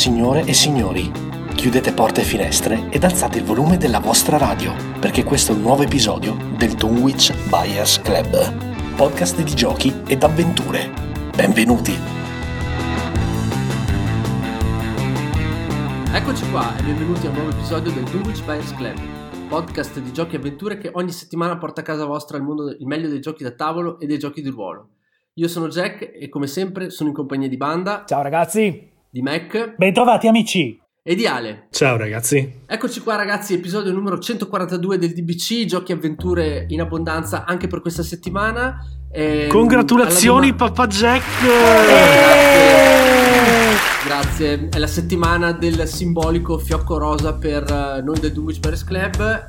Signore e signori, chiudete porte e finestre ed alzate il volume della vostra radio, perché questo è un nuovo episodio del Dunwich Buyers Club, podcast di giochi ed avventure. Benvenuti! Eccoci qua e benvenuti a un nuovo episodio del Dunwich Buyers Club, podcast di giochi e avventure che ogni settimana porta a casa vostra il meglio dei giochi da tavolo e dei giochi di ruolo. Io sono Jack e come sempre sono in compagnia di Banda. Ciao ragazzi! Di Mac. Bentrovati amici! E di Ale. Ciao ragazzi! Eccoci qua ragazzi, episodio numero 142 del DBC, giochi e avventure in abbondanza anche per questa settimana. Congratulazioni Papa Jack! Grazie, è la settimana del simbolico fiocco rosa per noi del Dunwich Buyers Club.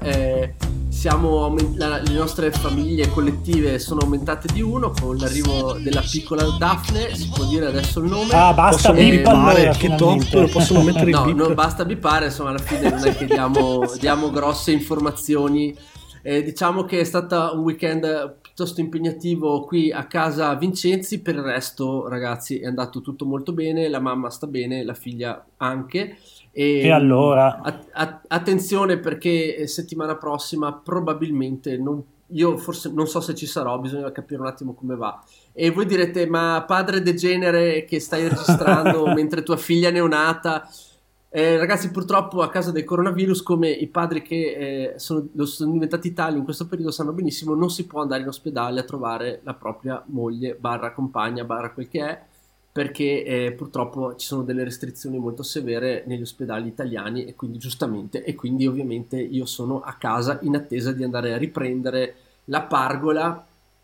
Le nostre famiglie collettive sono aumentate di uno con l'arrivo della piccola Daphne, si può dire adesso il nome. Ah, basta bip allora, che top, lo possono mettere no, il bip. non basta bippare, insomma alla fine non è che diamo grosse informazioni. Diciamo che è stato un weekend piuttosto impegnativo qui a casa Vincenzi. Per il resto ragazzi è andato tutto molto bene, la mamma sta bene, la figlia anche. E allora? Attenzione perché settimana prossima probabilmente io forse non so se ci sarò, bisogna capire un attimo come va. E voi direte, ma padre degenere che stai registrando mentre tua figlia è neonata? Ragazzi, purtroppo a causa del coronavirus, come i padri che sono diventati tali in questo periodo sanno benissimo, non si può andare in ospedale a trovare la propria moglie barra compagna barra quel che è, perché purtroppo ci sono delle restrizioni molto severe negli ospedali italiani e quindi giustamente, e quindi ovviamente io sono a casa in attesa di andare a riprendere la pargola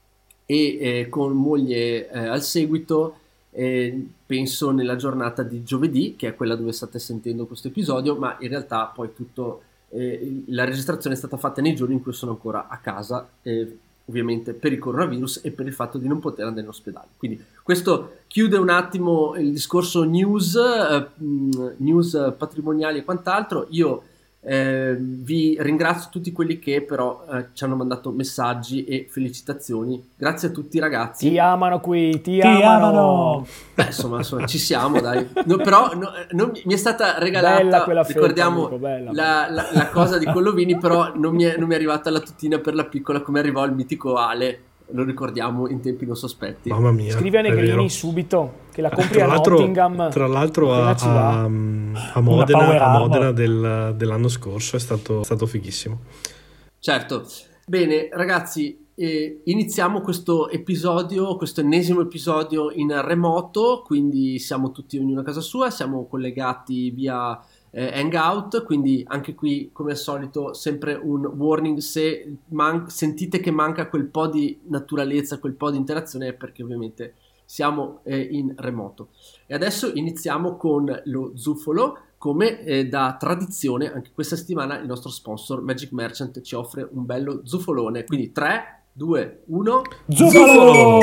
e con moglie al seguito. Penso nella giornata di giovedì, che è quella dove state sentendo questo episodio, ma in realtà poi la registrazione è stata fatta nei giorni in cui sono ancora a casa, ovviamente per il coronavirus e per il fatto di non poter andare in ospedale. Quindi questo chiude un attimo il discorso news patrimoniali e quant'altro. Io vi ringrazio tutti quelli che però ci hanno mandato messaggi e felicitazioni. Grazie a tutti ragazzi. Ti amano qui, ti amano. Beh, insomma, ci siamo, dai. Mi è stata regalata, ricordiamo la cosa di Collovini, però non mi è arrivata la tutina per la piccola come arrivò il mitico Ale. Lo ricordiamo in tempi non sospetti. Mamma mia. Scrivi a Negrini subito che la compri a Nottingham. Tra l'altro a Modena dell'anno scorso è stato fighissimo. Certo. Bene ragazzi, iniziamo questo ennesimo episodio in remoto, quindi siamo tutti ognuno a casa sua, siamo collegati via Hangout, quindi anche qui come al solito sempre un warning: se sentite che manca quel po' di naturalezza, quel po' di interazione, è perché ovviamente siamo in remoto. E adesso iniziamo con lo Zufolo. Come da tradizione anche questa settimana il nostro sponsor Magic Merchant ci offre un bello zufolone, quindi 3, 2, 1 Zufolo!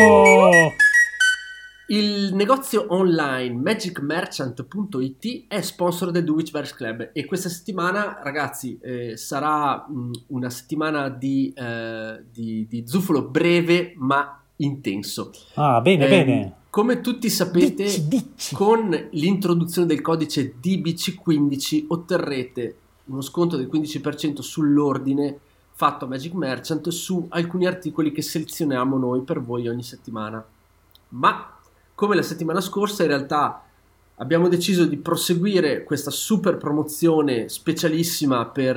Il negozio online magicmerchant.it è sponsor del Dunwich Buyers Club e questa settimana ragazzi sarà una settimana di zufolo breve ma intenso. Ah, bene. Come tutti sapete, dici. con l'introduzione del codice DBC15 otterrete uno sconto del 15% sull'ordine fatto a Magic Merchant su alcuni articoli che selezioniamo noi per voi ogni settimana. Ma come la settimana scorsa in realtà abbiamo deciso di proseguire questa super promozione specialissima per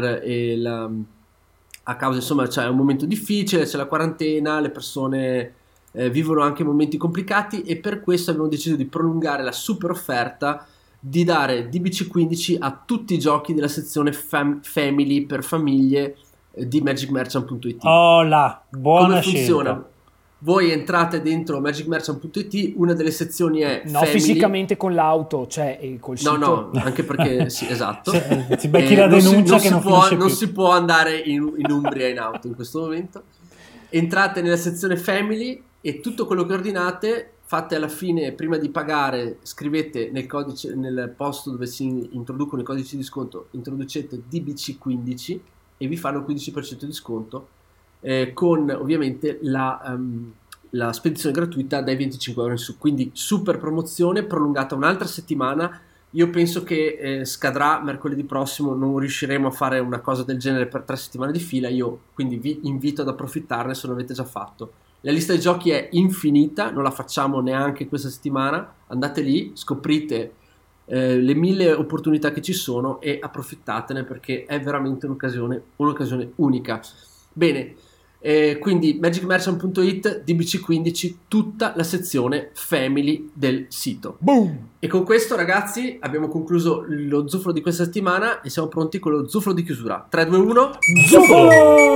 a causa, insomma, c'è un momento difficile, c'è la quarantena, le persone vivono anche momenti complicati e per questo abbiamo deciso di prolungare la super offerta di dare DBC15 a tutti i giochi della sezione Family per famiglie di magicmerchant.it. Oh là, buona Come scelta. funziona? Voi entrate dentro magicmerchant.it, una delle sezioni è No, Family. Fisicamente con l'auto, cioè col sito. No, anche perché sì, esatto. Ti becchi la denuncia che non finisce più. Non si può andare in Umbria in auto in questo momento. Entrate nella sezione Family e tutto quello che ordinate fate alla fine, prima di pagare, scrivete nel posto dove si introducono i codici di sconto, introducete DBC15 e vi fanno il 15% di sconto con ovviamente la spedizione gratuita dai 25 euro in su. Quindi super promozione prolungata un'altra settimana Io penso che scadrà mercoledì prossimo, non riusciremo a fare una cosa del genere per 3 settimane di fila, io quindi vi invito ad approfittarne se non l'avete già fatto. La lista dei giochi è infinita, non la facciamo neanche questa settimana, andate lì, scoprite le 1000 opportunità che ci sono e approfittatene perché è veramente un'occasione unica. Bene, quindi magicmerchant.it, DBC15, tutta la sezione family del sito. Boom! E con questo, ragazzi, abbiamo concluso lo zufolo di questa settimana e siamo pronti con lo zufolo di chiusura. 3, 2, 1, zufolo!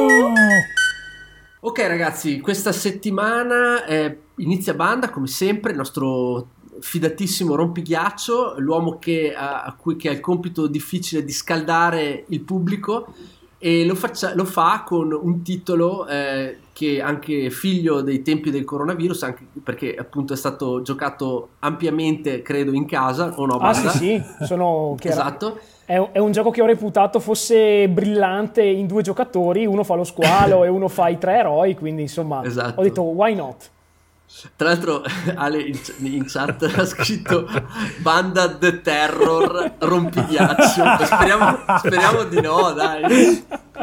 Ok ragazzi, questa settimana inizia banda come sempre, il nostro fidatissimo rompighiaccio, l'uomo che ha il compito difficile di scaldare il pubblico e lo fa con un titolo che anche figlio dei tempi del coronavirus, anche perché appunto è stato giocato ampiamente credo in casa o no? Sì, sono chiaro. Esatto. È un gioco che ho reputato fosse brillante in 2 giocatori, uno fa lo squalo e uno fa i 3 eroi, quindi insomma esatto. Ho detto why not? Tra l'altro Ale in chat ha scritto Banda the Terror rompighiaccio, speriamo di no, dai.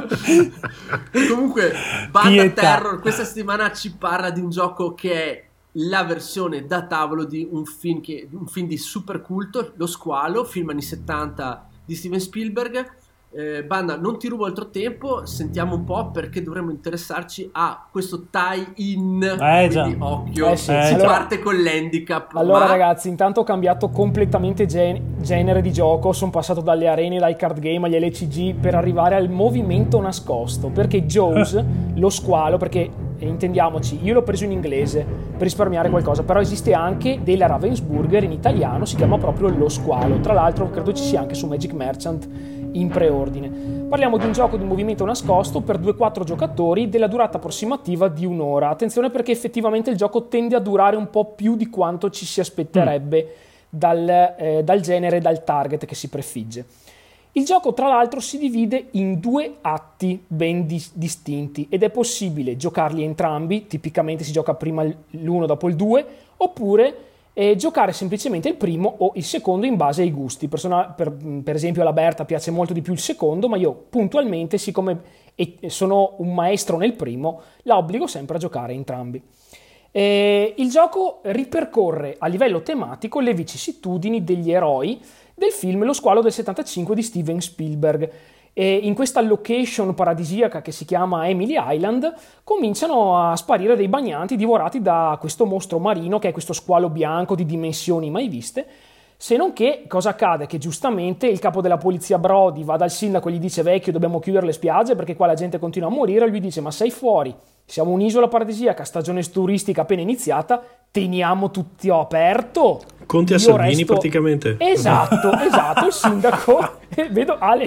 Comunque Banda Terror questa settimana ci parla di un gioco che è la versione da tavolo di un film di super culto, Lo Squalo, film anni 70 di Steven Spielberg. Banda, non ti rubo altro tempo, sentiamo un po' perché dovremmo interessarci a questo tie-in, quindi occhio, si parte con l'handicap. Allora ragazzi, intanto ho cambiato completamente genere di gioco, sono passato dalle arene, dai card game agli LCG per arrivare al movimento nascosto, perché Jaws, Lo Squalo, perché intendiamoci, io l'ho preso in inglese per risparmiare qualcosa, però esiste anche della Ravensburger in italiano, si chiama proprio Lo Squalo, tra l'altro credo ci sia anche su Magic Merchant in preordine. Parliamo di un gioco di movimento nascosto per 2-4 giocatori della durata approssimativa di 1 ora. Attenzione perché effettivamente il gioco tende a durare un po' più di quanto ci si aspetterebbe dal genere, dal target che si prefigge. Il gioco tra l'altro si divide in 2 atti ben distinti ed è possibile giocarli entrambi, tipicamente si gioca prima l'1 dopo il 2, oppure giocare semplicemente il primo o il secondo in base ai gusti. Per esempio alla Berta piace molto di più il secondo, ma io puntualmente, siccome sono un maestro nel primo, la obbligo sempre a giocare entrambi. Il gioco ripercorre a livello tematico le vicissitudini degli eroi del film Lo Squalo del 75 di Steven Spielberg. E in questa location paradisiaca che si chiama Emily Island cominciano a sparire dei bagnanti divorati da questo mostro marino che è questo squalo bianco di dimensioni mai viste, se non che cosa accade? Che giustamente il capo della polizia Brody va dal sindaco e gli dice: vecchio, dobbiamo chiudere le spiagge perché qua la gente continua a morire, e lui dice: ma sei fuori, siamo un'isola paradisiaca, stagione turistica appena iniziata, teniamo tutti aperto. Conti a Salvini praticamente. Esatto, il sindaco. Vedo Ale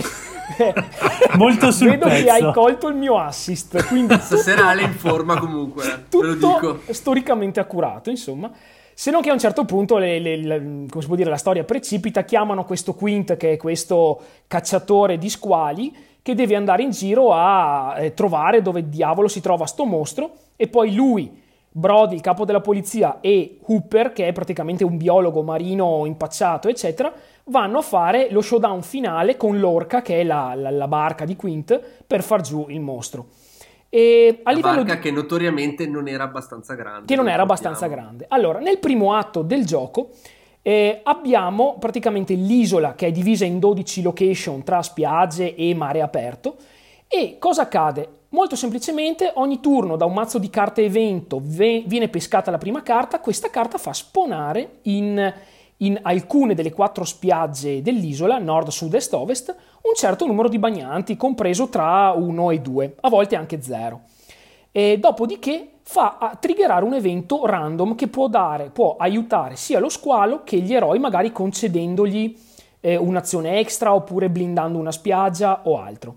molto sul vedo pezzo. che hai colto il mio assist, quindi stasera Ale in forma comunque, tutto ve lo dico. Storicamente accurato, insomma. Se non che a un certo punto come si può dire, la storia precipita, chiamano questo Quint, che è questo cacciatore di squali, che deve andare in giro a trovare dove diavolo si trova sto mostro, e poi lui, Brody, il capo della polizia, e Hooper, che è praticamente un biologo marino impacciato, eccetera, vanno a fare lo showdown finale con l'orca, che è la barca di Quint, per far giù il mostro. E a livello barca che notoriamente non era abbastanza grande. Allora, nel primo atto del gioco abbiamo praticamente l'isola che è divisa in 12 location tra spiagge e mare aperto. E cosa accade? Molto semplicemente, ogni turno da un mazzo di carte evento viene pescata la prima carta. Questa carta fa spawnare in alcune delle 4 spiagge dell'isola, nord, sud, est, ovest, un certo numero di bagnanti, compreso tra 1 e 2, a volte anche 0. E dopodiché fa triggerare un evento random che può aiutare sia lo squalo che gli eroi, magari concedendogli un'azione extra oppure blindando una spiaggia o altro.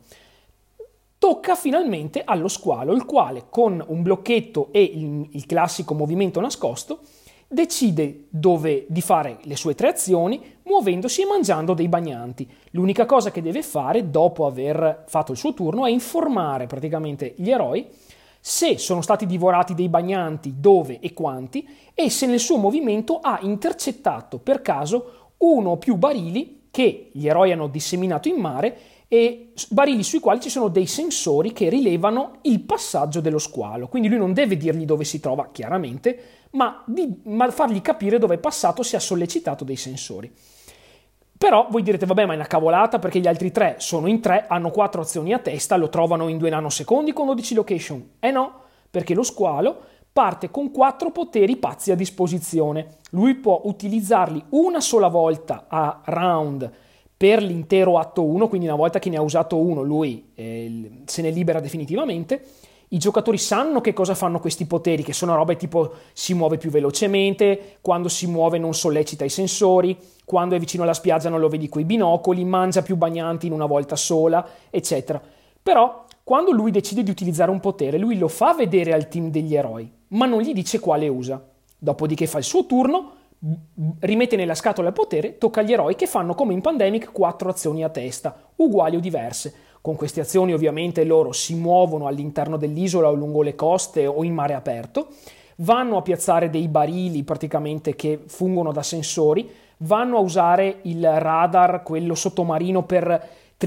Tocca finalmente allo squalo, il quale con un blocchetto e il classico movimento nascosto decide dove di fare le sue 3 azioni, muovendosi e mangiando dei bagnanti. L'unica cosa che deve fare dopo aver fatto il suo turno è informare praticamente gli eroi se sono stati divorati dei bagnanti, dove e quanti, e se nel suo movimento ha intercettato per caso uno o più barili che gli eroi hanno disseminato in mare, e barili sui quali ci sono dei sensori che rilevano il passaggio dello squalo. Quindi lui non deve dirgli dove si trova chiaramente, ma fargli capire dove è passato se ha sollecitato dei sensori. Però voi direte, vabbè, ma è una cavolata perché gli altri 3 sono in 3, hanno 4 azioni a testa, lo trovano in 2 nanosecondi con 12 location. No, perché lo squalo parte con 4 poteri pazzi a disposizione. Lui può utilizzarli una sola volta a round per l'intero atto 1, quindi una volta che ne ha usato uno lui se ne libera definitivamente. I giocatori sanno che cosa fanno questi poteri, che sono robe tipo si muove più velocemente, quando si muove non sollecita i sensori, quando è vicino alla spiaggia non lo vedi coi binocoli, mangia più bagnanti in una volta sola, eccetera. Però quando lui decide di utilizzare un potere, lui lo fa vedere al team degli eroi, ma non gli dice quale usa. Dopodiché fa il suo turno, rimette nella scatola il potere, tocca agli eroi che fanno come in Pandemic 4 azioni a testa, uguali o diverse. Con queste azioni ovviamente loro si muovono all'interno dell'isola o lungo le coste o in mare aperto, vanno a piazzare dei barili praticamente che fungono da sensori, vanno a usare il radar, quello sottomarino, per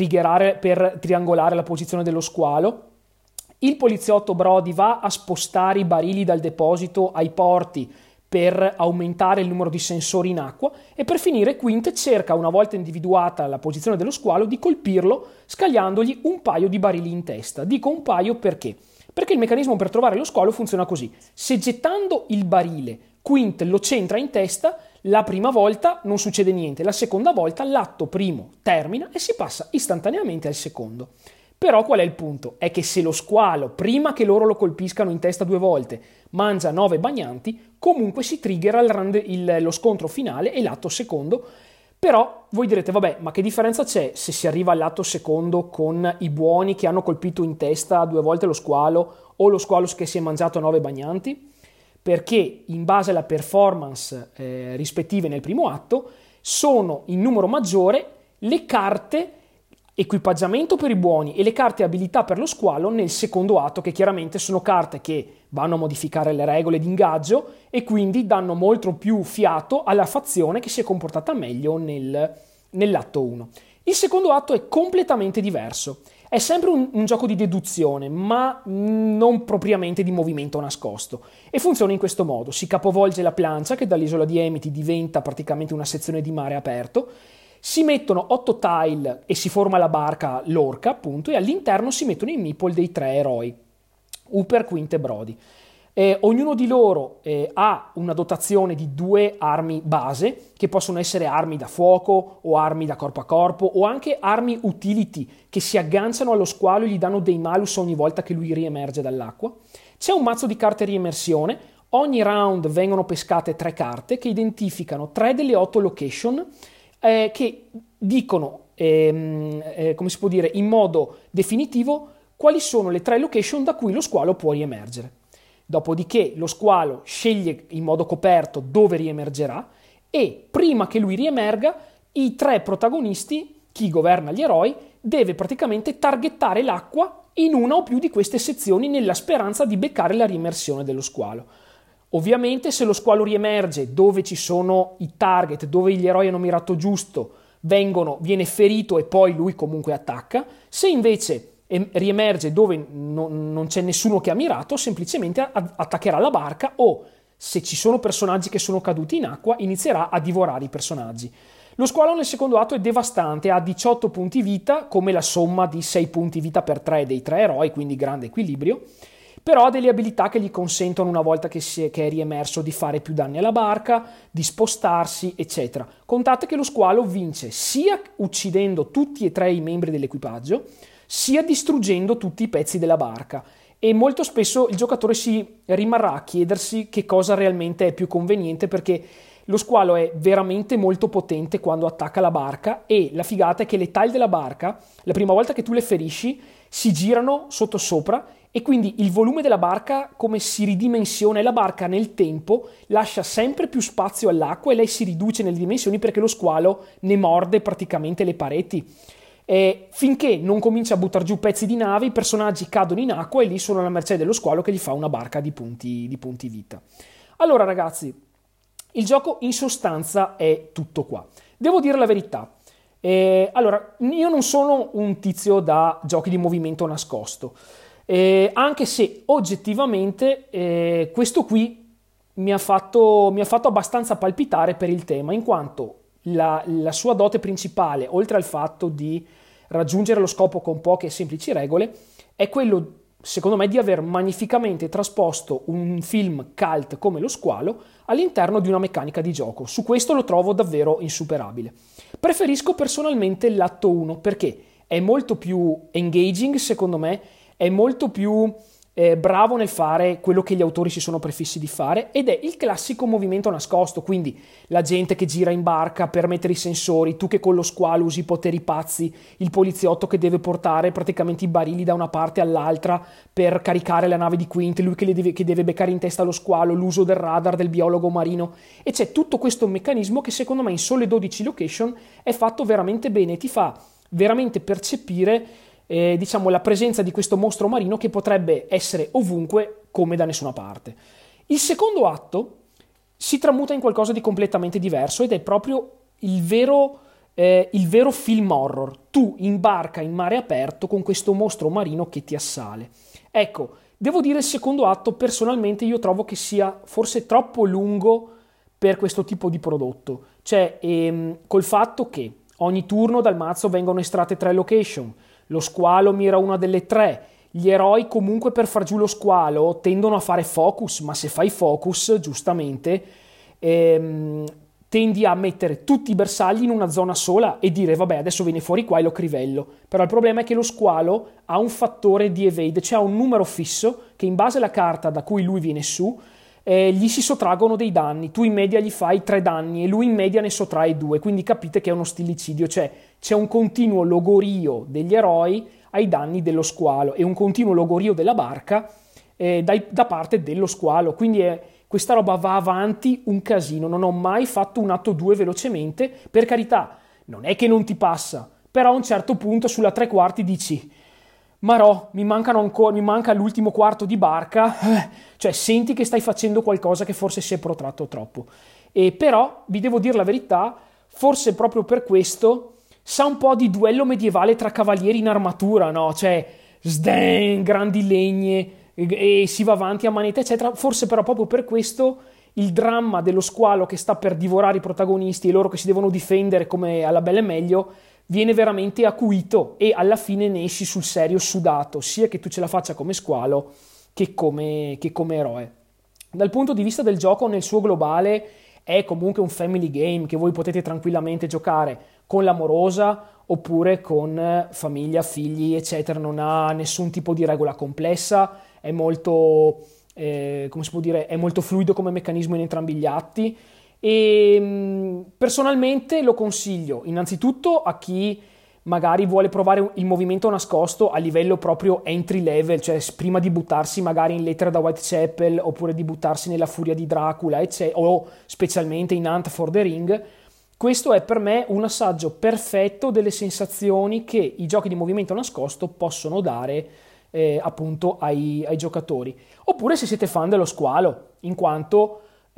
triangolare la posizione dello squalo. Il poliziotto Brody va a spostare i barili dal deposito ai porti per aumentare il numero di sensori in acqua, e per finire Quint cerca, una volta individuata la posizione dello squalo, di colpirlo scagliandogli un paio di barili in testa. Dico un paio perché il meccanismo per trovare lo squalo funziona così: se gettando il barile Quint lo centra in testa, la prima volta non succede niente, la seconda volta l'atto primo termina e si passa istantaneamente al secondo. Però qual è il punto? È che se lo squalo, prima che loro lo colpiscano in testa 2 volte, mangia 9 bagnanti, comunque si triggera lo scontro finale e l'atto secondo. Però voi direte, vabbè, ma che differenza c'è se si arriva all'atto secondo con i buoni che hanno colpito in testa 2 volte lo squalo, o lo squalo che si è mangiato 9 bagnanti? Perché in base alla performance rispettive nel primo atto sono in numero maggiore le carte equipaggiamento per i buoni e le carte abilità per lo squalo nel secondo atto, che chiaramente sono carte che vanno a modificare le regole di ingaggio e quindi danno molto più fiato alla fazione che si è comportata meglio nell'atto 1. Il secondo atto è completamente diverso, è sempre un gioco di deduzione, ma non propriamente di movimento nascosto, e funziona in questo modo: si capovolge la plancia che dall'isola di Amity diventa praticamente una sezione di mare aperto, si mettono 8 tile e si forma la barca, l'orca appunto, e all'interno si mettono i meeple dei 3 eroi, Hooper, Quint e Brody. Ognuno di loro ha una dotazione di 2 armi base, che possono essere armi da fuoco o armi da corpo a corpo o anche armi utility che si agganciano allo squalo e gli danno dei malus ogni volta che lui riemerge dall'acqua. C'è un mazzo di carte riemersione. Ogni round vengono pescate 3 carte che identificano 3 delle 8 location che dicono, come si può dire, in modo definitivo quali sono le 3 location da cui lo squalo può riemergere. Dopodiché lo squalo sceglie in modo coperto dove riemergerà, e prima che lui riemerga i 3 protagonisti, chi governa gli eroi, deve praticamente targettare l'acqua in una o più di queste sezioni nella speranza di beccare la riemersione dello squalo. Ovviamente se lo squalo riemerge dove ci sono i target, dove gli eroi hanno mirato giusto, viene ferito e poi lui comunque attacca. Se invece riemerge dove non c'è nessuno che ha mirato, semplicemente attaccherà la barca, o se ci sono personaggi che sono caduti in acqua inizierà a divorare i personaggi. Lo squalo nel secondo atto è devastante, ha 18 punti vita, come la somma di 6 punti vita per 3 dei 3 eroi, quindi grande equilibrio. Però ha delle abilità che gli consentono, una volta che è riemerso, di fare più danni alla barca, di spostarsi, eccetera. Contate che lo squalo vince sia uccidendo tutti e 3 i membri dell'equipaggio, sia distruggendo tutti i pezzi della barca, e molto spesso il giocatore si rimarrà a chiedersi che cosa realmente è più conveniente, perché lo squalo è veramente molto potente quando attacca la barca, e la figata è che le tile della barca, la prima volta che tu le ferisci, si girano sottosopra, e quindi il volume della barca come si ridimensiona, e la barca nel tempo lascia sempre più spazio all'acqua e lei si riduce nelle dimensioni perché lo squalo ne morde praticamente le pareti. Finché non comincia a buttare giù pezzi di nave, i personaggi cadono in acqua e lì sono alla mercé dello squalo che gli fa una barca di punti vita. Allora ragazzi, Il gioco in sostanza è tutto qua. Devo dire la verità. Allora, io non sono un tizio da giochi di movimento nascosto, anche se oggettivamente questo qui mi ha fatto abbastanza palpitare per il tema, in quanto la sua dote principale, oltre al fatto di raggiungere lo scopo con poche e semplici regole, è quello, secondo me, di aver magnificamente trasposto un film cult come Lo Squalo all'interno di una meccanica di gioco. Su questo lo trovo davvero insuperabile. Preferisco personalmente l'atto 1 perché è molto più engaging, secondo me, è molto più bravo nel fare quello che gli autori si sono prefissi di fare, ed è il classico movimento nascosto, quindi la gente che gira in barca per mettere i sensori, tu che con lo squalo usi i poteri pazzi, il poliziotto che deve portare praticamente i barili da una parte all'altra per caricare la nave di Quint, lui che deve beccare in testa lo squalo, l'uso del radar del biologo marino, e c'è tutto questo meccanismo che secondo me in sole 12 location è fatto veramente bene, ti fa veramente percepire diciamo la presenza di questo mostro marino che potrebbe essere ovunque come da nessuna parte. Il secondo atto si tramuta in qualcosa di completamente diverso ed è proprio il vero film horror. Tu in barca in mare aperto con questo mostro marino che ti assale. Ecco, devo dire il secondo atto personalmente io trovo che sia forse troppo lungo per questo tipo di prodotto, cioè col fatto che ogni turno dal mazzo vengono estratte 3 location, lo squalo mira una delle 3, gli eroi comunque per far giù lo squalo tendono a fare focus, ma se fai focus giustamente tendi a mettere tutti i bersagli in una zona sola e dire vabbè adesso viene fuori qua e lo crivello, però il problema è che lo squalo ha un fattore di evade, cioè ha un numero fisso che in base alla carta da cui lui viene su gli si sottraggono dei danni, tu in media gli fai 3 danni e lui in media ne sottrae 2, quindi capite che è uno stillicidio, cioè c'è un continuo logorio degli eroi ai danni dello squalo e un continuo logorio della barca da parte dello squalo, quindi questa roba va avanti un casino. Non ho mai fatto un atto 2 velocemente, per carità, non è che non ti passa, però a un certo punto sulla 3/4 dici Marò, mi manca l'ultimo quarto di barca, cioè senti che stai facendo qualcosa che forse si è protratto troppo. E però, vi devo dire la verità, forse proprio per questo sa un po' di duello medievale tra cavalieri in armatura, no? Cioè, grandi legne, e si va avanti a manetta, eccetera. Forse però proprio per questo il dramma dello squalo che sta per divorare i protagonisti e loro che si devono difendere come alla bella e meglio viene veramente acuito e alla fine ne esci sul serio sudato, sia che tu ce la faccia come squalo che come eroe. Dal punto di vista del gioco nel suo globale è comunque un family game che voi potete tranquillamente giocare con l'amorosa oppure con famiglia, figli, eccetera. Non ha nessun tipo di regola complessa, è molto, come si può dire, è molto fluido come meccanismo in entrambi gli atti. E personalmente lo consiglio innanzitutto a chi magari vuole provare il movimento nascosto a livello proprio entry level, cioè prima di buttarsi magari in Lettera da Whitechapel oppure di buttarsi nella Furia di Dracula o specialmente in Hunt for the Ring. Questo è per me un assaggio perfetto delle sensazioni che i giochi di movimento nascosto possono dare appunto ai giocatori. Oppure se siete fan dello squalo, in quanto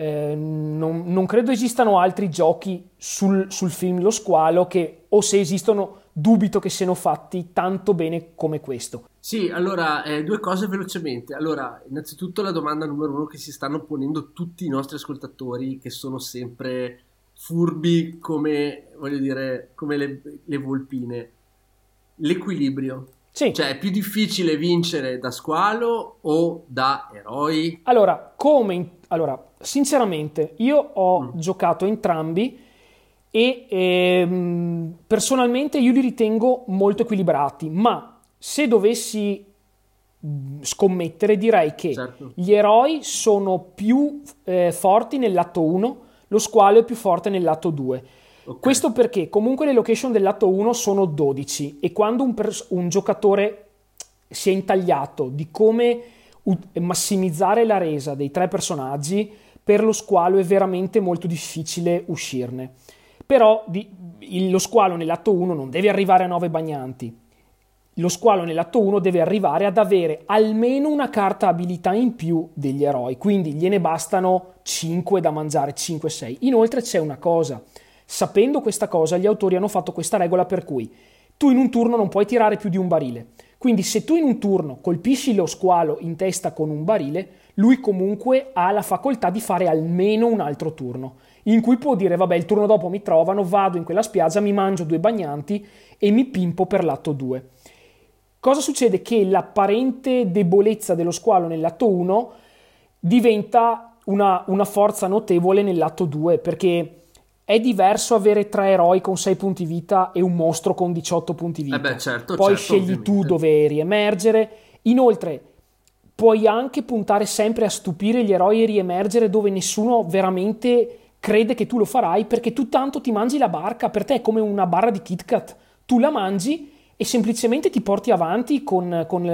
non credo esistano altri giochi sul film Lo Squalo che, o se esistono, dubito che siano fatti tanto bene come questo. Sì, allora, 2 cose velocemente. Allora, innanzitutto la domanda numero 1 che si stanno ponendo tutti i nostri ascoltatori, che sono sempre furbi come, voglio dire, come le volpine. L'equilibrio. Sì. Cioè, è più difficile vincere da squalo o da eroi? Allora, sinceramente, io ho giocato entrambi e personalmente io li ritengo molto equilibrati, ma se dovessi scommettere direi che certo, gli eroi sono più forti nell'atto 1, lo squalo è più forte nell'atto 2. Okay. Questo perché comunque le location dell'atto 1 sono 12 e quando un giocatore si è intagliato di come massimizzare la resa dei 3 personaggi, per lo squalo è veramente molto difficile uscirne. Però lo squalo nell'atto 1 non deve arrivare a 9 bagnanti. lo squalo nell'atto 1 deve arrivare ad avere almeno una carta abilità in più degli eroi, quindi gliene bastano 5 da mangiare, 5-6. Inoltre c'è una cosa, sapendo questa cosa gli autori hanno fatto questa regola per cui tu in un turno non puoi tirare più di un barile, quindi se tu in un turno colpisci lo squalo in testa con un barile, lui comunque ha la facoltà di fare almeno un altro turno, in cui può dire vabbè il turno dopo mi trovano, vado in quella spiaggia, mi mangio 2 bagnanti e mi pimpo per l'atto 2. Cosa succede? Che l'apparente debolezza dello squalo nell'atto 1 diventa una forza notevole nell'atto 2, perché è diverso avere 3 eroi con 6 punti vita e un mostro con 18 punti vita. Poi scegli ovviamente tu dove riemergere. Inoltre puoi anche puntare sempre a stupire gli eroi e riemergere dove nessuno veramente crede che tu lo farai, perché tu tanto ti mangi la barca, per te è come una barra di Kit Kat, tu la mangi e semplicemente ti porti avanti con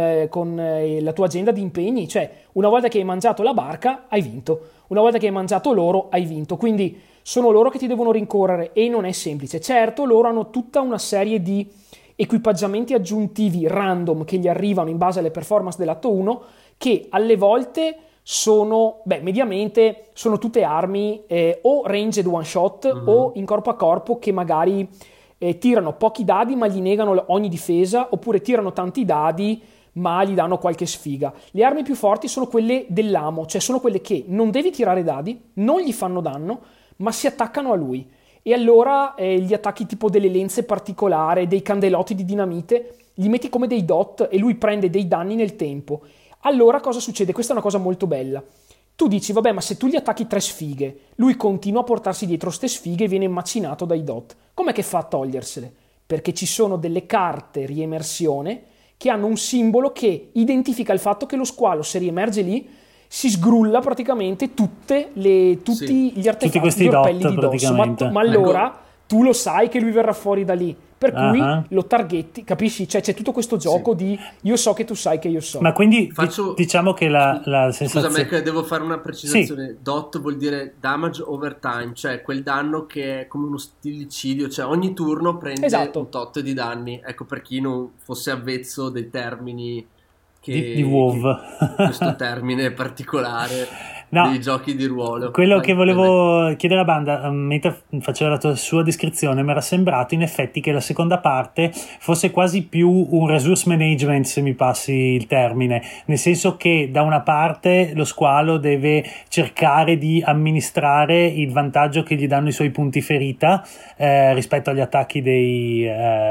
la tua agenda di impegni, cioè una volta che hai mangiato la barca hai vinto, una volta che hai mangiato l'oro hai vinto, quindi sono loro che ti devono rincorrere e non è semplice. Certo, loro hanno tutta una serie di equipaggiamenti aggiuntivi random che gli arrivano in base alle performance dell'atto 1, che alle volte sono, mediamente sono tutte armi o ranged one shot o in corpo a corpo che magari tirano pochi dadi ma gli negano ogni difesa, oppure tirano tanti dadi ma gli danno qualche sfiga. Le armi più forti sono quelle dell'amo, cioè sono quelle che non devi tirare dadi, non gli fanno danno, ma si attaccano a lui. E allora gli attacchi tipo delle lenze particolari, dei candelotti di dinamite, li metti come dei dot e lui prende dei danni nel tempo. Allora cosa succede? Questa è una cosa molto bella. Tu dici, vabbè, ma se tu gli attacchi 3 sfighe, lui continua a portarsi dietro ste sfighe e viene macinato dai dot. Com'è che fa a togliersele? Perché ci sono delle carte riemersione che hanno un simbolo che identifica il fatto che lo squalo, se riemerge lì, si sgrulla praticamente tutti gli artefatti, gli orpelli di dosso. Ma allora tu lo sai che lui verrà fuori da lì, per cui lo targetti, capisci? Cioè c'è tutto questo gioco di io so che tu sai che io so. Ma quindi diciamo che la sensazione... Scusami, che devo fare una precisazione. Sì. DOT vuol dire damage over time, cioè quel danno che è come uno stillicidio, cioè ogni turno prende un tot di danni. Ecco, per chi non fosse avvezzo dei termini di WoW, questo termine particolare dei giochi di ruolo. Quello che volevo chiedere a Banda mentre faceva la sua descrizione, mi era sembrato in effetti che la seconda parte fosse quasi più un resource management, se mi passi il termine, nel senso che da una parte lo squalo deve cercare di amministrare il vantaggio che gli danno i suoi punti ferita rispetto agli attacchi dei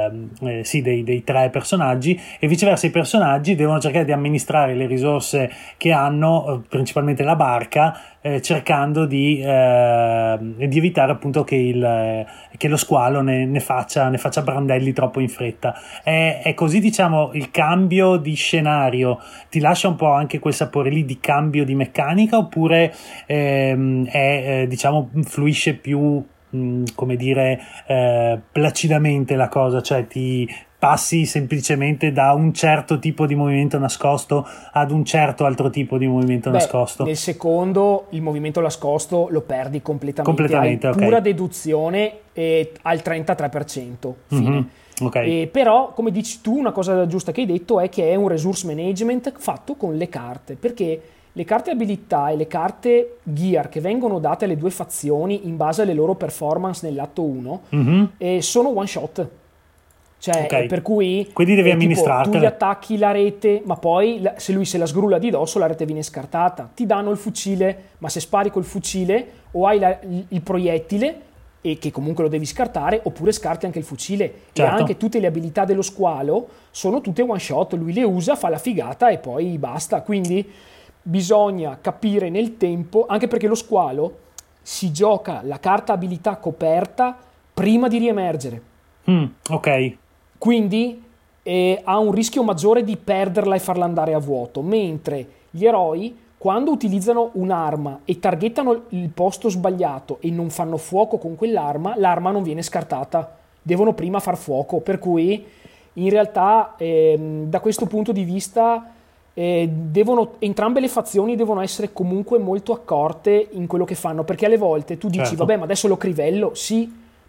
3 personaggi, e viceversa i personaggi devono cercare di amministrare le risorse che hanno, principalmente la barca, cercando di evitare appunto che lo squalo ne faccia brandelli troppo in fretta. È così, diciamo, il cambio di scenario ti lascia un po' anche quel sapore lì di cambio di meccanica, oppure diciamo fluisce più come dire placidamente la cosa, cioè ti passi semplicemente da un certo tipo di movimento nascosto ad un certo altro tipo di movimento nascosto? Nel secondo il movimento nascosto lo perdi completamente, hai pura deduzione al 33%, fine. Okay. Però, come dici tu, una cosa giusta che hai detto è che è un resource management fatto con le carte, perché le carte abilità e le carte gear che vengono date alle 2 fazioni in base alle loro performance nell'atto 1 sono one shot. Cioè, per cui quindi devi amministrartele. Tu gli attacchi la rete, ma poi se lui se la sgrulla di dosso la rete viene scartata. Ti danno il fucile, ma se spari col fucile o hai il proiettile, e che comunque lo devi scartare, oppure scarti anche il fucile. Certo. E anche tutte le abilità dello squalo sono tutte one shot, lui le usa, fa la figata e poi basta. Quindi bisogna capire nel tempo, anche perché lo squalo si gioca la carta abilità coperta prima di riemergere. Ok. Quindi ha un rischio maggiore di perderla e farla andare a vuoto, mentre gli eroi, quando utilizzano un'arma e targettano il posto sbagliato e non fanno fuoco con quell'arma, l'arma non viene scartata, devono prima far fuoco, per cui in realtà da questo punto di vista entrambe le fazioni devono essere comunque molto accorte in quello che fanno, perché alle volte tu dici vabbè, ma adesso lo crivello, sì,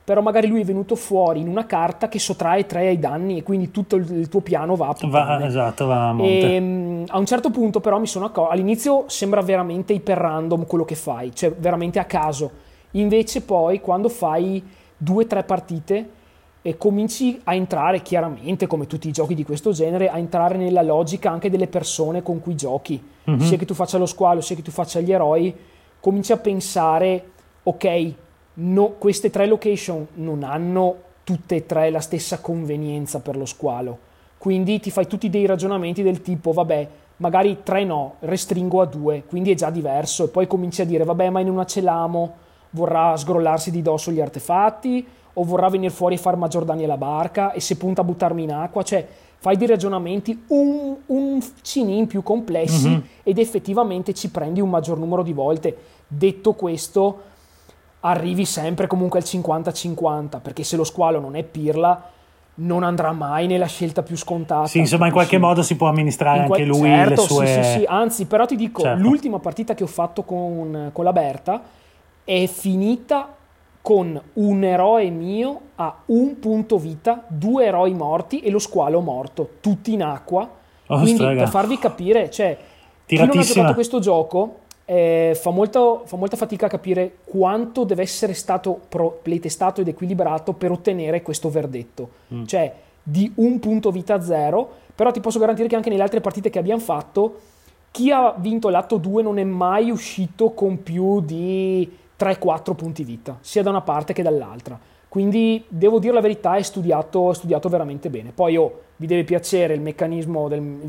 però magari lui è venuto fuori in una carta che sottrae 3 ai danni e quindi tutto il tuo piano va a puttane. Esatto, va a monte. E a un certo punto però mi sono accorto, all'inizio sembra veramente iper random quello che fai, cioè veramente a caso, invece poi quando fai 2-3 partite e cominci a entrare, chiaramente come tutti i giochi di questo genere, a entrare nella logica anche delle persone con cui giochi, sia che tu faccia lo squalo sia che tu faccia gli eroi, cominci a pensare, ok, no, queste 3 location non hanno tutte e 3 la stessa convenienza per lo squalo, quindi ti fai tutti dei ragionamenti del tipo, vabbè, magari 3 no, restringo a 2, quindi è già diverso, e poi cominci a dire, vabbè, ma in una ce l'amo, vorrà sgrollarsi di dosso gli artefatti o vorrà venire fuori e far maggior danni alla barca, e se punta a buttarmi in acqua, cioè fai dei ragionamenti un cinin più complessi ed effettivamente ci prendi un maggior numero di volte. Detto questo, arrivi sempre comunque al 50-50, perché se lo squalo non è pirla non andrà mai nella scelta più scontata. Sì, insomma, in qualche modo si può amministrare anche lui, certo, le sue... Sì, anzi, però ti dico, certo, l'ultima partita che ho fatto con la Berta è finita con un eroe mio a 1 punto vita, 2 eroi morti e lo squalo morto, tutti in acqua. Quindi per farvi capire, cioè, chi non ha giocato questo gioco fa molta fatica a capire quanto deve essere stato playtestato ed equilibrato per ottenere questo verdetto, cioè di 1 punto vita 0. Però ti posso garantire che anche nelle altre partite che abbiamo fatto, chi ha vinto l'atto 2 non è mai uscito con più di 3-4 punti vita, sia da una parte che dall'altra. Quindi devo dire la verità, è studiato veramente bene. Poi vi deve piacere il meccanismo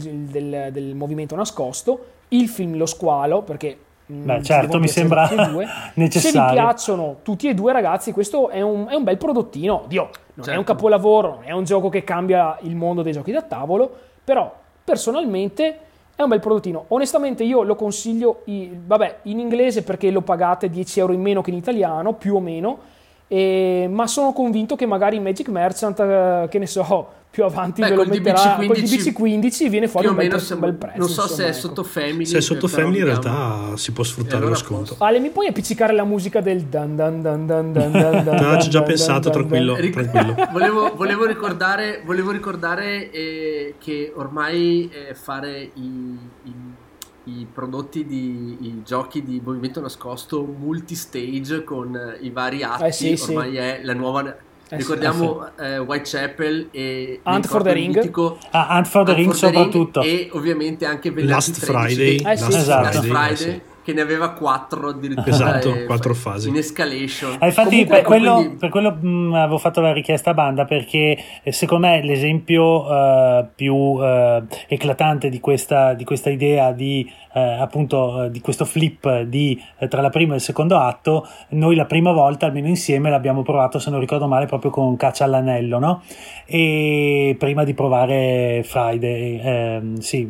del movimento nascosto, il film Lo Squalo, perché certo, mi sembra necessario. Se vi piacciono tutti e due, ragazzi, questo è un bel prodottino. Non è un capolavoro, non è un gioco che cambia il mondo dei giochi da tavolo, però personalmente è un bel prodottino. Onestamente io lo consiglio in inglese, perché lo pagate 10 euro in meno che in italiano, più o meno, ma sono convinto che magari Magic Merchant, che ne so, più avanti ve lo metterà con il DBC15, viene fuori un bel prezzo. Non so se è sotto Family. Se è sotto Family in realtà si può sfruttare lo sconto. Ale, mi puoi appiccicare la musica del dan dan dan dan dan dan dan? No, ci ho già pensato, tranquillo. Volevo ricordare che ormai fare i prodotti i giochi di movimento nascosto multistage con i vari atti ormai è la nuova. Ricordiamo Whitechapel e Hunt for the Ring, Hunt for the Ring soprattutto, e ovviamente anche Last Friday, Last Friday che ne aveva 4 addirittura. Esatto, 4 fasi in escalation. Infatti per quello avevo fatto la richiesta a Banda, perché secondo me l'esempio più eclatante di questa idea di appunto di questo flip tra la prima e il secondo atto, noi la prima volta almeno insieme l'abbiamo provato, se non ricordo male, proprio con Caccia all'anello, no? E prima di provare Friday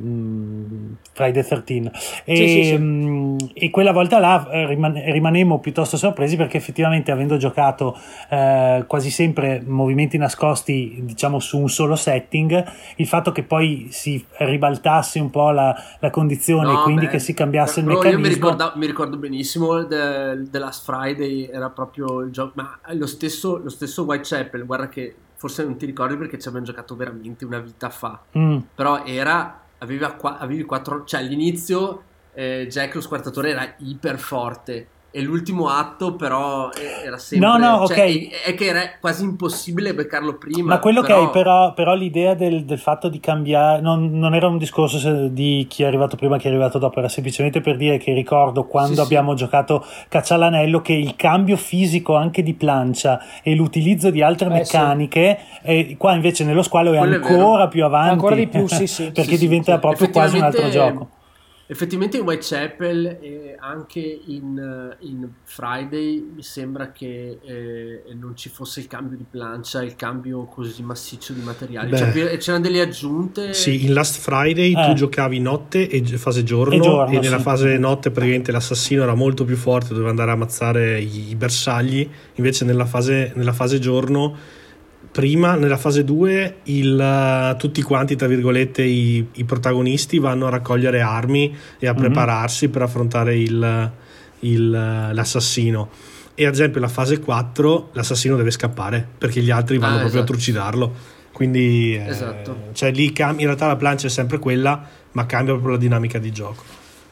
13 e quella volta là rimanemmo piuttosto sorpresi, perché effettivamente, avendo giocato quasi sempre movimenti nascosti, diciamo, su un solo setting, il fatto che poi si ribaltasse un po' la condizione, quindi che si cambiasse il meccanismo. Io mi ricordo benissimo The Last Friday, era proprio il gioco, ma lo stesso Whitechapel, guarda che forse non ti ricordi perché ci abbiamo giocato veramente una vita fa, però avevi 4, cioè all'inizio Jack lo squartatore era iper forte e l'ultimo atto però era sempre è che era quasi impossibile beccarlo prima. Ma quello però l'idea del fatto di cambiare non era un discorso di chi è arrivato prima e chi è arrivato dopo, era semplicemente per dire che ricordo quando abbiamo giocato Caccia all'anello che il cambio fisico anche di plancia e l'utilizzo di altre meccaniche qua invece nello squalo è ancora più avanti, ancora di più, perché diventa proprio quasi un altro gioco. Effettivamente in Whitechapel e anche in Friday mi sembra che non ci fosse il cambio di plancia, il cambio così massiccio di materiali. Cioè, c'erano delle aggiunte. Sì, in Last Friday tu giocavi notte e fase giorno e nella fase notte praticamente l'assassino era molto più forte, doveva andare a ammazzare i bersagli, invece nella fase giorno prima, nella fase 2, tutti quanti, tra virgolette, i protagonisti vanno a raccogliere armi e a prepararsi per affrontare l'assassino. e ad esempio la fase 4 l'assassino deve scappare perché gli altri vanno proprio a trucidarlo, quindi cioè lì in realtà la plancia è sempre quella, ma cambia proprio la dinamica di gioco.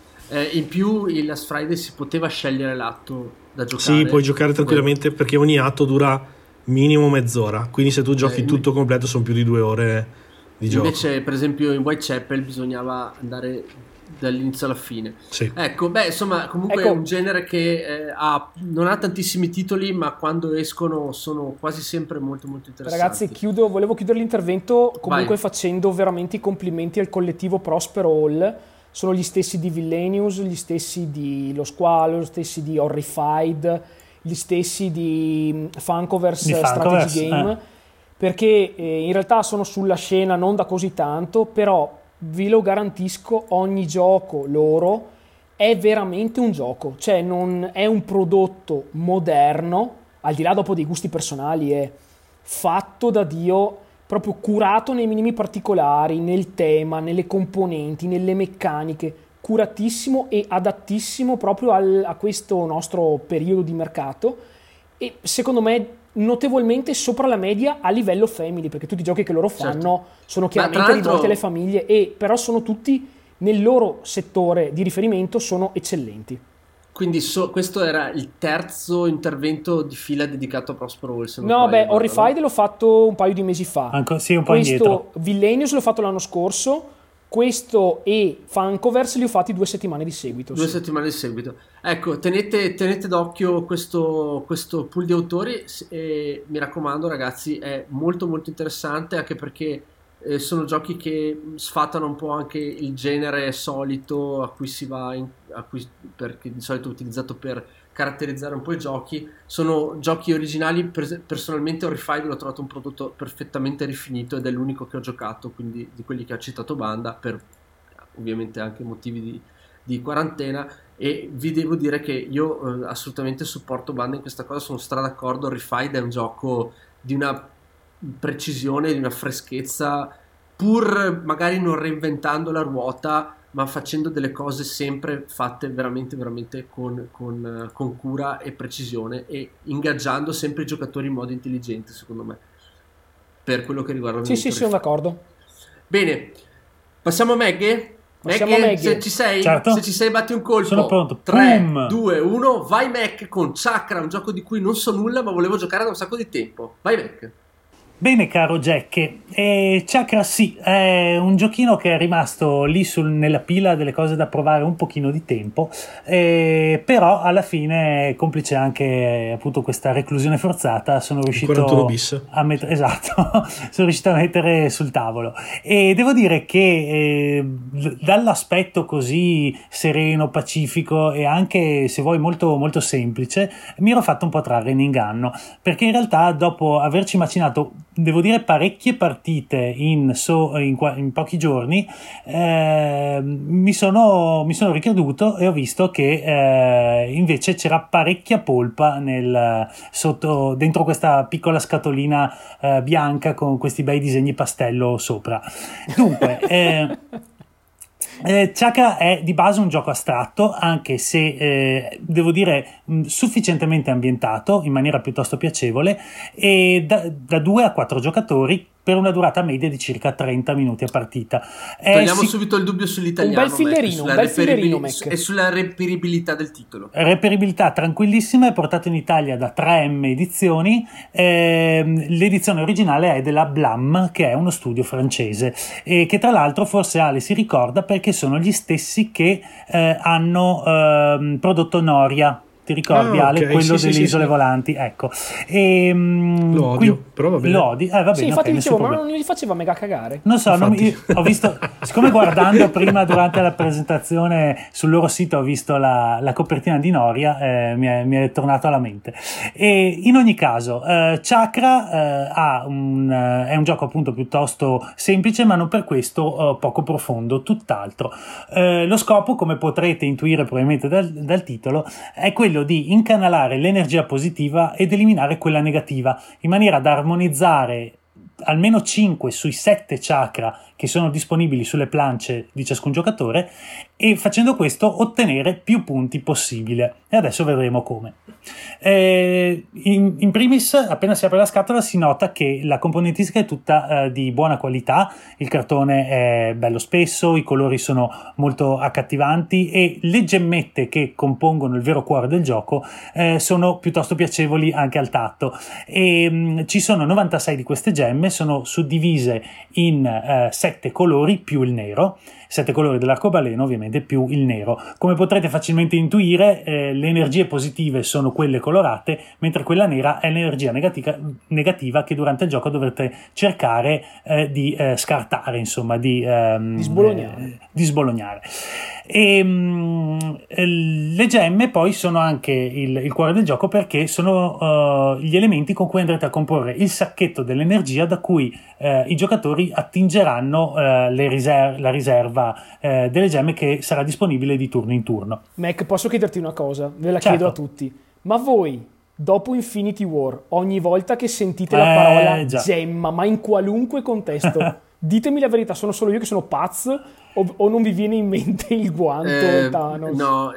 In più il Last Friday si poteva scegliere l'atto da giocare. Sì, puoi giocare tranquillamente perché ogni atto dura minimo mezz'ora, quindi se tu giochi tutto completo sono più di 2 ore di gioco. Invece per esempio in Whitechapel bisognava andare dall'inizio alla fine. Sì. Ecco, insomma, comunque è un genere che non ha tantissimi titoli, ma quando escono sono quasi sempre molto molto interessanti. Ragazzi, volevo chiudere l'intervento comunque facendo veramente i complimenti al collettivo Prospero Hall. Sono gli stessi di Villainius, gli stessi di Lo Squalo, gli stessi di Horrified, gli stessi di Funkoverse Strategy Game, perché in realtà sono sulla scena non da così tanto, però vi lo garantisco, ogni gioco loro è veramente un gioco, cioè non è un prodotto moderno, al di là dopo dei gusti personali, è fatto da Dio, proprio curato nei minimi particolari, nel tema, nelle componenti, nelle meccaniche, curatissimo e adattissimo proprio a questo nostro periodo di mercato, e secondo me notevolmente sopra la media a livello family, perché tutti i giochi che loro fanno sono chiaramente rivolti alle famiglie, e però sono tutti nel loro settore di riferimento, sono eccellenti. Quindi questo era il terzo intervento di fila dedicato a Prospero Hall. Horrified l'ho fatto un paio di mesi fa. Un po' indietro. Villainius l'ho fatto l'anno scorso. Questo e Funkoverse li ho fatti 2 settimane di seguito. 2 settimane di seguito. Ecco, tenete d'occhio questo pool di autori e mi raccomando ragazzi, è molto molto interessante, anche perché sono giochi che sfatano un po' anche il genere solito a cui si va, perché di solito è utilizzato per caratterizzare un po' i giochi. Sono giochi originali. Personalmente Horrified l'ho trovato un prodotto perfettamente rifinito ed è l'unico che ho giocato, quindi di quelli che ha citato Banda, per ovviamente anche motivi di quarantena, e vi devo dire che io assolutamente supporto Banda in questa cosa, sono d'accordo. Horrified è un gioco di una precisione, di una freschezza, pur magari non reinventando la ruota, ma facendo delle cose sempre fatte veramente veramente con cura e precisione, e ingaggiando sempre i giocatori in modo intelligente, secondo me, per quello che riguarda sì, sono d'accordo. Bene, passiamo a Maggie. Maggie, se ci sei, certo. Se ci sei, batti un colpo. Sono pronto. 3, 2, 1, vai Mac con Chakra, un gioco di cui non so nulla ma volevo giocare da un sacco di tempo. Vai Mac. Bene caro Jack, Chakra sì, è un giochino che è rimasto lì nella pila delle cose da provare un pochino di tempo, però alla fine, complice anche appunto questa reclusione forzata, sono riuscito a mettere, sono riuscito a mettere sul tavolo, e devo dire che dall'aspetto così sereno, pacifico e anche, se vuoi, molto, molto semplice, mi ero fatto un po' trarre in inganno, perché in realtà dopo averci macinato, devo dire, parecchie partite in pochi giorni, mi sono ricreduto e ho visto che invece c'era parecchia polpa dentro questa piccola scatolina bianca con questi bei disegni pastello sopra. Dunque Chakra è di base un gioco astratto, anche se devo dire sufficientemente ambientato in maniera piuttosto piacevole, e da 2 a 4 giocatori, per una durata media di circa 30 minuti a partita. Togliamo subito il dubbio sull'italiano, un bel fillerino e sulla reperibilità del titolo. Reperibilità tranquillissima, è portato in Italia da 3M Edizioni, l'edizione originale è della Blam, che è uno studio francese, e che tra l'altro forse Ale si ricorda perché sono gli stessi che hanno prodotto Noria. Ti ricordi Ale, quello delle isole volanti? Ecco. Lo odio, però va bene. Lo odi? Va bene, sì, infatti dicevo, ma non gli faceva mega cagare? Non so, ho visto, siccome guardando prima durante la presentazione sul loro sito ho visto la copertina di Noria, mi è tornato alla mente. E in ogni caso, Chakra è un gioco appunto piuttosto semplice, ma non per questo poco profondo, tutt'altro. Lo scopo, come potrete intuire probabilmente dal titolo, è quello di incanalare l'energia positiva ed eliminare quella negativa, in maniera da armonizzare almeno 5 sui 7 chakra che sono disponibili sulle plance di ciascun giocatore, e facendo questo ottenere più punti possibile. E adesso vedremo come. In primis, appena si apre la scatola si nota che la componentistica è tutta di buona qualità, il cartone è bello spesso, i colori sono molto accattivanti e le gemmette che compongono il vero cuore del gioco sono piuttosto piacevoli anche al tatto. Ci sono 96 di queste gemme, sono suddivise in 7 colori più il nero, 7 colori dell'arcobaleno ovviamente più il nero. Come potrete facilmente intuire, le energie positive sono quelle colorate, mentre quella nera è l'energia negativa che durante il gioco dovrete cercare di scartare, insomma di sbolognare. Le gemme poi sono anche il cuore del gioco, perché sono gli elementi con cui andrete a comporre il sacchetto dell'energia da cui i giocatori attingeranno la riserva delle gemme, che sarà disponibile di turno in turno. Mac, posso chiederti una cosa? Ve la Certo. chiedo a tutti. Ma voi, dopo Infinity War, ogni volta che sentite la parola gemma, ma in qualunque contesto, ditemi la verità, sono solo io che sono pazzo o non vi viene in mente il guanto Thanos? No,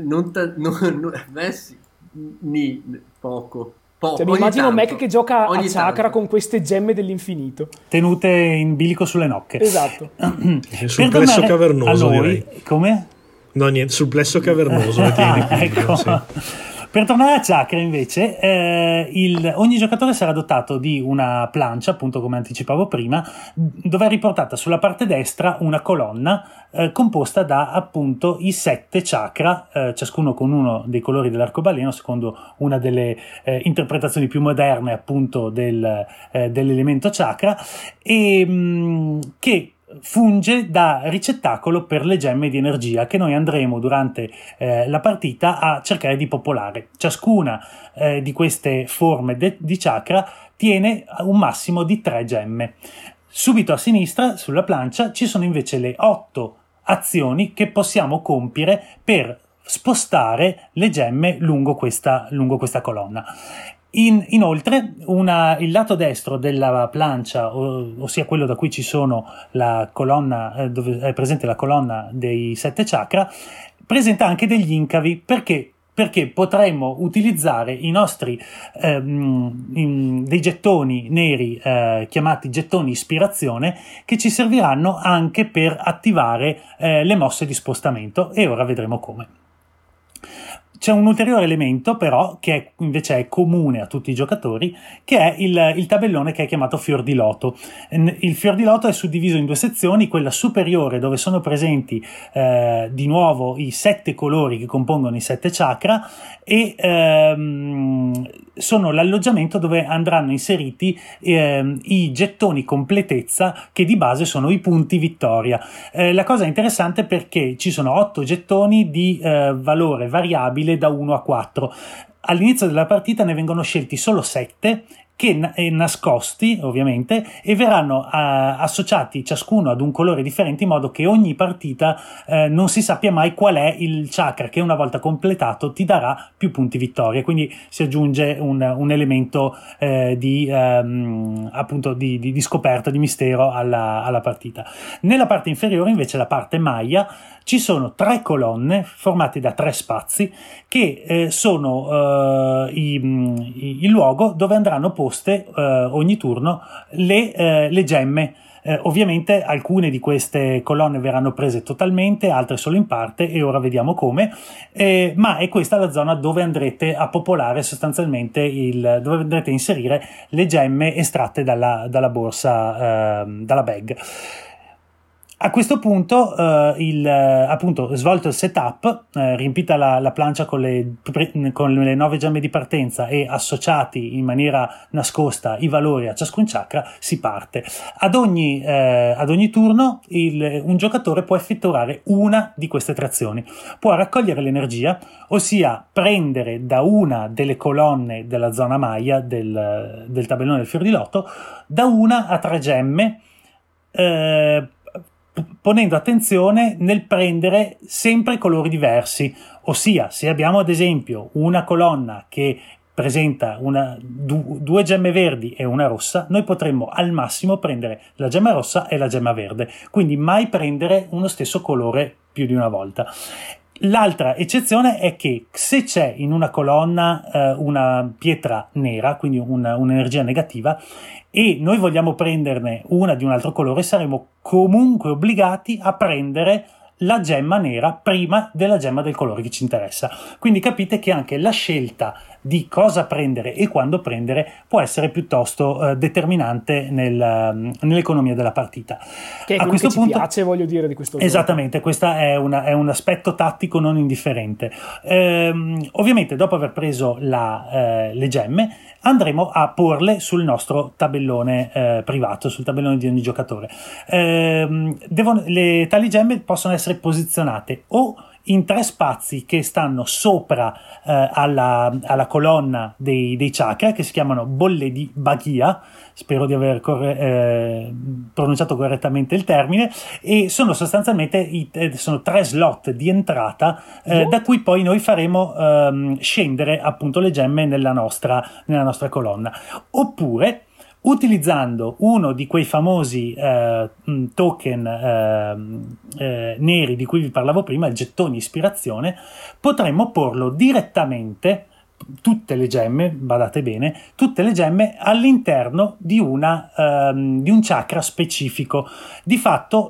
poco. Cioè, mi immagino Mac che gioca a chakra con queste gemme dell'infinito tenute in bilico sulle nocche. Esatto. Sul plesso cavernoso, direi. Come? No, niente, sul plesso cavernoso. Ecco. Sì. Per tornare a chakra invece, ogni giocatore sarà dotato di una plancia, appunto come anticipavo prima, dove è riportata sulla parte destra una colonna composta da appunto i 7 chakra, ciascuno con uno dei colori dell'arcobaleno, secondo una delle interpretazioni più moderne appunto dell'elemento chakra, e che funge da ricettacolo per le gemme di energia che noi andremo durante la partita a cercare di popolare. Ciascuna di queste forme di chakra tiene un massimo di 3 gemme. Subito a sinistra sulla plancia ci sono invece le 8 azioni che possiamo compiere per spostare le gemme lungo questa colonna. Inoltre il lato destro della plancia, ossia quello da cui ci sono la colonna, dove è presente la colonna dei 7 chakra, presenta anche degli incavi. Perché potremmo utilizzare i nostri dei gettoni neri chiamati gettoni ispirazione, che ci serviranno anche per attivare le mosse di spostamento, e ora vedremo come. C'è un ulteriore elemento però che invece è comune a tutti i giocatori, che è il tabellone che è chiamato fior di loto. Il fior di loto è suddiviso in 2 sezioni, quella superiore dove sono presenti di nuovo i 7 colori che compongono i 7 chakra, e sono l'alloggiamento dove andranno inseriti i gettoni completezza, che di base sono i punti vittoria. La cosa è interessante perché ci sono 8 gettoni di valore variabile da 1 a 4. All'inizio della partita ne vengono scelti solo 7, che nascosti ovviamente, e verranno associati ciascuno ad un colore differente, in modo che ogni partita non si sappia mai qual è il chakra che una volta completato ti darà più punti vittoria. Quindi si aggiunge un elemento appunto di scoperta, di mistero alla partita. Nella parte inferiore invece, la parte maglia, ci sono 3 colonne formate da 3 spazi che sono il luogo dove andranno poste ogni turno le gemme. Ovviamente alcune di queste colonne verranno prese totalmente, altre solo in parte, e ora vediamo come, ma è questa la zona dove andrete a popolare sostanzialmente, dove andrete a inserire le gemme estratte dalla borsa, dalla bag. A questo punto, appunto, svolto il setup, riempita la plancia con le 9 gemme di partenza e associati in maniera nascosta i valori a ciascun chakra, si parte. Ad ogni turno un giocatore può effettuare una di queste 3 azioni. Può raccogliere l'energia, ossia prendere da una delle colonne della zona maglia del tabellone del fior di loto da 1 a 3 gemme, ponendo attenzione nel prendere sempre colori diversi. Ossia, se abbiamo ad esempio una colonna che presenta due gemme verdi e una rossa, noi potremmo al massimo prendere la gemma rossa e la gemma verde, quindi mai prendere uno stesso colore più di una volta. L'altra eccezione è che se c'è in una colonna una pietra nera, quindi un'energia negativa, e noi vogliamo prenderne una di un altro colore, saremo comunque obbligati a prendere la gemma nera prima della gemma del colore che ci interessa. Quindi capite che anche la scelta di cosa prendere e quando prendere può essere piuttosto determinante nell'economia della partita. Che è quello che ci piace, voglio dire, di questo gioco. Esattamente, questo è un aspetto tattico non indifferente. Ovviamente dopo aver preso le gemme andremo a porle sul nostro tabellone privato, sul tabellone di ogni giocatore. Tali gemme possono essere posizionate o in 3 spazi che stanno sopra alla colonna dei chakra, che si chiamano bolle di Baghia, spero di aver pronunciato correttamente il termine, e sono sostanzialmente sono 3 slot di entrata da cui poi noi faremo scendere appunto le gemme nella nostra colonna. Oppure utilizzando uno di quei famosi token neri di cui vi parlavo prima, il gettone ispirazione, potremmo porlo direttamente, tutte le gemme, badate bene, tutte le gemme all'interno di un chakra specifico, di fatto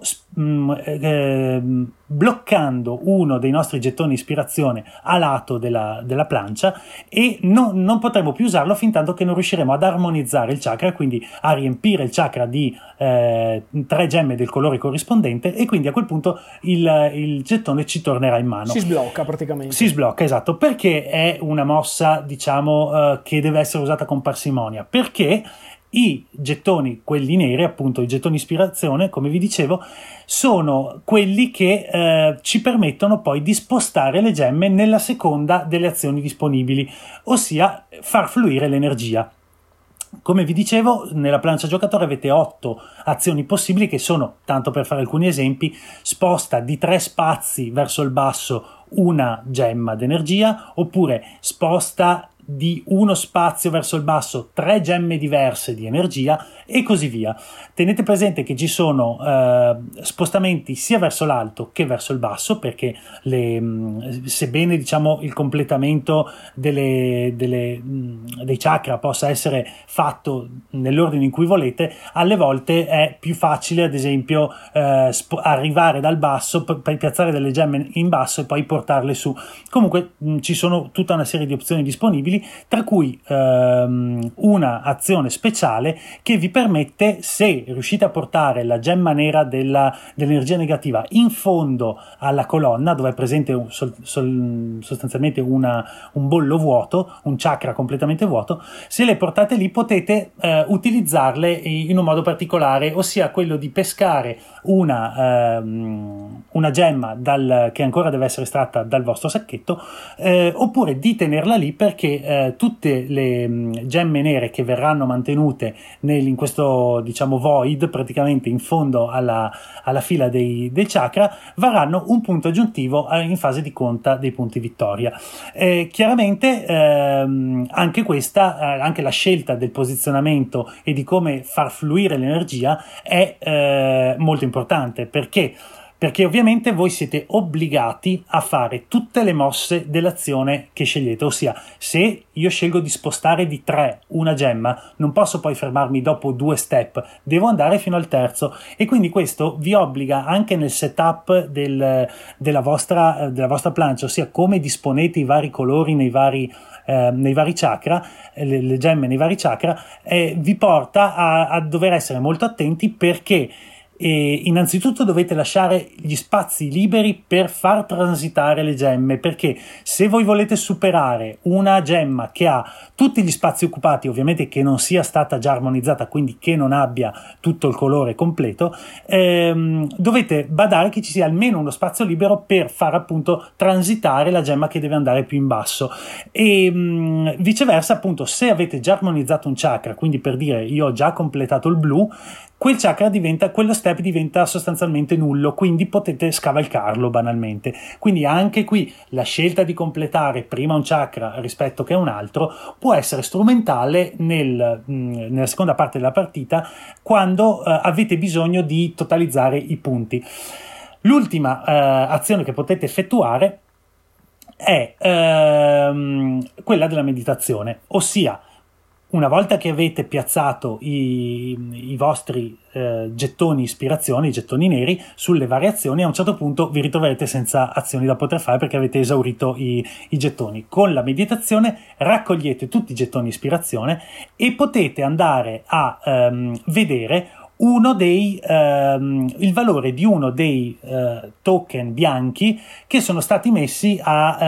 bloccando uno dei nostri gettoni ispirazione a lato della plancia, e non potremo più usarlo fin tanto che non riusciremo ad armonizzare il chakra, quindi a riempire il chakra di 3 gemme del colore corrispondente, e quindi a quel punto il gettone ci tornerà in mano. Si sblocca praticamente. Si sblocca, esatto, perché è una mossa, diciamo, che deve essere usata con parsimonia, perché i gettoni, quelli neri, appunto i gettoni ispirazione, come vi dicevo, sono quelli che ci permettono poi di spostare le gemme nella seconda delle azioni disponibili, ossia far fluire l'energia. Come vi dicevo, nella plancia giocatore avete 8 azioni possibili, che sono, tanto per fare alcuni esempi, sposta di 3 spazi verso il basso una gemma d'energia, oppure sposta di uno spazio verso il basso 3 gemme diverse di energia, e così via. Tenete presente che ci sono spostamenti sia verso l'alto che verso il basso, perché sebbene, diciamo, il completamento dei chakra possa essere fatto nell'ordine in cui volete, alle volte è più facile, ad esempio, arrivare dal basso, piazzare delle gemme in basso e poi portarle su. Comunque ci sono tutta una serie di opzioni disponibili, tra cui una azione speciale che vi permette, se riuscite a portare la gemma nera dell'energia negativa in fondo alla colonna, dove è presente sostanzialmente un bollo vuoto, un chakra completamente vuoto, se le portate lì potete utilizzarle in un modo particolare, ossia quello di pescare una gemma che ancora deve essere estratta dal vostro sacchetto, oppure di tenerla lì, perché tutte le gemme nere che verranno mantenute in questo, diciamo, void, praticamente in fondo alla fila del chakra, varranno un punto aggiuntivo in fase di conta dei punti vittoria. Chiaramente anche la scelta del posizionamento e di come far fluire l'energia è molto importante, perché ovviamente voi siete obbligati a fare tutte le mosse dell'azione che scegliete, ossia, se io scelgo di spostare di 3 una gemma, non posso poi fermarmi dopo 2 step, devo andare fino al terzo, e quindi questo vi obbliga anche nel setup della vostra plancia, ossia come disponete i vari colori nei vari chakra, le gemme nei vari chakra, vi porta a dover essere molto attenti, perché innanzitutto dovete lasciare gli spazi liberi per far transitare le gemme, perché se voi volete superare una gemma che ha tutti gli spazi occupati, ovviamente che non sia stata già armonizzata, quindi che non abbia tutto il colore completo, dovete badare che ci sia almeno uno spazio libero per far appunto transitare la gemma che deve andare più in basso, e viceversa, appunto, se avete già armonizzato un chakra, quindi per dire io ho già completato il blu, quel chakra diventa quello stesso step diventa sostanzialmente nullo, quindi potete scavalcarlo banalmente. Quindi anche qui la scelta di completare prima un chakra rispetto che un altro può essere strumentale nella seconda parte della partita, quando avete bisogno di totalizzare i punti. L'ultima azione che potete effettuare è quella della meditazione, ossia una volta che avete piazzato i vostri gettoni ispirazione, i gettoni neri, sulle variazioni, a un certo punto vi ritroverete senza azioni da poter fare perché avete esaurito i gettoni. Con la meditazione raccogliete tutti i gettoni ispirazione e potete andare a vedere il valore di uno dei token bianchi che sono stati messi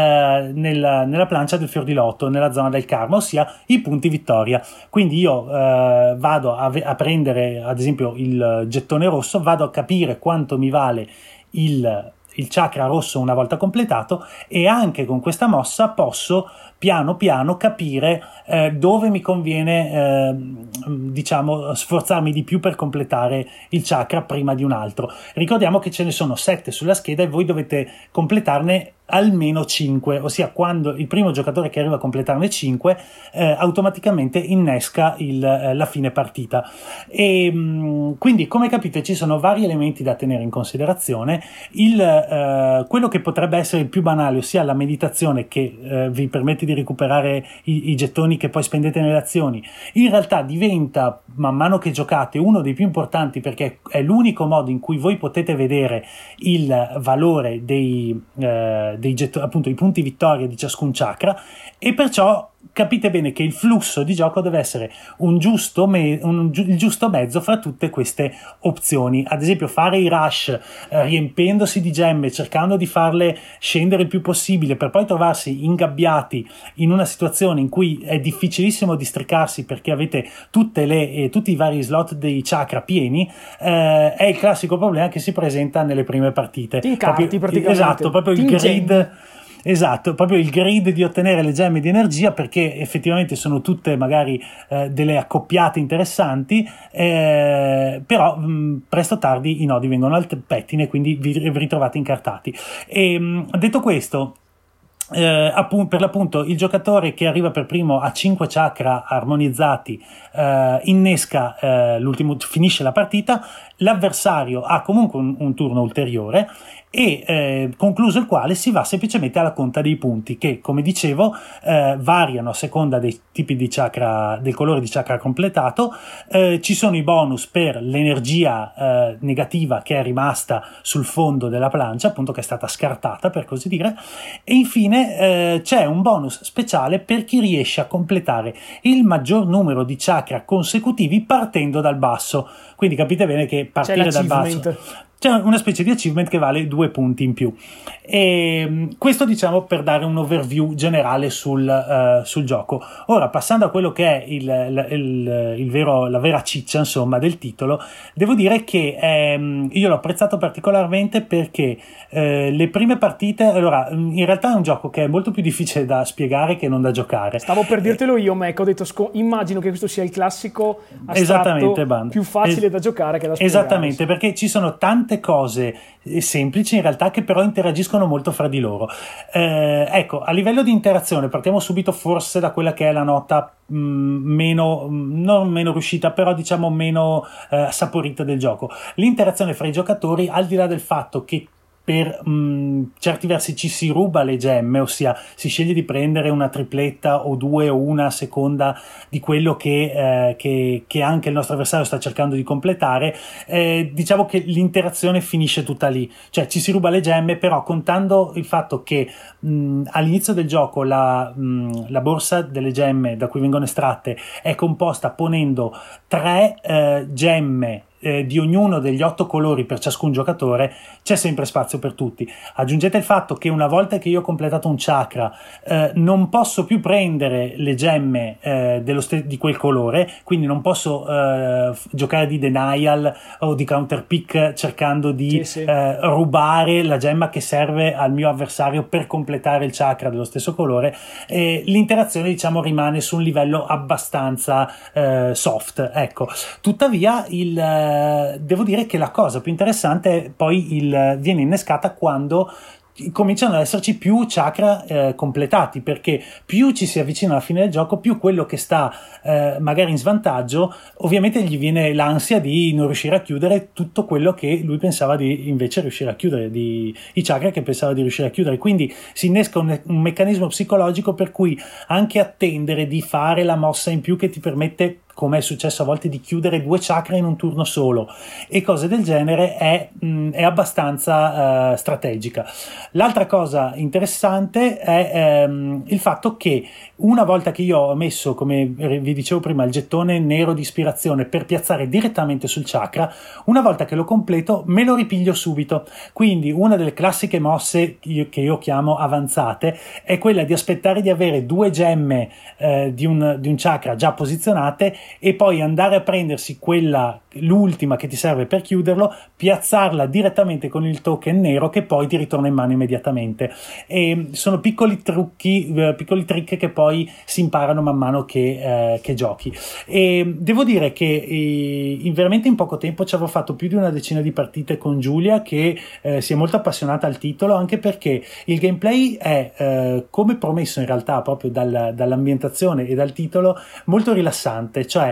nella plancia del fior di lotto, nella zona del karma, ossia i punti vittoria. Quindi io vado a prendere ad esempio il gettone rosso, vado a capire quanto mi vale il chakra rosso una volta completato, e anche con questa mossa posso piano piano capire dove mi conviene diciamo sforzarmi di più per completare il chakra prima di un altro. Ricordiamo che ce ne sono 7 sulla scheda e voi dovete completarne almeno 5, ossia quando il primo giocatore che arriva a completarne 5 automaticamente innesca la fine partita. E quindi, come capite, ci sono vari elementi da tenere in considerazione. Quello che potrebbe essere il più banale, ossia la meditazione che vi permette di recuperare i gettoni che poi spendete nelle azioni, in realtà diventa, man mano che giocate, uno dei più importanti, perché è l'unico modo in cui voi potete vedere il valore dei gettoni, appunto i punti vittoria di ciascun chakra, e perciò capite bene che il flusso di gioco deve essere il giusto mezzo fra tutte queste opzioni. Ad esempio, fare i rush riempiendosi di gemme, cercando di farle scendere il più possibile per poi trovarsi ingabbiati in una situazione in cui è difficilissimo districarsi perché avete tutti i vari slot dei chakra pieni, è il classico problema che si presenta nelle prime partite. Ti incarti praticamente. Esatto, proprio il grid. Esatto, proprio il grid di ottenere le gemme di energia, perché effettivamente sono tutte magari delle accoppiate interessanti, però presto o tardi i nodi vengono al pettine, quindi vi ritrovate incartati. E detto questo, per l'appunto il giocatore che arriva per primo a 5 chakra armonizzati innesca l'ultimo, finisce la partita. L'avversario ha comunque un turno ulteriore e concluso il quale si va semplicemente alla conta dei punti, che, come dicevo, variano a seconda dei tipi di chakra, del colore di chakra completato. Ci sono i bonus per l'energia negativa che è rimasta sul fondo della plancia, appunto, che è stata scartata, per così dire, e infine c'è un bonus speciale per chi riesce a completare il maggior numero di chakra consecutivi partendo dal basso. Quindi capite bene che partire dal basso c'è una specie di achievement che vale 2 punti in più. E questo, diciamo, per dare un overview generale sul gioco. Ora, passando a quello che è la vera ciccia, insomma, del titolo, devo dire che io l'ho apprezzato particolarmente perché le prime partite, allora, in realtà è un gioco che è molto più difficile da spiegare che non da giocare. Stavo per dirtelo io, Mac, ho detto immagino che questo sia il classico astratto più facile da giocare che da spiegare. Esattamente, perché ci sono tante cose semplici in realtà che però interagiscono molto fra di loro. Ecco, a livello di interazione partiamo subito forse da quella che è la nota non meno riuscita, però diciamo meno saporita del gioco. L'interazione fra i giocatori, al di là del fatto che per certi versi ci si ruba le gemme, ossia si sceglie di prendere una tripletta o 2 o una a seconda di quello che anche il nostro avversario sta cercando di completare. Diciamo che l'interazione finisce tutta lì, cioè ci si ruba le gemme, però contando il fatto che all'inizio del gioco la borsa delle gemme da cui vengono estratte è composta ponendo 3 gemme di ognuno degli 8 colori per ciascun giocatore, c'è sempre spazio per tutti. Aggiungete il fatto che una volta che io ho completato un chakra non posso più prendere le gemme di quel colore, quindi non posso giocare di denial o di counter pick cercando di rubare la gemma che serve al mio avversario per completare il chakra dello stesso colore. L'interazione, diciamo, rimane su un livello abbastanza soft, ecco. Tuttavia devo dire che la cosa più interessante poi viene innescata quando cominciano ad esserci più chakra completati, perché più ci si avvicina alla fine del gioco, più quello che sta magari in svantaggio, ovviamente gli viene l'ansia di non riuscire a chiudere tutto quello che lui pensava di invece riuscire a chiudere, i chakra che pensava di riuscire a chiudere. Quindi si innesca un meccanismo psicologico per cui anche attendere di fare la mossa in più che ti permette, come è successo a volte, di chiudere 2 chakra in un turno solo e cose del genere, è abbastanza strategica. L'altra cosa interessante è il fatto che una volta che io ho messo, come vi dicevo prima, il gettone nero di ispirazione per piazzare direttamente sul chakra, una volta che lo completo me lo ripiglio subito. Quindi una delle classiche mosse che io chiamo avanzate è quella di aspettare di avere 2 gemme di un chakra già posizionate e poi andare a prendersi l'ultima che ti serve per chiuderlo, piazzarla direttamente con il token nero che poi ti ritorna in mano immediatamente. E sono piccoli trick che poi si imparano man mano che giochi. E devo dire che veramente in poco tempo ci avevo fatto più di una decina di partite con Giulia, che si è molto appassionata al titolo, anche perché il gameplay è come promesso in realtà proprio dall'ambientazione e dal titolo molto rilassante, cioè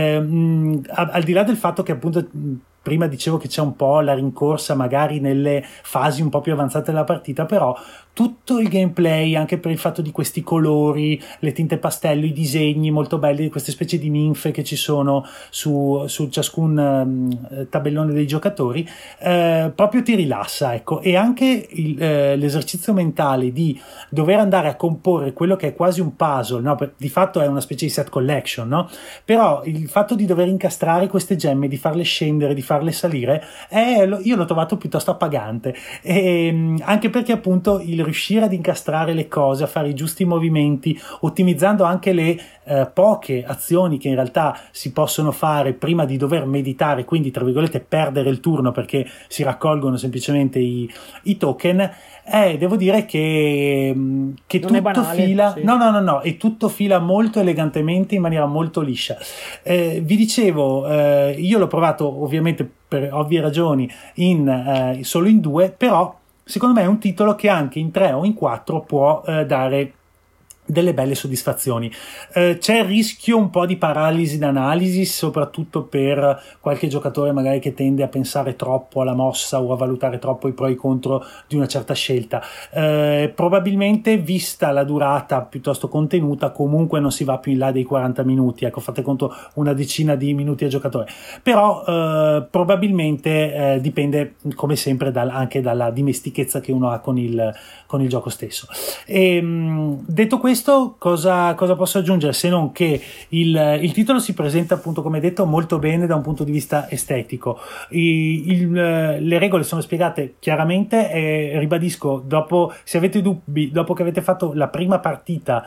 al di là del fatto che appunto prima dicevo che c'è un po' la rincorsa magari nelle fasi un po' più avanzate della partita, però tutto il gameplay, anche per il fatto di questi colori, le tinte pastello, i disegni molto belli di queste specie di ninfe che ci sono su ciascun tabellone dei giocatori, proprio ti rilassa, ecco. E anche l'esercizio mentale di dover andare a comporre quello che è quasi un puzzle, no? Di fatto è una specie di set collection, no? Però il fatto di dover incastrare queste gemme, di farle scendere, di farle salire, io l'ho trovato piuttosto appagante, e anche perché appunto il riuscire ad incastrare le cose, a fare i giusti movimenti, ottimizzando anche le poche azioni che in realtà si possono fare prima di dover meditare, quindi tra virgolette perdere il turno perché si raccolgono semplicemente i token. Devo dire che tutto è banale, fila, sì. No, e tutto fila molto elegantemente, in maniera molto liscia. Vi dicevo, io l'ho provato ovviamente per ovvie ragioni solo in 2, però secondo me è un titolo che anche in 3 o in 4 può dare delle belle soddisfazioni. C'è il rischio un po' di paralisi d'analisi, soprattutto per qualche giocatore magari che tende a pensare troppo alla mossa o a valutare troppo i pro e i contro di una certa scelta. Probabilmente, vista la durata piuttosto contenuta, comunque non si va più in là dei 40 minuti, ecco, fate conto una decina di minuti a giocatore, però probabilmente dipende come sempre anche dalla dimestichezza che uno ha con il gioco stesso. Detto questo, cosa posso aggiungere se non che il titolo si presenta, appunto, come detto, molto bene da un punto di vista estetico. Le regole sono spiegate chiaramente e ribadisco, se avete dubbi, dopo che avete fatto la prima partita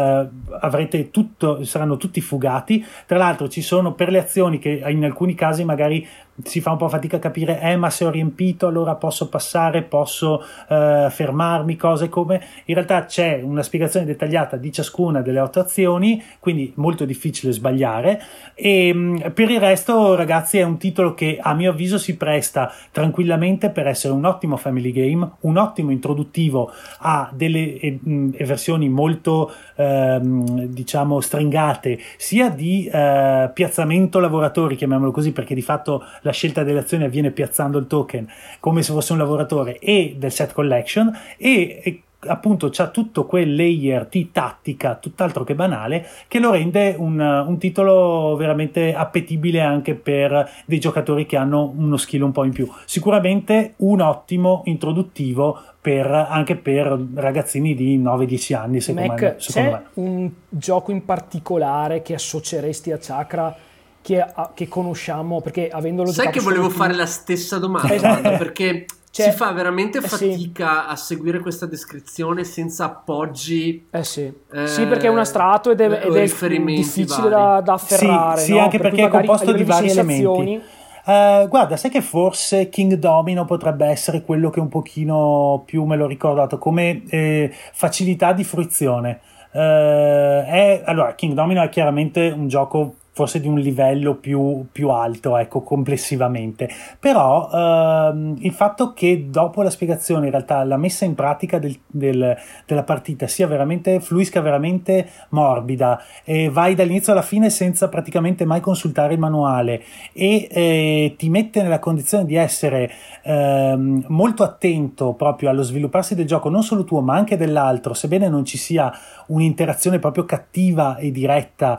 saranno tutti fugati. Tra l'altro ci sono, per le azioni che in alcuni casi magari si fa un po' fatica a capire, ma se ho riempito allora posso passare, posso fermarmi, cose come, in realtà c'è una spiegazione dettagliata di ciascuna delle 8 azioni, quindi molto difficile sbagliare. E per il resto, ragazzi, è un titolo che a mio avviso si presta tranquillamente per essere un ottimo family game, un ottimo introduttivo a delle versioni molto diciamo stringate, sia di piazzamento lavoratori, chiamiamolo così, perché di fatto la scelta delle azioni avviene piazzando il token come se fosse un lavoratore, e del set collection, e appunto c'ha tutto quel layer di tattica tutt'altro che banale che lo rende un titolo veramente appetibile anche per dei giocatori che hanno uno skill un po' in più. Sicuramente un ottimo introduttivo anche per ragazzini di 9-10 anni, secondo me. C'è un gioco in particolare che associeresti a Chakra che conosciamo, perché avendolo giocato, sai che volevo fare la stessa domanda, esatto. Perché si fa veramente fatica a seguire questa descrizione senza appoggi. Sì, perché è un astratto ed è difficile da afferrare. Sì, no? Anche perché è composto di vari elementi. Guarda, sai che forse King Domino potrebbe essere quello che un pochino più me l'ho ricordato come facilità di fruizione. Allora, King Domino è chiaramente un gioco forse di un livello più alto, ecco, complessivamente. Però il fatto che dopo la spiegazione in realtà la messa in pratica della partita fluisca veramente morbida, e vai dall'inizio alla fine senza praticamente mai consultare il manuale, e ti mette nella condizione di essere molto attento proprio allo svilupparsi del gioco, non solo tuo ma anche dell'altro, sebbene non ci sia un'interazione proprio cattiva e diretta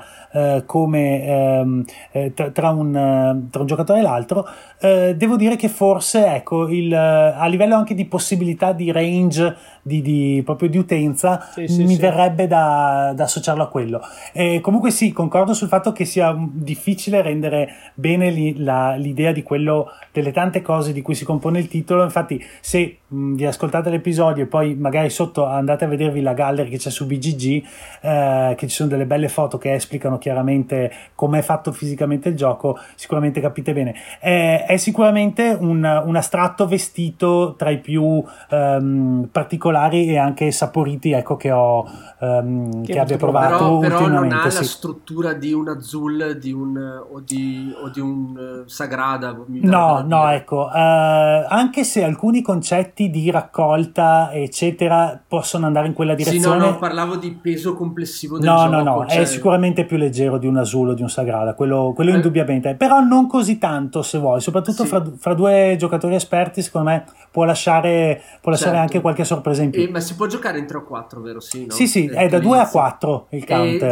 come tra un giocatore e l'altro. Devo dire che forse, ecco, a livello anche di possibilità di range proprio di utenza, mi verrebbe da associarlo a quello. Comunque sì, concordo sul fatto che sia difficile rendere bene l'idea di quello, delle tante cose di cui si compone il titolo. Infatti, se vi ascoltate l'episodio e poi magari sotto andate a vedervi la gallery che c'è su BGG, che ci sono delle belle foto che esplicano chiaramente com'è fatto fisicamente il gioco, sicuramente capite bene. È sicuramente un astratto vestito tra i più particolari e anche saporiti, ecco, che abbia provato però ultimamente. Non ha la struttura di un Azul o di un Sagrada. No, ecco, anche se alcuni concetti di raccolta eccetera possono andare in quella direzione. Sì, no, parlavo di peso complessivo del gioco. No, è sicuramente più leggero di un Azul o di un Sagrada, quello indubbiamente, però non così tanto, se vuoi, soprattutto fra due giocatori esperti, secondo me può lasciare anche qualche sorpresa in più. Ma si può giocare in 3 o 4, vero? Sì, no? Sì, è da 2 a 4 il counter.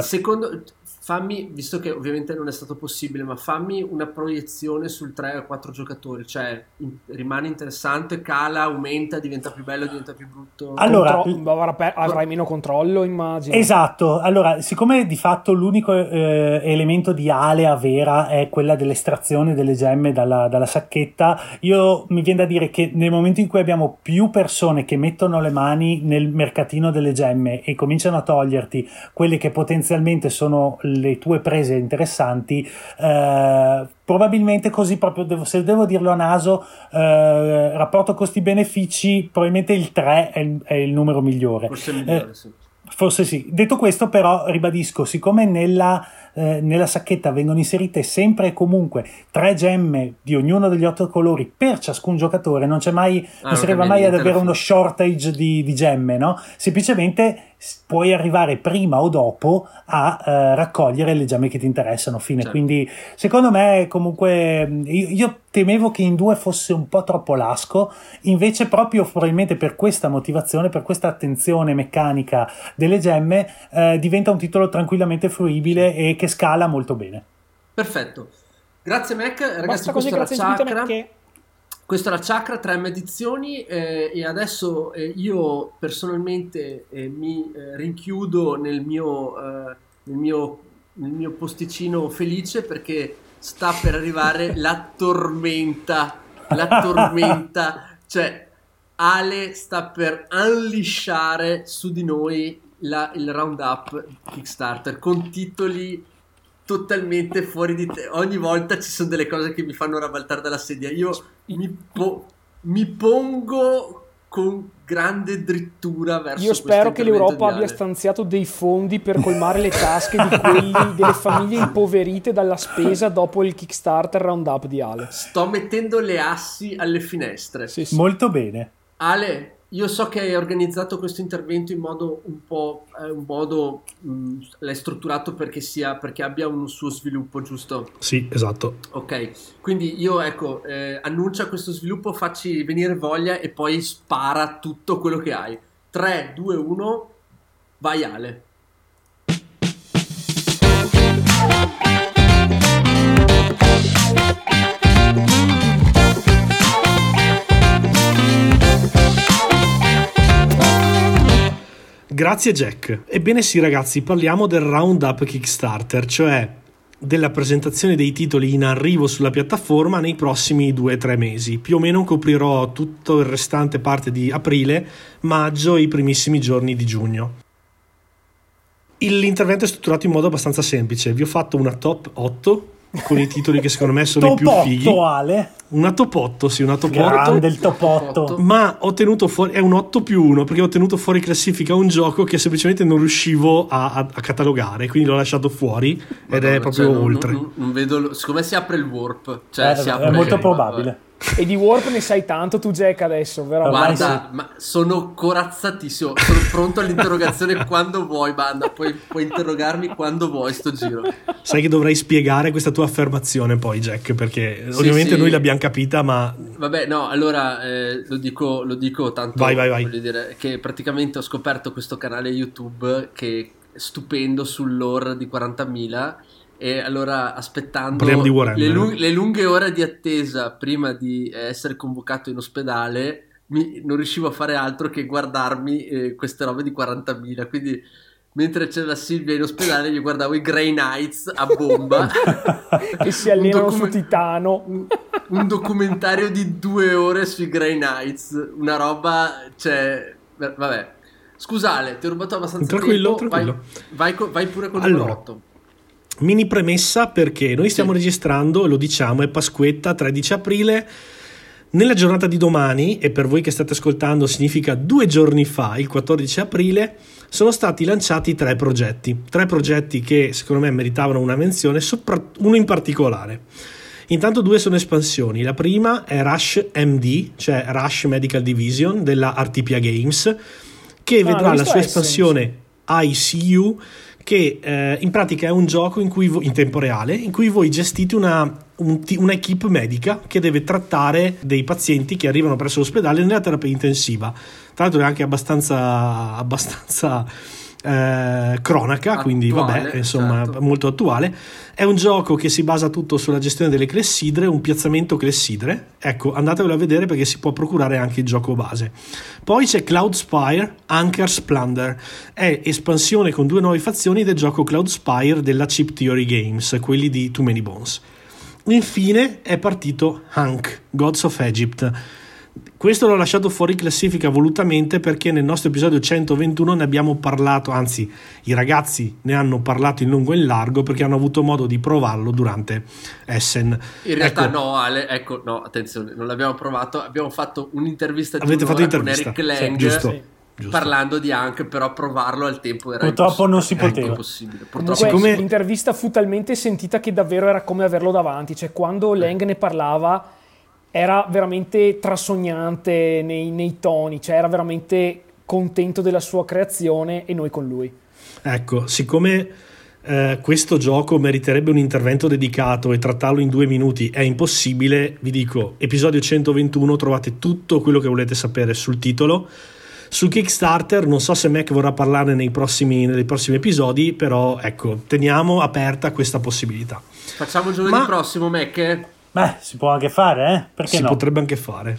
Fammi, visto che ovviamente non è stato possibile, ma fammi una proiezione sul 3 o 4 giocatori, cioè rimane interessante, cala, aumenta, diventa più bello, diventa più brutto. Allora, avrai meno controllo, immagino. Esatto, allora, siccome di fatto l'unico elemento di alea vera è quella dell'estrazione delle gemme dalla sacchetta, io mi viene da dire che nel momento in cui abbiamo più persone che mettono le mani nel mercatino delle gemme e cominciano a toglierti quelle che potenzialmente sono le tue prese interessanti, probabilmente così, proprio se devo dirlo a naso, rapporto costi-benefici, probabilmente il 3 è il numero migliore. Forse il migliore, sì. Forse sì. Detto questo, però, ribadisco, siccome nella sacchetta vengono inserite sempre e comunque 3 gemme di ognuno degli 8 colori per ciascun giocatore, non sarebbe mai ad avere uno shortage di gemme, no? Semplicemente puoi arrivare prima o dopo a raccogliere le gemme che ti interessano, fine. Certo. Quindi secondo me comunque io temevo che in 2 fosse un po' troppo lasco, invece proprio probabilmente per questa motivazione, per questa attenzione meccanica delle gemme, diventa un titolo tranquillamente fruibile e che scala molto bene. Perfetto, grazie Mac. Ragazzi, questa è la Chakra 3 edizioni, e adesso io personalmente mi rinchiudo nel mio posticino felice, perché sta per arrivare la tormenta, cioè Ale sta per unleashare su di noi il roundup Kickstarter con titoli totalmente fuori di te. Ogni volta ci sono delle cose che mi fanno rabaltare dalla sedia. Io mi pongo con grande drittura verso. Io spero che l'Europa abbia stanziato dei fondi per colmare le tasche di quelli delle famiglie impoverite dalla spesa dopo il Kickstarter Roundup di Ale. Sto mettendo le assi alle finestre. Sì. Molto bene. Ale, io so che hai organizzato questo intervento in modo l'hai strutturato perché abbia un suo sviluppo, giusto? Sì, esatto. Ok, quindi io annuncia questo sviluppo, facci venire voglia e poi spara tutto quello che hai. 3, 2, 1, vai Ale. Grazie Jack. Ebbene sì ragazzi, parliamo del Roundup Kickstarter, cioè della presentazione dei titoli in arrivo sulla piattaforma nei prossimi 2-3 mesi. Più o meno coprirò tutto il restante parte di aprile, maggio e i primissimi giorni di giugno. L'intervento è strutturato in modo abbastanza semplice. Vi ho fatto una top 8 con i titoli che secondo me sono i più fighi. Ale. Una topotto. Grande il topotto. Ma ho tenuto fuori, è un 8+1, perché ho tenuto fuori classifica un gioco che semplicemente non riuscivo a catalogare, quindi l'ho lasciato fuori. Ed è proprio oltre. Non vedo, secondo me si apre il warp. Cioè, è molto probabile. E di warp ne sai tanto tu, Jack, adesso, vero? Guarda, ma sono corazzatissimo, sono pronto all'interrogazione quando vuoi, banda, puoi interrogarmi quando vuoi sto giro. Sai che dovrai spiegare questa tua affermazione poi, Jack, perché ovviamente noi l'abbiamo capita, ma... Vabbè, no, allora lo dico tanto. Vai. Voglio dire che praticamente ho scoperto questo canale YouTube che è stupendo sull'lore di 40.000. E allora, aspettando le lunghe ore di attesa prima di essere convocato in ospedale, non riuscivo a fare altro che guardarmi queste robe di 40.000. Quindi mentre c'era Silvia in ospedale io guardavo i Grey Knights a bomba che si allenano su Titano, un documentario di 2 ore sui Grey Knights, una roba, cioè vabbè, scusale, ti ho rubato abbastanza tranquillo. Vai pure con il numero 8. Mini premessa, perché noi stiamo registrando, lo diciamo, è Pasquetta, 13 aprile. Nella giornata di domani, e per voi che state ascoltando significa 2 giorni fa, il 14 aprile, sono stati lanciati 3 progetti che secondo me meritavano una menzione, uno in particolare. Intanto 2 sono espansioni. La prima è Rush MD, cioè Rush Medical Division della RTPA Games, che vedrà la sua espansione ICU, che in pratica è un gioco in cui in tempo reale, in cui voi gestite una equipe medica che deve trattare dei pazienti che arrivano presso l'ospedale nella terapia intensiva. Tra l'altro è anche abbastanza cronaca, attuale, quindi vabbè, insomma, certo, molto attuale. È un gioco che si basa tutto sulla gestione delle clessidre, un piazzamento clessidre. Ecco, andatevelo a vedere perché si può procurare anche il gioco base. Poi c'è Cloudspire Anchor's Plunder, è espansione con 2 nuove fazioni del gioco Cloudspire della Chip Theory Games, quelli di Too Many Bones. Infine è partito Ankh, Gods of Egypt. Questo l'ho lasciato fuori classifica volutamente perché nel nostro episodio 121 ne abbiamo parlato, anzi i ragazzi ne hanno parlato in lungo e in largo perché hanno avuto modo di provarlo durante Essen. In realtà no, Ale, no, attenzione, non l'abbiamo provato, abbiamo fatto un'intervista con Eric Lang, giusto. Parlando di Ankh, però provarlo al tempo era purtroppo non si poteva. Impossibile. Comunque, l'intervista fu talmente sentita che davvero era come averlo davanti, cioè quando Lang ne parlava era veramente trasognante nei toni, cioè era veramente contento della sua creazione e noi con lui. Ecco, siccome questo gioco meriterebbe un intervento dedicato e trattarlo in 2 minuti è impossibile, vi dico, episodio 121, trovate tutto quello che volete sapere sul titolo. Sul Kickstarter non so se Mac vorrà parlarne nei prossimi episodi, però ecco, teniamo aperta questa possibilità. Facciamo giovedì prossimo, Mac? Beh, si può anche fare, perché no? Si potrebbe anche fare.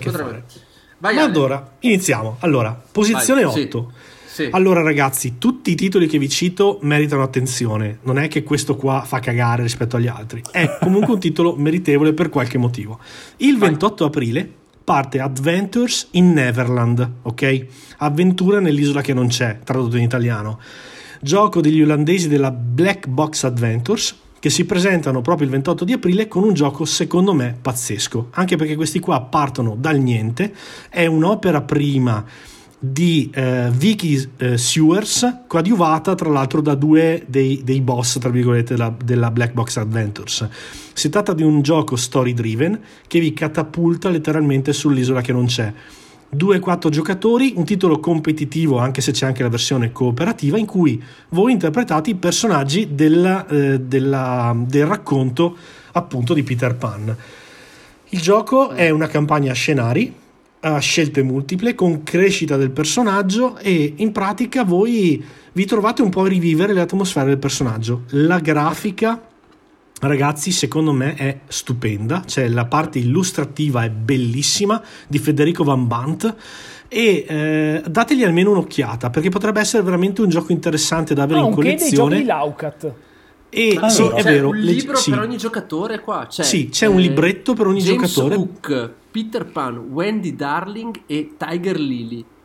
Vai, ma allora, iniziamo. Allora, posizione 8. Sì. Allora ragazzi, tutti i titoli che vi cito meritano attenzione. Non è che questo qua fa cagare rispetto agli altri. È comunque un titolo meritevole per qualche motivo. Il 28 aprile parte Adventures in Neverland, ok? Avventura nell'isola che non c'è, tradotto in italiano. Gioco degli olandesi della Black Box Adventures, che si presentano proprio il 28 di aprile con un gioco secondo me pazzesco, anche perché questi qua partono dal niente. È un'opera prima di Vicky Sewers, coadiuvata tra l'altro da 2 dei boss tra virgolette della Black Box Adventures. Si tratta di un gioco story driven che vi catapulta letteralmente sull'isola che non c'è. 2-4 giocatori, un titolo competitivo anche se c'è anche la versione cooperativa in cui voi interpretate i personaggi del racconto appunto di Peter Pan. Il gioco è una campagna a scenari, a scelte multiple, con crescita del personaggio, e in pratica voi vi trovate un po' a rivivere le atmosfere del personaggio. La grafica, ragazzi, secondo me è stupenda, cioè la parte illustrativa è bellissima di Federico Van Bant, e dategli almeno un'occhiata perché potrebbe essere veramente un gioco interessante da avere in collezione. Dei giochi di Laucat. E sì, è vero, un libro per ogni giocatore qua. C'è un libretto per ogni James giocatore. Hook, Peter Pan, Wendy Darling e Tiger Lily.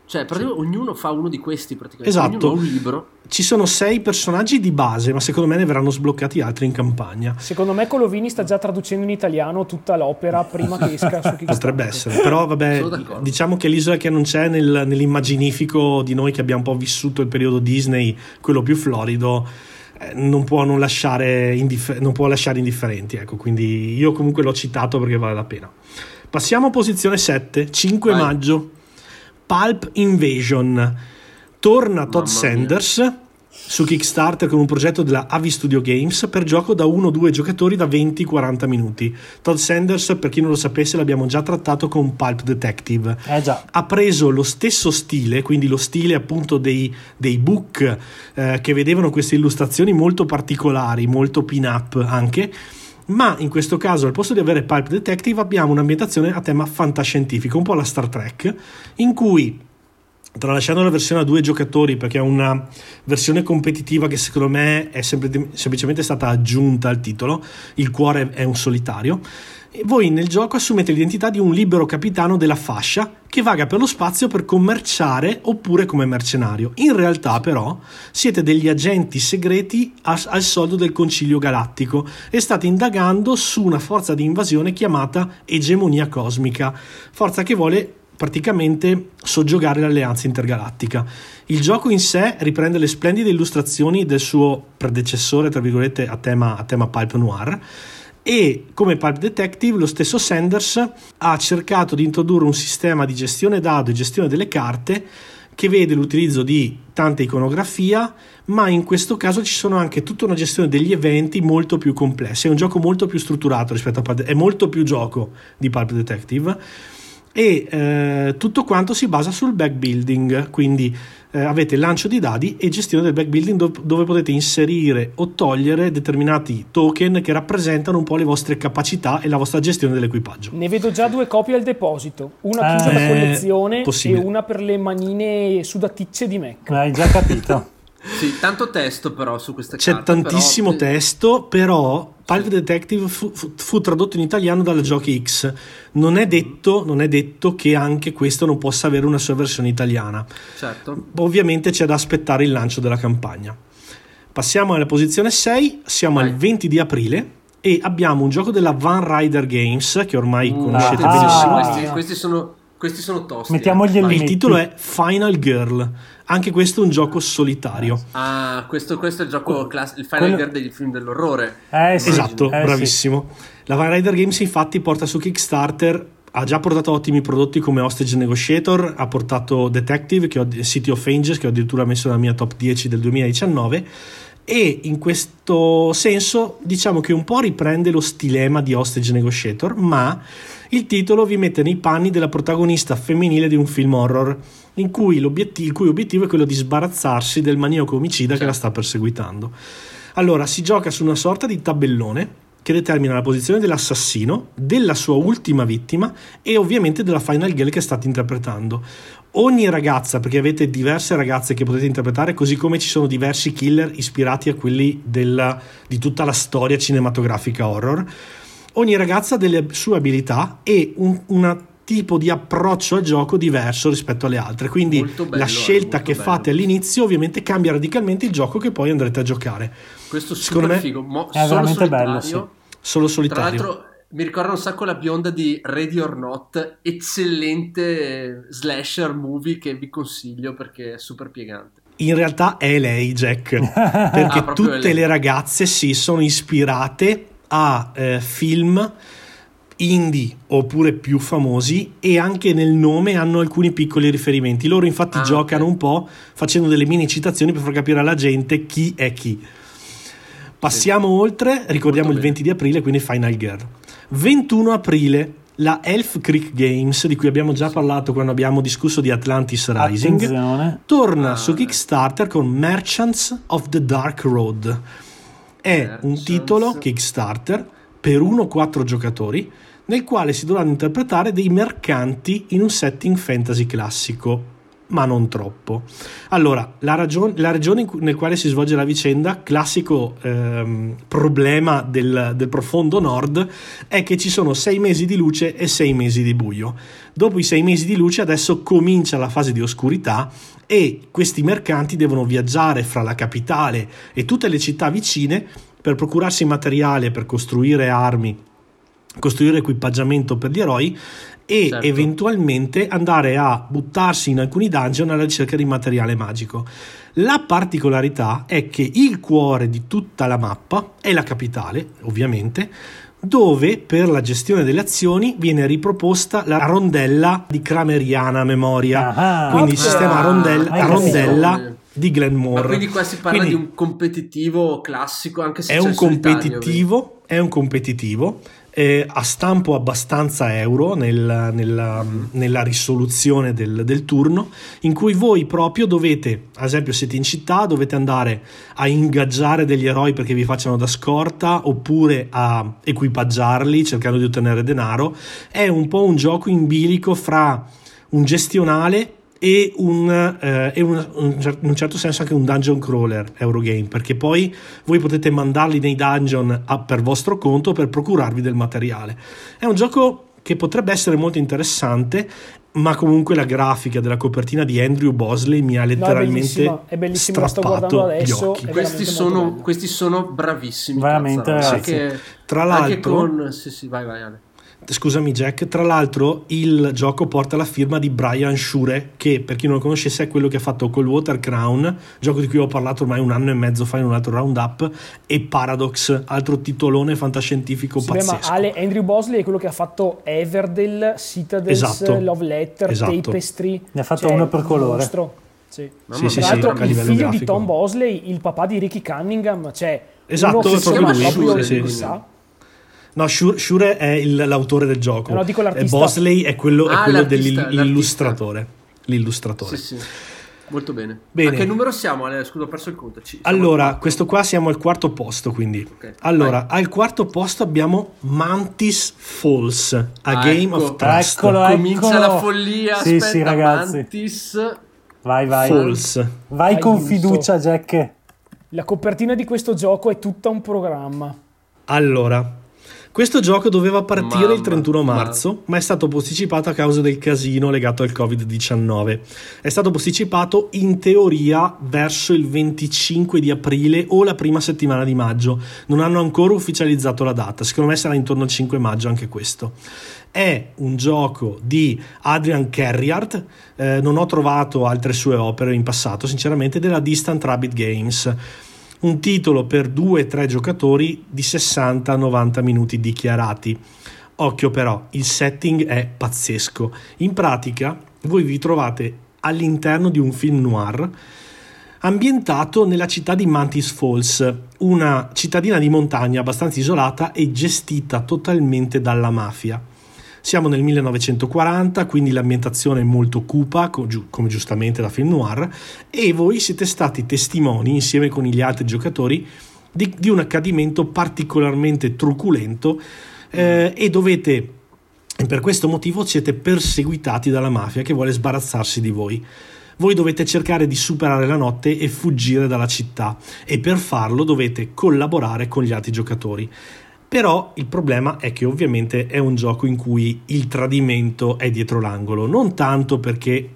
Cioè, ognuno fa uno di questi praticamente. Esatto. Ognuno ha un libro. Ci sono 6 personaggi di base, ma secondo me ne verranno sbloccati altri in campagna. Secondo me Colovini sta già traducendo in italiano tutta l'opera prima che esca su Kickstarter. Potrebbe essere, però vabbè, diciamo che l'isola che non c'è nell'immaginifico di noi che abbiamo un po' vissuto il periodo Disney, quello più florido, non può lasciare indifferenti, ecco, quindi io comunque l'ho citato perché vale la pena. Passiamo a posizione 7, 5 maggio. Pulp Invasion. Torna Todd Sanders su Kickstarter con un progetto della Avi Studio Games per gioco da 1-2 giocatori da 20-40 minuti. Todd Sanders, per chi non lo sapesse, l'abbiamo già trattato con Pulp Detective. Già. Ha preso lo stesso stile, quindi lo stile appunto dei book che vedevano queste illustrazioni molto particolari, molto pin-up anche, ma in questo caso al posto di avere Pulp Detective abbiamo un'ambientazione a tema fantascientifico, un po' alla Star Trek, in cui, tralasciando la versione a 2 giocatori perché è una versione competitiva che secondo me è semplicemente stata aggiunta al titolo, il cuore è un solitario, e voi nel gioco assumete l'identità di un libero capitano della fascia che vaga per lo spazio per commerciare oppure come mercenario. In realtà però siete degli agenti segreti al soldo del Concilio Galattico e state indagando su una forza di invasione chiamata Egemonia Cosmica, forza che vuole praticamente soggiogare l'alleanza intergalattica. Il gioco in sé riprende le splendide illustrazioni del suo predecessore, tra virgolette, a tema Pulp Noir, e come Pulp Detective lo stesso Sanders ha cercato di introdurre un sistema di gestione dado e gestione delle carte che vede l'utilizzo di tanta iconografia, ma in questo caso ci sono anche tutta una gestione degli eventi molto più complessi. È un gioco molto più strutturato rispetto a Pulp, è molto più gioco di Pulp Detective, e tutto quanto si basa sul backbuilding, quindi avete lancio di dadi e gestione del backbuilding dove potete inserire o togliere determinati token che rappresentano un po' le vostre capacità e la vostra gestione dell'equipaggio. Ne vedo già 2 copie al deposito, una chiusa da collezione possibile. E una per le manine sudaticce di Mac. Hai già capito. Sì, tanto testo però su questa c'è carta. C'è tantissimo testo, però Pulp Detective fu tradotto in italiano dalla Giochi X. Non è detto che anche questo non possa avere una sua versione italiana. Certo. Ovviamente c'è da aspettare il lancio della campagna. Passiamo alla posizione 6, siamo al 20 di aprile e abbiamo un gioco della Van Ryder Games che ormai conoscete benissimo. Questi sono tosti. Mettiamogli il titolo è Final Girl. Anche questo è un gioco solitario. Ah, questo è il gioco il Final Girl dei film dell'orrore. Sì, esatto, bravissimo. Sì. La Van Ryder Games infatti porta su Kickstarter, ha già portato ottimi prodotti come Hostage Negotiator, ha portato Detective, City of Angels, che ho addirittura messo nella mia top 10 del 2019, e in questo senso diciamo che un po' riprende lo stilema di Hostage Negotiator, ma il titolo vi mette nei panni della protagonista femminile di un film horror il cui obiettivo è quello di sbarazzarsi del maniaco omicida che la sta perseguitando. Allora si gioca su una sorta di tabellone che determina la posizione dell'assassino, della sua ultima vittima e ovviamente della Final Girl che state interpretando. Ogni ragazza, perché avete diverse ragazze che potete interpretare, così come ci sono diversi killer ispirati a quelli di tutta la storia cinematografica horror, ogni ragazza ha delle sue abilità e un tipo di approccio al gioco diverso rispetto alle altre, quindi bello, la scelta che fate all'inizio ovviamente cambia radicalmente il gioco che poi andrete a giocare. Questo super figo, è veramente bello, sì. Solo solitario. Tra l'altro mi ricorda un sacco la bionda di Ready or Not, eccellente slasher movie che vi consiglio perché è super piegante. In realtà è lei, Jack, perché tutte le ragazze sono ispirate a film indie oppure più famosi e anche nel nome hanno alcuni piccoli riferimenti. Loro infatti giocano un po' facendo delle mini citazioni per far capire alla gente chi è chi. Passiamo oltre, ricordiamo il 20 di aprile, quindi Final Girl. 21 aprile la Elf Creek Games, di cui abbiamo già parlato quando abbiamo discusso di Atlantis Rising, torna su Kickstarter con Merchants of the Dark Road. È un titolo Kickstarter per 1-4 giocatori nel quale si dovranno interpretare dei mercanti in un setting fantasy classico. ma non troppo. Allora, la regione nel quale si svolge la vicenda, classico problema del profondo nord, è che ci sono 6 mesi di luce e 6 mesi di buio. Dopo i 6 mesi di luce adesso comincia la fase di oscurità e questi mercanti devono viaggiare fra la capitale e tutte le città vicine per procurarsi materiale per costruire armi, costruire equipaggiamento per gli eroi e certo, eventualmente andare a buttarsi in alcuni dungeon alla ricerca di materiale magico. La particolarità è che il cuore di tutta la mappa è la capitale, ovviamente, dove per la gestione delle azioni viene riproposta la rondella di Krameriana memoria, quindi il sistema rondella di Glenmore. Ma quindi qua si parla di un competitivo classico, anche se è un competitivo, a stampo abbastanza euro nella risoluzione del turno, in cui voi proprio dovete, ad esempio siete in città, dovete andare a ingaggiare degli eroi perché vi facciano da scorta oppure a equipaggiarli cercando di ottenere denaro. È un po' un gioco in bilico fra un gestionale e in un certo senso anche un dungeon crawler Eurogame, perché poi voi potete mandarli nei dungeon per vostro conto per procurarvi del materiale. È un gioco che potrebbe essere molto interessante, ma comunque la grafica della copertina di Andrew Bosley mi ha letteralmente è bellissimo, sto guardando adesso. Questi sono bravissimi, veramente, anche, tra l'altro anche con vai Ale. Scusami Jack, tra l'altro il gioco porta la firma di Brian Shure, che per chi non lo conoscesse è quello che ha fatto Coldwater Crown, gioco di cui ho parlato ormai 1 anno e mezzo fa in un altro roundup, e Paradox, altro titolone fantascientifico pazzesco. Ma Ale, Andrew Bosley è quello che ha fatto Everdell, Citadels, Love Letter, Tapestry, ne ha fatto uno per colore. Sì. Tra l'altro il figlio grafico di Tom Bosley, il papà di Ricky Cunningham, esatto, uno che proprio lui, chissà. No, Shure è l'autore del gioco. No, dico l'artista. Bosley è quello dell'illustratore. L'illustratore. Sì. Molto bene. A che numero siamo? Scusa, ho perso il conto. Allora, questo qua siamo al 4º posto, quindi. Okay. Allora, al 4º posto abbiamo Mantis Falls, Game of Trust. Comincia la follia. Sì, ragazzi. Mantis Vai. Falls. Vai con fiducia, Jack. La copertina di questo gioco è tutta un programma. Allora, questo gioco doveva partire il 31 marzo, ma è stato posticipato a causa del casino legato al Covid-19. È stato posticipato in teoria verso il 25 di aprile o la prima settimana di maggio. Non hanno ancora ufficializzato la data, secondo me sarà intorno al 5 maggio anche questo. È un gioco di Adrian Carriard, non ho trovato altre sue opere in passato, sinceramente, della Distant Rabbit Games. Un titolo per 2-3 giocatori di 60-90 minuti dichiarati. Occhio però, il setting è pazzesco. In pratica voi vi trovate all'interno di un film noir ambientato nella città di Mantis Falls, una cittadina di montagna abbastanza isolata e gestita totalmente dalla mafia. Siamo nel 1940, quindi l'ambientazione è molto cupa, come giustamente da film noir, e voi siete stati testimoni, insieme con gli altri giocatori, di un accadimento particolarmente truculento e dovete, per questo motivo, siete perseguitati dalla mafia che vuole sbarazzarsi di voi. Voi dovete cercare di superare la notte e fuggire dalla città, e per farlo dovete collaborare con gli altri giocatori. Però il problema è che ovviamente è un gioco in cui il tradimento è dietro l'angolo, non tanto perché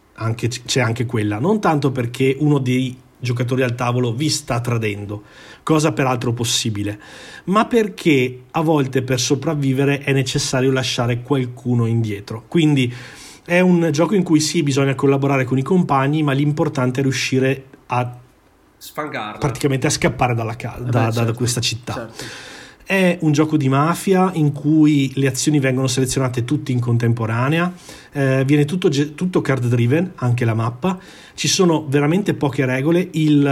c'è anche quella, non tanto perché uno dei giocatori al tavolo vi sta tradendo, cosa peraltro possibile, ma perché a volte per sopravvivere è necessario lasciare qualcuno indietro. Quindi è un gioco in cui sì, bisogna collaborare con i compagni, ma l'importante è riuscire a sfangarla, praticamente a scappare da questa città. Certo. È un gioco di mafia in cui le azioni vengono selezionate tutte in contemporanea, viene tutto card driven, anche la mappa, ci sono veramente poche regole,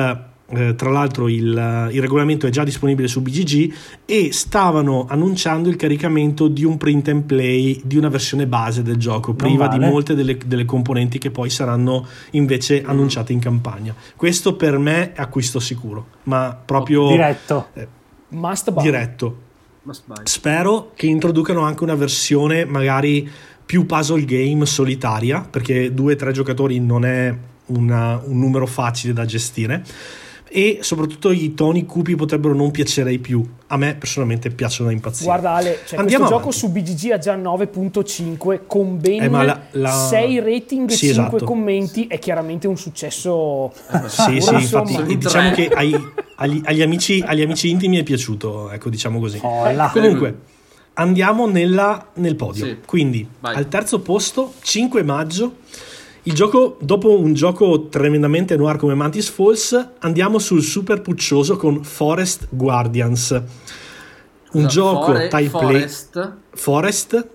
tra l'altro il regolamento è già disponibile su BGG e stavano annunciando il caricamento di un print and play di una versione base del gioco, priva di molte delle componenti che poi saranno invece annunciate in campagna. Questo per me è acquisto sicuro, ma proprio diretto. Diretto. Spero che introducano anche una versione magari più puzzle game solitaria, perché 2-3 giocatori non è un numero facile da gestire, e soprattutto i toni cupi potrebbero non piacere ai più. A me personalmente piacciono da impazzire. Guarda Ale, questo gioco su BGG ha già 9.5 con ben 6 rating e 5 esatto. commenti, è chiaramente un successo. Sì, infatti diciamo che agli amici intimi è piaciuto, ecco, diciamo così. Comunque andiamo nel podio. Sì. Quindi vai. Al terzo posto, 5 maggio, il gioco, dopo un gioco tremendamente noir come Mantis Falls, andiamo sul super puccioso con Forest Guardians, un gioco type play Forest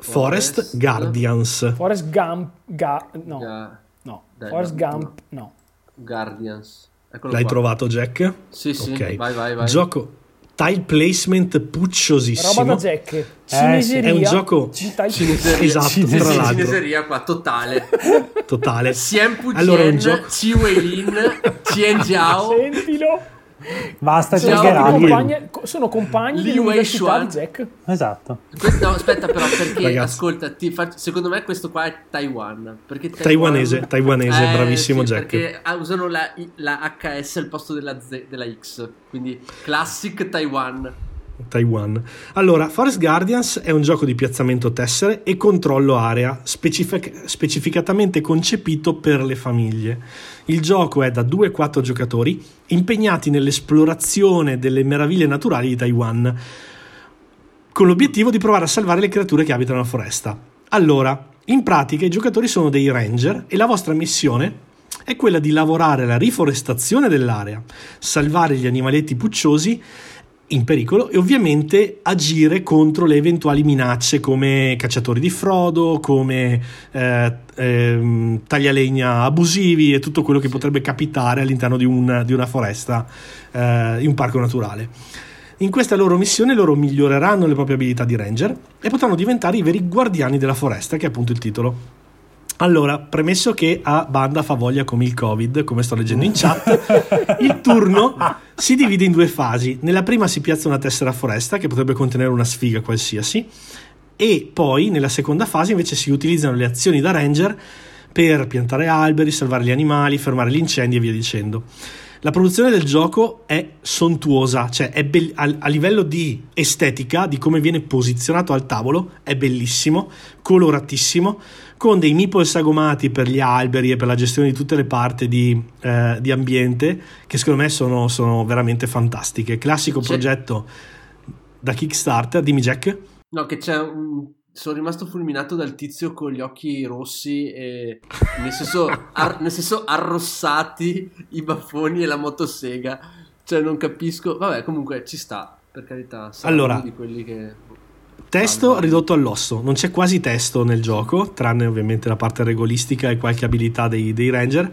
Guardians. Forest Gump Forest Gump Guardians. Eccolo L'hai qua. Trovato, Jack? Sì, okay. Vai. Gioco tile placement pucciosissimo. Roba da Jack. Cineseria. È un gioco cineseria. Esatto, tra l'altro. Cineseria qua totale. Xian Pujian, allora, un gioco Qi Weilin, Qian Jiao. Sentilo. Basta, sono compagni dell'università di Jack. Esatto. No, aspetta però, perché ragazzi, ascolta, secondo me questo qua è Taiwan, perché taiwanese, bravissimo, sì, Jack. Perché usano la HS al posto della X, quindi classic Taiwan. Allora, Forest Guardians è un gioco di piazzamento tessere e controllo area specificatamente concepito per le famiglie. Il gioco è da 2-4 giocatori impegnati nell'esplorazione delle meraviglie naturali di Taiwan, con l'obiettivo di provare a salvare le creature che abitano la foresta. Allora, in pratica i giocatori sono dei ranger e la vostra missione è quella di lavorare alla riforestazione dell'area, salvare gli animaletti pucciosi in pericolo e ovviamente agire contro le eventuali minacce come cacciatori di frodo, come taglialegna abusivi e tutto quello che potrebbe capitare all'interno di una foresta, in un parco naturale. In questa loro missione loro miglioreranno le proprie abilità di ranger e potranno diventare i veri guardiani della foresta, che è appunto il titolo. Allora, premesso che a banda fa voglia come il Covid, come sto leggendo in chat, il turno si divide in 2 fasi. Nella prima si piazza una tessera foresta che potrebbe contenere una sfiga qualsiasi, e poi nella seconda fase invece si utilizzano le azioni da ranger per piantare alberi, salvare gli animali, fermare gli incendi e via dicendo. La produzione del gioco è sontuosa, cioè è a livello di estetica, di come viene posizionato al tavolo, è bellissimo, coloratissimo, con dei meeple sagomati per gli alberi e per la gestione di tutte le parti di ambiente, che secondo me sono veramente fantastiche. Classico progetto da Kickstarter. Dimmi, Jack. No, che sono rimasto fulminato dal tizio con gli occhi rossi e nel senso arrossati, i baffoni e la motosega. Cioè non capisco. Vabbè, comunque ci sta, per carità. Allora, di quelli che testo ridotto all'osso, non c'è quasi testo nel gioco, tranne ovviamente la parte regolistica e qualche abilità dei ranger,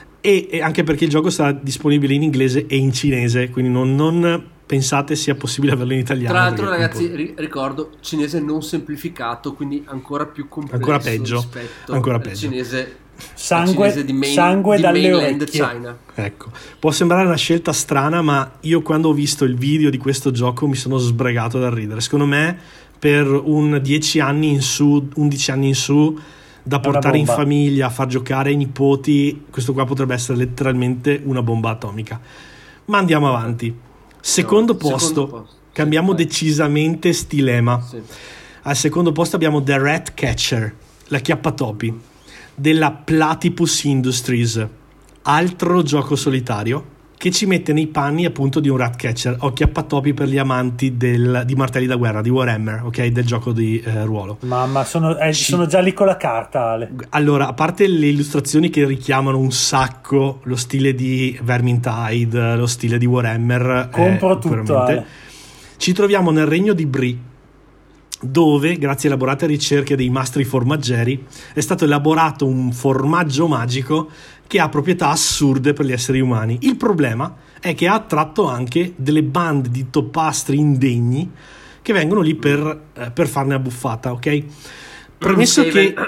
e anche perché il gioco sarà disponibile in inglese e in cinese, quindi non pensate sia possibile averlo in italiano. Tra l'altro, ragazzi, ricordo cinese non semplificato, quindi ancora più complesso, ancora peggio cinese. Sangue dalle orecchie. China. Ecco, può sembrare una scelta strana, ma io quando ho visto il video di questo gioco mi sono sbregato dal ridere. Secondo me per un 10 anni in su, 11 anni in su, da portare in famiglia, a far giocare ai nipoti, questo qua potrebbe essere letteralmente una bomba atomica. Ma andiamo avanti. Secondo posto. Cambiamo decisamente stilema. Sì. Al secondo posto abbiamo The Rat Catcher, la chiappatopi, della Platypus Industries, altro gioco solitario che ci mette nei panni appunto di un rat catcher o chiappatopi per gli amanti di martelli da guerra, di Warhammer, ok, del gioco di ruolo. Mamma, sono già lì con la carta, Ale. Allora, a parte le illustrazioni che richiamano un sacco lo stile di Vermintide, lo stile di Warhammer, compro tutto, Ale. Ci troviamo nel regno di Bree, dove, grazie a elaborate ricerche dei mastri formaggeri, è stato elaborato un formaggio magico che ha proprietà assurde per gli esseri umani. Il problema è che ha attratto anche delle bande di toppastri indegni che vengono lì per farne a buffata, ok? Premesso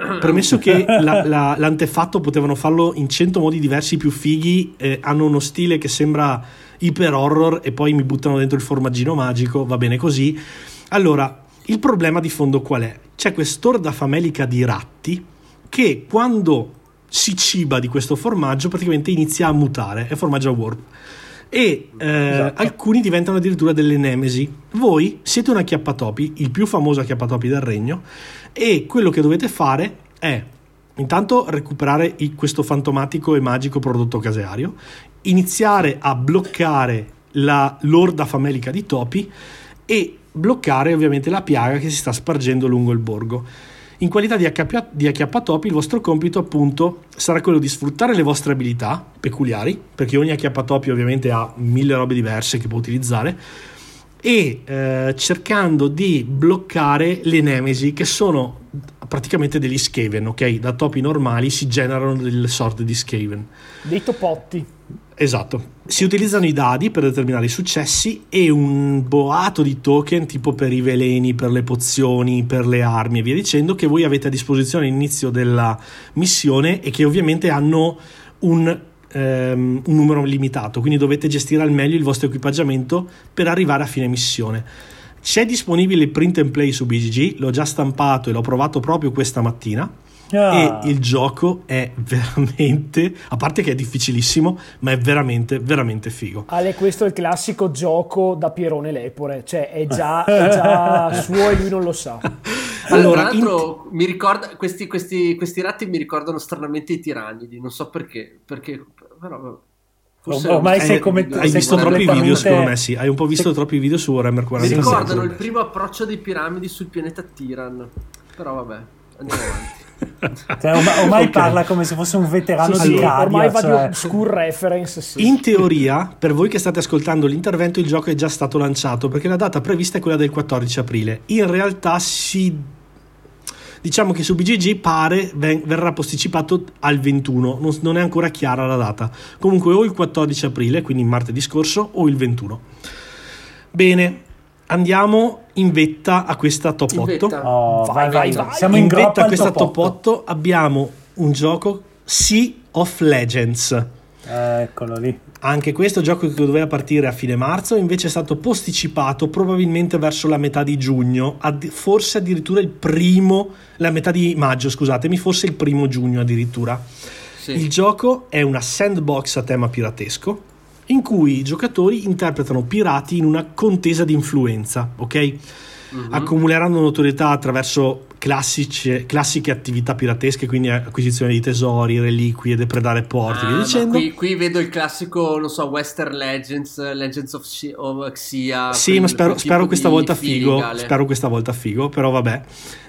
che l'antefatto potevano farlo in 100 modi diversi più fighi, hanno uno stile che sembra iper horror e poi mi buttano dentro il formaggino magico, va bene così. Allora, il problema di fondo qual è? C'è quest'orda famelica di ratti che quando si ciba di questo formaggio praticamente inizia a mutare, è formaggio a warp, e esatto. Alcuni diventano addirittura delle nemesi. Voi siete un acchiappatopi, il più famoso acchiappatopi del regno, e quello che dovete fare è intanto recuperare questo fantomatico e magico prodotto caseario, iniziare a bloccare l'orda famelica di topi e bloccare ovviamente la piaga che si sta spargendo lungo il borgo. In qualità di acchiappatopi il vostro compito appunto sarà quello di sfruttare le vostre abilità peculiari, perché ogni acchiappatopi ovviamente ha 1000 robe diverse che può utilizzare, e cercando di bloccare le nemesi, che sono praticamente degli Skaven, ok? Da topi normali si generano delle sorte di Skaven, dei topotti. Esatto, si utilizzano i dadi per determinare i successi e un boato di token tipo per i veleni, per le pozioni, per le armi e via dicendo, che voi avete a disposizione all'inizio della missione e che ovviamente hanno un numero limitato, quindi dovete gestire al meglio il vostro equipaggiamento per arrivare a fine missione. C'è disponibile il print and play su BGG, l'ho già stampato e l'ho provato proprio questa mattina. E il gioco è veramente, a parte che è difficilissimo, ma è veramente veramente figo. Ale, questo è il classico gioco da Pierone Lepore, cioè è già suo e lui non lo sa. Allora, tra l'altro mi ricorda questi ratti mi ricordano stranamente i tirannidi, non so perché però ormai hai visto troppi video, secondo me sì, hai un po' visto troppi video su Warhammer 40. Mi ricordano il primo approccio dei piramidi sul pianeta Tiran, però vabbè, andiamo avanti. Cioè, ormai okay. Parla come se fosse un veterano di Cadia, ormai va di obscure reference, sì. In teoria, per voi che state ascoltando l'intervento, il gioco è già stato lanciato, perché la data prevista è quella del 14 aprile. In realtà diciamo che su BGG pare verrà posticipato al 21, non è ancora chiara la data. Comunque o il 14 aprile, quindi martedì scorso, o il 21. Bene, andiamo in vetta a questa top 8. Vai. Siamo in vetta a questa top 8. Abbiamo un gioco, Sea of Legends. Eccolo lì. Anche questo gioco che doveva partire a fine marzo invece è stato posticipato probabilmente verso la metà di giugno, forse addirittura la metà di maggio, scusatemi, forse il 1° giugno addirittura. Sì. Il gioco è una sandbox a tema piratesco, in cui i giocatori interpretano pirati in una contesa di influenza, ok? Mm-hmm. Accumuleranno notorietà attraverso classiche attività piratesche, quindi acquisizione di tesori, reliquie, depredare porti, via dicendo. Qui vedo il classico, non so, Western Legends of Xia. Sì, ma spero questa volta figo. Spero questa volta figo, però vabbè.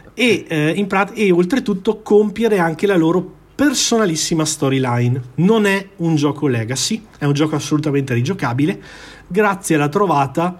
E oltretutto compiere anche la loro personalissima storyline. Non è un gioco legacy, è un gioco assolutamente rigiocabile grazie alla trovata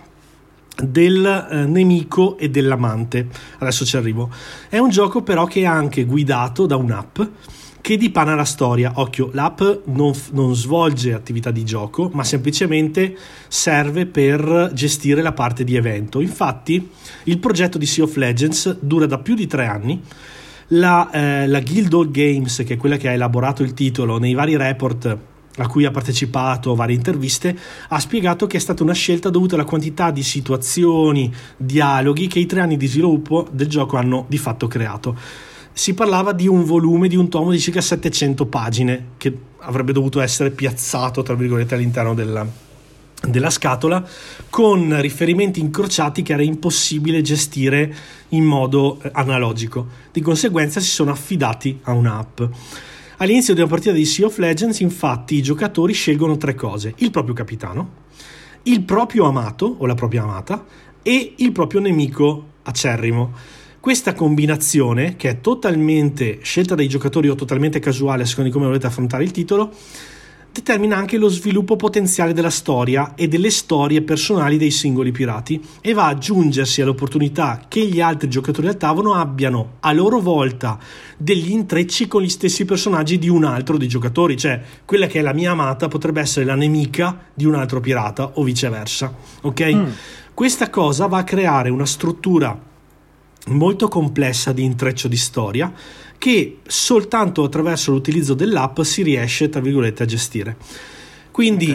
del nemico e dell'amante. Adesso ci arrivo. È un gioco però che è anche guidato da un'app che dipana la storia. Occhio, l'app non svolge attività di gioco, ma semplicemente serve per gestire la parte di evento. Infatti il progetto di Sea of Legends dura da più di 3 anni. La Guildhall Games, che è quella che ha elaborato il titolo, nei vari report a cui ha partecipato, varie interviste, ha spiegato che è stata una scelta dovuta alla quantità di situazioni, dialoghi che i 3 anni di sviluppo del gioco hanno di fatto creato. Si parlava di un volume, di un tomo di circa 700 pagine che avrebbe dovuto essere piazzato, tra virgolette, all'interno della scatola, con riferimenti incrociati che era impossibile gestire in modo analogico. Di conseguenza si sono affidati a un'app. All'inizio di una partita di Sea of Legends, infatti, i giocatori scelgono 3 cose: il proprio capitano, il proprio amato o la propria amata e il proprio nemico acerrimo. Questa combinazione, che è totalmente scelta dai giocatori o totalmente casuale a seconda di come volete affrontare il titolo, determina anche lo sviluppo potenziale della storia e delle storie personali dei singoli pirati, e va ad aggiungersi all'opportunità che gli altri giocatori al tavolo abbiano a loro volta degli intrecci con gli stessi personaggi di un altro dei giocatori. Cioè, quella che è la mia amata potrebbe essere la nemica di un altro pirata o viceversa, ok? Questa cosa va a creare una struttura molto complessa di intreccio di storia che soltanto attraverso l'utilizzo dell'app si riesce, tra virgolette, a gestire. Quindi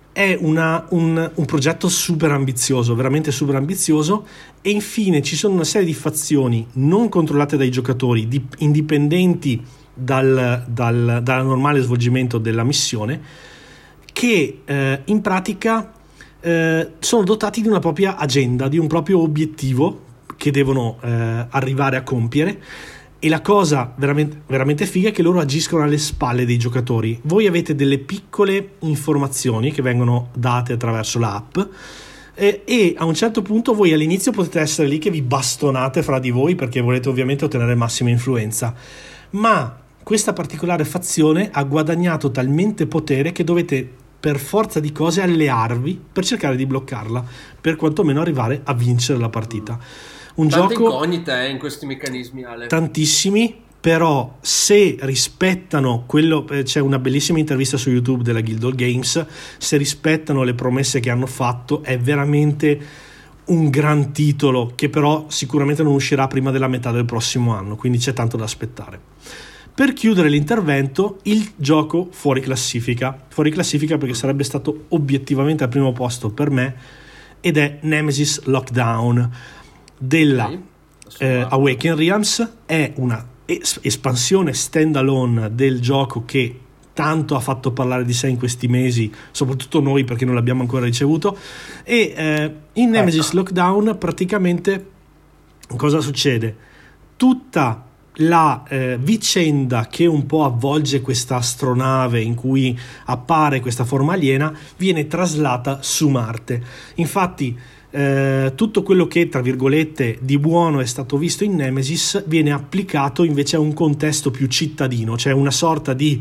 è un progetto super ambizioso, veramente super ambizioso. E infine ci sono una serie di fazioni non controllate dai giocatori, indipendenti dal normale svolgimento della missione, che in pratica sono dotati di una propria agenda, di un proprio obiettivo che devono arrivare a compiere. E la cosa veramente, veramente figa è che loro agiscono alle spalle dei giocatori. Voi avete delle piccole informazioni che vengono date attraverso l'app e a un certo punto voi all'inizio potete essere lì che vi bastonate fra di voi perché volete ovviamente ottenere massima influenza, ma questa particolare fazione ha guadagnato talmente potere che dovete per forza di cose allearvi per cercare di bloccarla, per quantomeno arrivare a vincere la partita. Un Tante gioco incognite in questi meccanismi, Ale. Tantissimi, però se rispettano quello, c'è una bellissima intervista su YouTube della Guildhall Games, se rispettano le promesse che hanno fatto è veramente un gran titolo che però sicuramente non uscirà prima della metà del prossimo anno, quindi c'è tanto da aspettare. Per chiudere l'intervento, il gioco fuori classifica perché sarebbe stato obiettivamente al primo posto per me, ed è Nemesis Lockdown della Awaken Realms. È una espansione standalone del gioco che tanto ha fatto parlare di sé in questi mesi, soprattutto noi perché non l'abbiamo ancora ricevuto. E in Nemesis Lockdown praticamente cosa succede? Tutta la vicenda che un po' avvolge questa astronave in cui appare questa forma aliena viene traslata su Marte. Infatti tutto quello che tra virgolette di buono è stato visto in Nemesis viene applicato invece a un contesto più cittadino, cioè una sorta di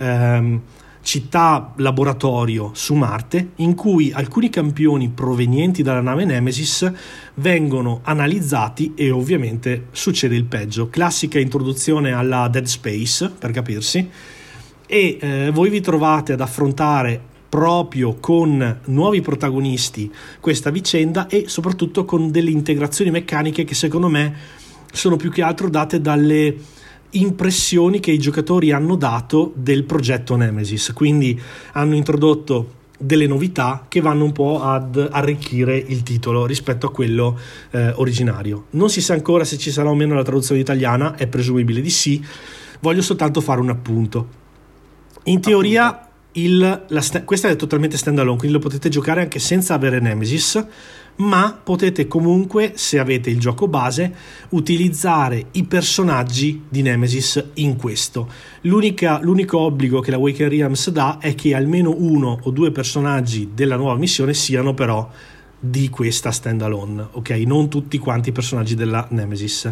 città laboratorio su Marte in cui alcuni campioni provenienti dalla nave Nemesis vengono analizzati e ovviamente succede il peggio. Classica introduzione alla Dead Space, per capirsi, e voi vi trovate ad affrontare proprio con nuovi protagonisti questa vicenda e soprattutto con delle integrazioni meccaniche che secondo me sono più che altro date dalle impressioni che i giocatori hanno dato del progetto Nemesis, quindi hanno introdotto delle novità che vanno un po' ad arricchire il titolo rispetto a quello originario. Non si sa ancora se ci sarà o meno la traduzione italiana, è presumibile di sì. Voglio soltanto fare un appunto. In teoria questa è totalmente standalone, quindi lo potete giocare anche senza avere Nemesis, ma potete comunque, se avete il gioco base, utilizzare i personaggi di Nemesis in questo. L'unico obbligo che la Awaken Realms dà è che almeno 1 o 2 personaggi della nuova missione siano però di questa standalone, ok? Non tutti quanti i personaggi della Nemesis.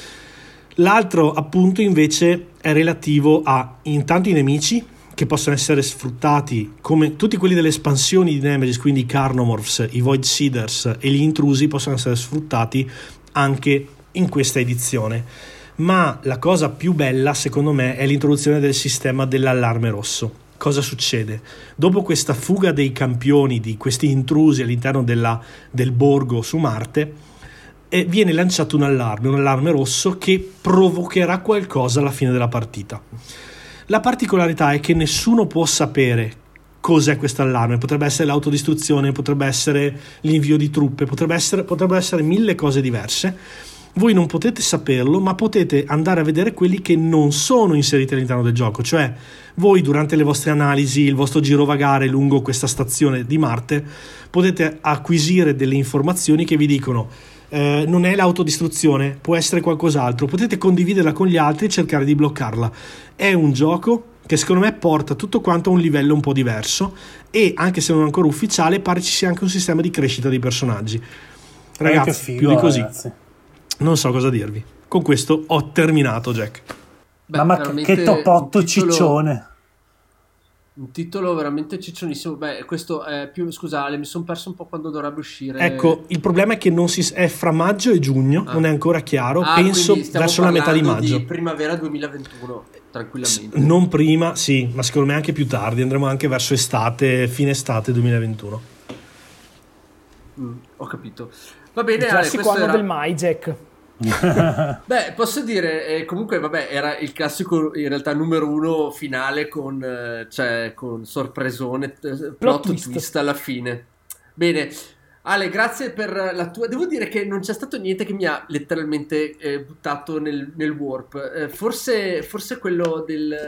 L'altro appunto invece è relativo a intanto i nemici, che possono essere sfruttati come tutti quelli delle espansioni di Nemesis, quindi i Carnomorphs, i Void Seeders e gli intrusi possono essere sfruttati anche in questa edizione. Ma la cosa più bella secondo me è l'introduzione del sistema dell'allarme rosso. Cosa succede? Dopo questa fuga dei campioni, di questi intrusi all'interno del borgo su Marte, viene lanciato un allarme rosso che provocherà qualcosa alla fine della partita. La particolarità è che nessuno può sapere cos'è questo allarme. Potrebbe essere l'autodistruzione, potrebbe essere l'invio di truppe, potrebbero essere 1000 cose diverse. Voi non potete saperlo, ma potete andare a vedere quelli che non sono inseriti all'interno del gioco. Cioè, voi durante le vostre analisi, il vostro girovagare lungo questa stazione di Marte, potete acquisire delle informazioni che vi dicono non è l'autodistruzione, può essere qualcos'altro, potete condividerla con gli altri e cercare di bloccarla. È un gioco che secondo me porta tutto quanto a un livello un po' diverso e anche se non è ancora ufficiale pare ci sia anche un sistema di crescita dei personaggi. Ragazzi, figo, più di così ragazzi. Non so cosa dirvi. Con questo ho terminato, Jack. Mamma che top 8 ciccione. Un titolo veramente ciccionissimo. Beh, questo è più, scusate, mi sono perso un po' quando dovrebbe uscire. Ecco, il problema è che è fra maggio e giugno, non è ancora chiaro. Penso verso la metà di maggio. Di primavera 2021, tranquillamente. Non prima, sì, ma secondo me anche più tardi. Andremo anche verso estate, fine estate 2021. Ho capito. Va bene, il classico anno del Mai, Jack. Beh, posso dire, comunque vabbè, era il classico in realtà numero 1 finale con sorpresone, plot twist alla fine. Bene, Ale, grazie per la tua... Devo dire che non c'è stato niente che mi ha letteralmente buttato nel warp. Forse quello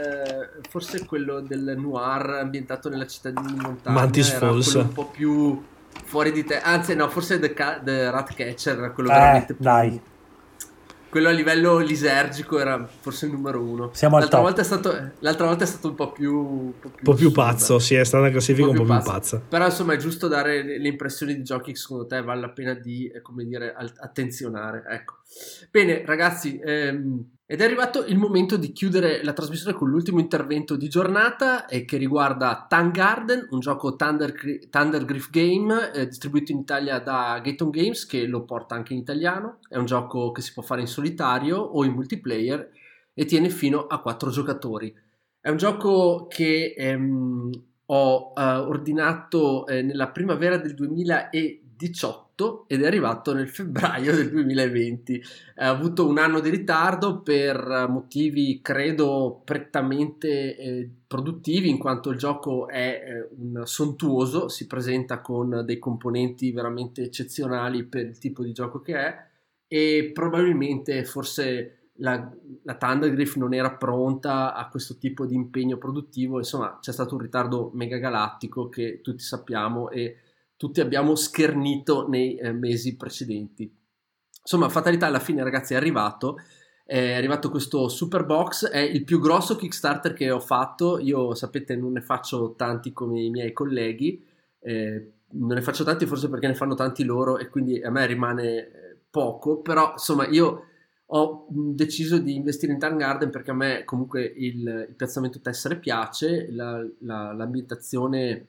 del noir ambientato nella città di montagna Mantis era Falls, quello un po' più fuori di te. Anzi no, forse The Ratcatcher era quello veramente più... Dai. Quello a livello lisergico era forse il numero 1. Siamo al top. L'altra volta è stato un po' più pazzo, sì, è stata una classifica un po' più pazza. Però insomma è giusto dare le impressioni di giochi che secondo te vale la pena di, come dire, attenzionare. Ecco. Bene ragazzi, ed è arrivato il momento di chiudere la trasmissione con l'ultimo intervento di giornata che riguarda Tank Garden, un gioco Thundergriff Game distribuito in Italia da Gaton Games, che lo porta anche in italiano. È un gioco che si può fare in solitario o in multiplayer e tiene fino a 4 giocatori. È un gioco che ho ordinato nella primavera del 2018 ed è arrivato nel febbraio del 2020. Ha avuto un anno di ritardo per motivi credo prettamente produttivi, in quanto il gioco è un sontuoso, si presenta con dei componenti veramente eccezionali per il tipo di gioco che è, e probabilmente forse la Thundergriff non era pronta a questo tipo di impegno produttivo. Insomma, c'è stato un ritardo mega galattico che tutti sappiamo e tutti abbiamo schernito nei mesi precedenti. Insomma, fatalità, alla fine ragazzi è arrivato questo super box. È il più grosso Kickstarter che ho fatto. Io sapete non ne faccio tanti come i miei colleghi, non ne faccio tanti forse perché ne fanno tanti loro e quindi a me rimane poco, però insomma io ho deciso di investire in Tank Garden perché a me comunque il piazzamento tessere piace, l'ambientazione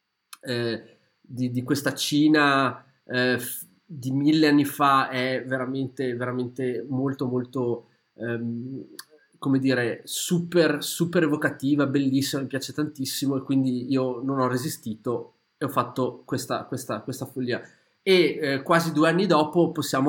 di questa Cina di 1000 anni fa è veramente, veramente molto molto come dire super evocativa, bellissima, mi piace tantissimo e quindi io non ho resistito e ho fatto questa follia. E quasi 2 anni dopo possiamo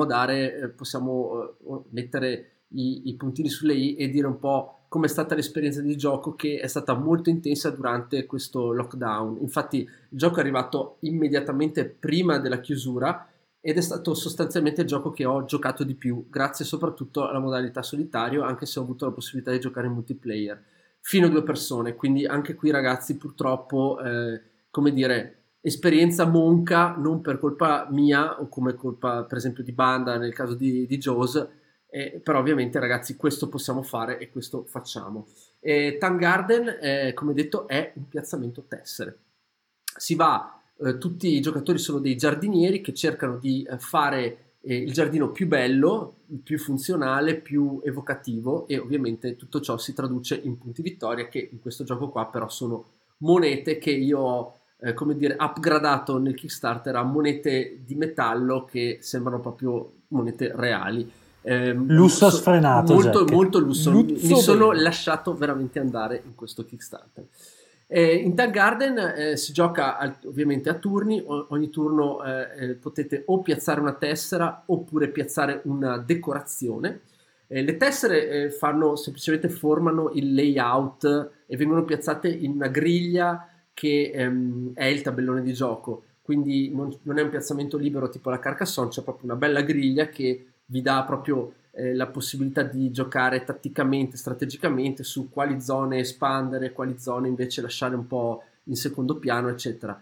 mettere i puntini sulle i e dire un po' come è stata l'esperienza di gioco, che è stata molto intensa durante questo lockdown. Infatti il gioco è arrivato immediatamente prima della chiusura ed è stato sostanzialmente il gioco che ho giocato di più, grazie soprattutto alla modalità solitario, anche se ho avuto la possibilità di giocare in multiplayer fino a 2 persone. Quindi anche qui ragazzi purtroppo come dire, esperienza monca, non per colpa mia o come colpa per esempio di Banda nel caso di Jaws, però ovviamente ragazzi questo possiamo fare e questo facciamo. Tank Garden come detto è un piazzamento tessere, si va tutti i giocatori sono dei giardinieri che cercano di fare il giardino più bello, più funzionale, più evocativo, e ovviamente tutto ciò si traduce in punti vittoria, che in questo gioco qua però sono monete che io ho come dire upgradato nel Kickstarter a monete di metallo che sembrano proprio monete reali. Lusso sfrenato, molto lusso. Mi sono lasciato veramente andare in questo Kickstarter. In Tank Garden si gioca ovviamente a turni. Ogni turno potete o piazzare una tessera oppure piazzare una decorazione. Le tessere semplicemente formano il layout e vengono piazzate in una griglia che è il tabellone di gioco, quindi non è un piazzamento libero tipo la Carcassonne, c'è proprio una bella griglia che vi dà proprio la possibilità di giocare tatticamente, strategicamente su quali zone espandere, quali zone invece lasciare un po' in secondo piano, eccetera.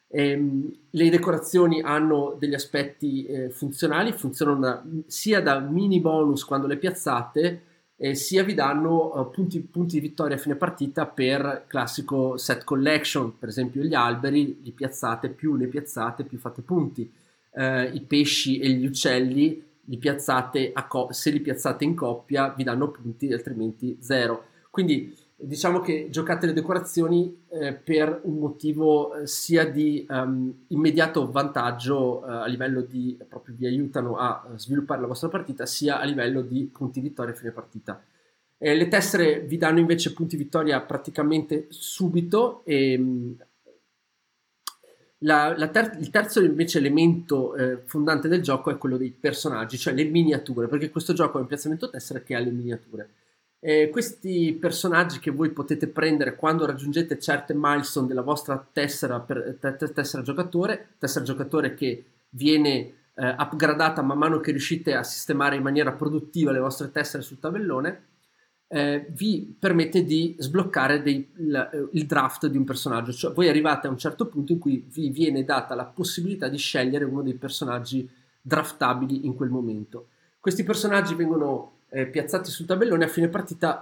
Le decorazioni hanno degli aspetti funzionali, funzionano sia da mini bonus quando le piazzate, sia vi danno punti di vittoria a fine partita per classico set collection. Per esempio gli alberi li piazzate, più ne piazzate più fate punti, i pesci e gli uccelli li piazzate se li piazzate in coppia vi danno punti, altrimenti 0. Quindi diciamo che giocate le decorazioni per un motivo sia di immediato vantaggio a livello di proprio vi aiutano a sviluppare la vostra partita, sia a livello di punti vittoria a fine partita. Le tessere vi danno invece punti vittoria praticamente subito e Il terzo invece elemento fondante del gioco è quello dei personaggi, cioè le miniature, perché questo gioco è un piazzamento tessera che ha le miniature. Questi personaggi che voi potete prendere quando raggiungete certe milestone della vostra tessera giocatore che viene upgradata man mano che riuscite a sistemare in maniera produttiva le vostre tessere sul tabellone, vi permette di sbloccare il draft di un personaggio. Cioè voi arrivate a un certo punto in cui vi viene data la possibilità di scegliere uno dei personaggi draftabili in quel momento. Questi personaggi vengono piazzati sul tabellone, a fine partita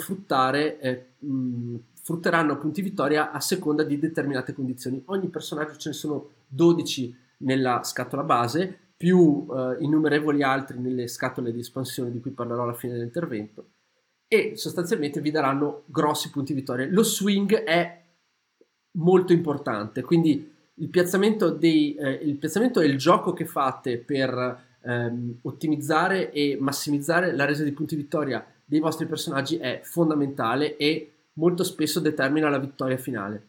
frutteranno punti vittoria a seconda di determinate condizioni. Ogni personaggio, ce ne sono 12 nella scatola base, più innumerevoli altri nelle scatole di espansione di cui parlerò alla fine dell'intervento, e sostanzialmente vi daranno grossi punti vittoria. Lo swing è molto importante, quindi il piazzamento è il gioco che fate per ottimizzare e massimizzare la resa di punti vittoria dei vostri personaggi è fondamentale e molto spesso determina la vittoria finale.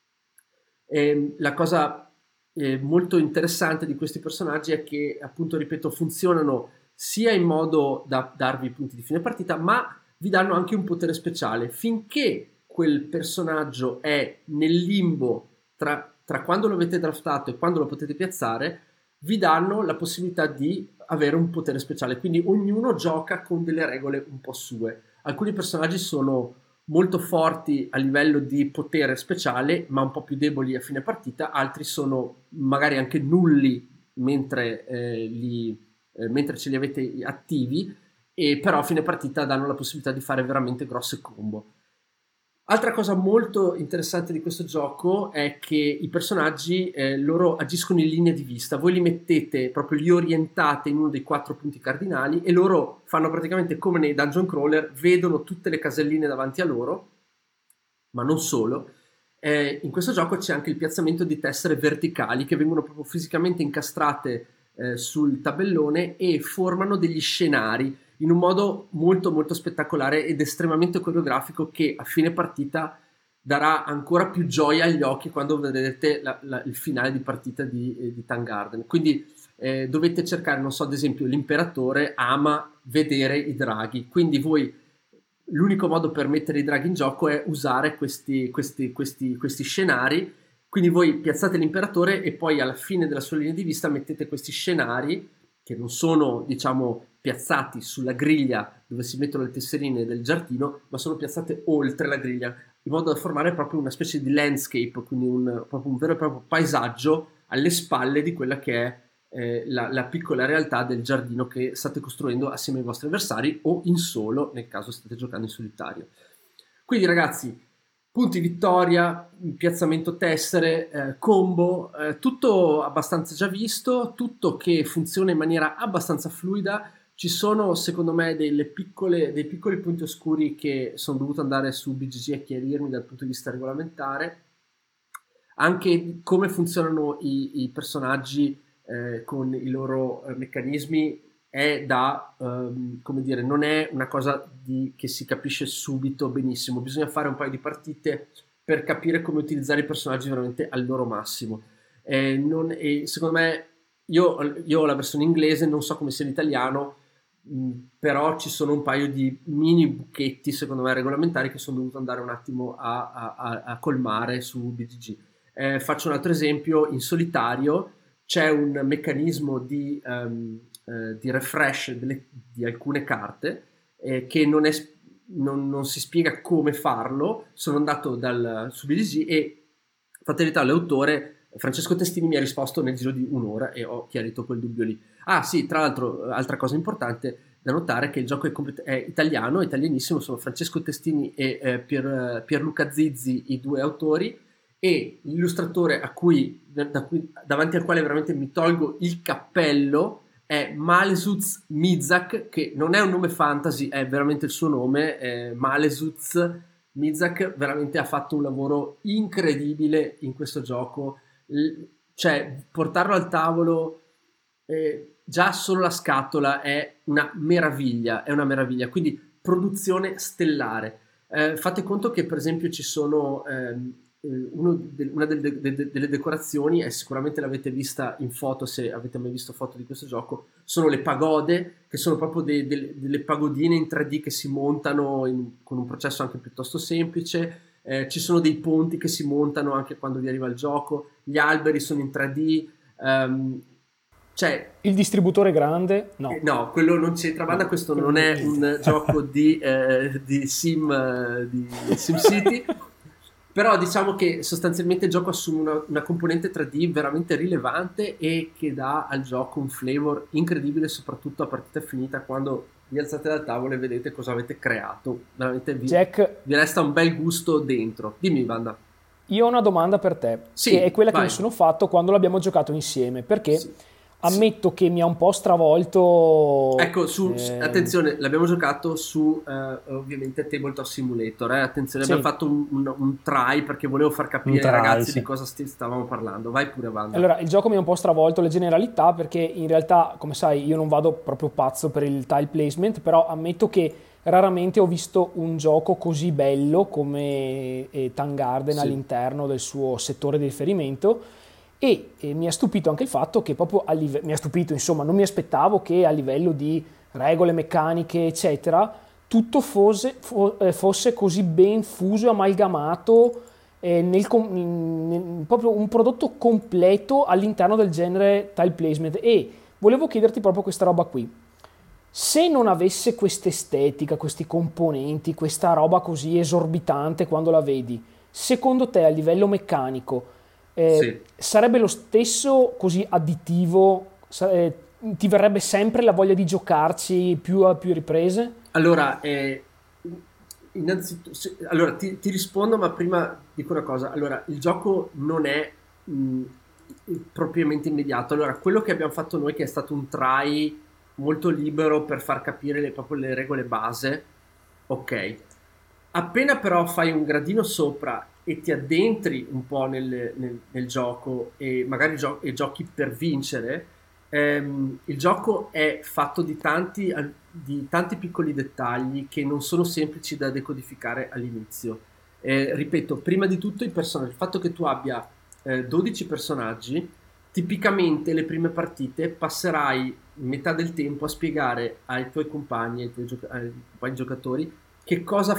La cosa molto interessante di questi personaggi è che, appunto, ripeto, funzionano sia in modo da darvi punti di fine partita, ma vi danno anche un potere speciale. Finché quel personaggio è nel limbo tra quando lo avete draftato e quando lo potete piazzare, vi danno la possibilità di avere un potere speciale, quindi ognuno gioca con delle regole un po' sue. Alcuni personaggi sono molto forti a livello di potere speciale, ma un po' più deboli a fine partita, altri sono magari anche nulli mentre ce li avete attivi, e però a fine partita danno la possibilità di fare veramente grosse combo. Altra cosa molto interessante di questo gioco è che i personaggi loro agiscono in linea di vista. Voi li mettete, proprio li orientate in uno dei 4 punti cardinali e loro fanno praticamente come nei dungeon crawler, vedono tutte le caselline davanti a loro, ma non solo. In questo gioco c'è anche il piazzamento di tessere verticali che vengono proprio fisicamente incastrate sul tabellone e formano degli scenari in un modo molto molto spettacolare ed estremamente coreografico, che a fine partita darà ancora più gioia agli occhi quando vedrete il finale di partita di Tangarden. Quindi dovete cercare, non so, ad esempio l'imperatore ama vedere i draghi, quindi voi l'unico modo per mettere i draghi in gioco è usare questi scenari. Quindi voi piazzate l'imperatore e poi alla fine della sua linea di vista mettete questi scenari che non sono, diciamo, piazzati sulla griglia dove si mettono le tesserine del giardino, ma sono piazzate oltre la griglia, in modo da formare proprio una specie di landscape, quindi proprio un vero e proprio paesaggio alle spalle di quella che è la piccola realtà del giardino che state costruendo assieme ai vostri avversari o in solo, nel caso state giocando in solitario. Quindi ragazzi, punti vittoria, piazzamento tessere, combo, tutto abbastanza già visto, tutto che funziona in maniera abbastanza fluida. Ci sono secondo me dei piccoli punti oscuri che sono dovuto andare su BGG a chiarirmi dal punto di vista regolamentare, anche come funzionano i personaggi con i loro meccanismi è da, come dire, non è una cosa che si capisce subito benissimo, bisogna fare un paio di partite per capire come utilizzare i personaggi veramente al loro massimo. Secondo me, io ho la versione inglese, non so come sia l'italiano, però ci sono un paio di mini buchetti secondo me regolamentari che sono dovuto andare un attimo a colmare su BGG. Faccio un altro esempio: in solitario c'è un meccanismo di refresh di alcune carte che non si spiega come farlo. Sono andato su BGG e, fatalità, l'autore Francesco Testini mi ha risposto nel giro di un'ora e ho chiarito quel dubbio lì. Ah sì, tra l'altro, altra cosa importante da notare, che il gioco è italiano, italianissimo, sono Francesco Testini e Pierluca Zizzi i due autori, e l'illustratore davanti al quale veramente mi tolgo il cappello è Malezuz Mizak, che non è un nome fantasy, è veramente il suo nome. Malezuz Mizak veramente ha fatto un lavoro incredibile in questo gioco, cioè portarlo al tavolo, già solo la scatola è una meraviglia, quindi produzione stellare. Fate conto che per esempio ci sono una delle decorazioni è, sicuramente l'avete vista in foto, se avete mai visto foto di questo gioco, sono le pagode, che sono proprio delle pagodine in 3D che si montano con un processo anche piuttosto semplice. Ci sono dei ponti che si montano anche quando vi arriva il gioco, gli alberi sono in 3D, cioè, il distributore grande? No, quello non c'entra, banda, questo non è un gioco di SimCity. Però diciamo che sostanzialmente il gioco assume una componente 3D veramente rilevante e che dà al gioco un flavor incredibile, soprattutto a partita finita, quando vi alzate dal tavolo e vedete cosa avete creato. Veramente vi resta un bel gusto dentro. Dimmi, Wanda. Io ho una domanda per te, sì, che è quella vai. Che mi sono fatto quando l'abbiamo giocato insieme, perché... Sì. Ammetto che mi ha un po' stravolto. Ecco, attenzione, l'abbiamo giocato su ovviamente Tabletop Simulator. Attenzione, abbiamo fatto un try perché volevo far capire ai ragazzi di cosa stavamo parlando. Vai pure, Wanda. Allora, il gioco mi ha un po' stravolto le generalità, perché in realtà, come sai, io non vado proprio pazzo per il tile placement, però ammetto che raramente ho visto un gioco così bello come Tangarden all'interno del suo settore di riferimento. E mi ha stupito anche il fatto che proprio mi ha stupito, insomma, non mi aspettavo che a livello di regole, meccaniche, eccetera, tutto fosse così ben fuso e amalgamato, proprio un prodotto completo all'interno del genere tile placement. E volevo chiederti proprio questa roba qui: se non avesse questa estetica, questi componenti, questa roba così esorbitante quando la vedi, secondo te a livello meccanico sarebbe lo stesso così additivo? Ti verrebbe sempre la voglia di giocarci più a più riprese? Allora, innanzitutto, allora ti rispondo, ma prima dico una cosa. Allora, il gioco non è propriamente immediato. Allora, quello che abbiamo fatto noi, che è stato un try molto libero per far capire proprio le regole base, ok. Appena però fai un gradino sopra e ti addentri un po' nel gioco e magari giochi per vincere, il gioco è fatto di tanti piccoli dettagli che non sono semplici da decodificare all'inizio. Ripeto, prima di tutto il fatto che tu abbia 12 personaggi, tipicamente le prime partite passerai metà del tempo a spiegare ai tuoi compagni, ai tuoi giocatori, che cosa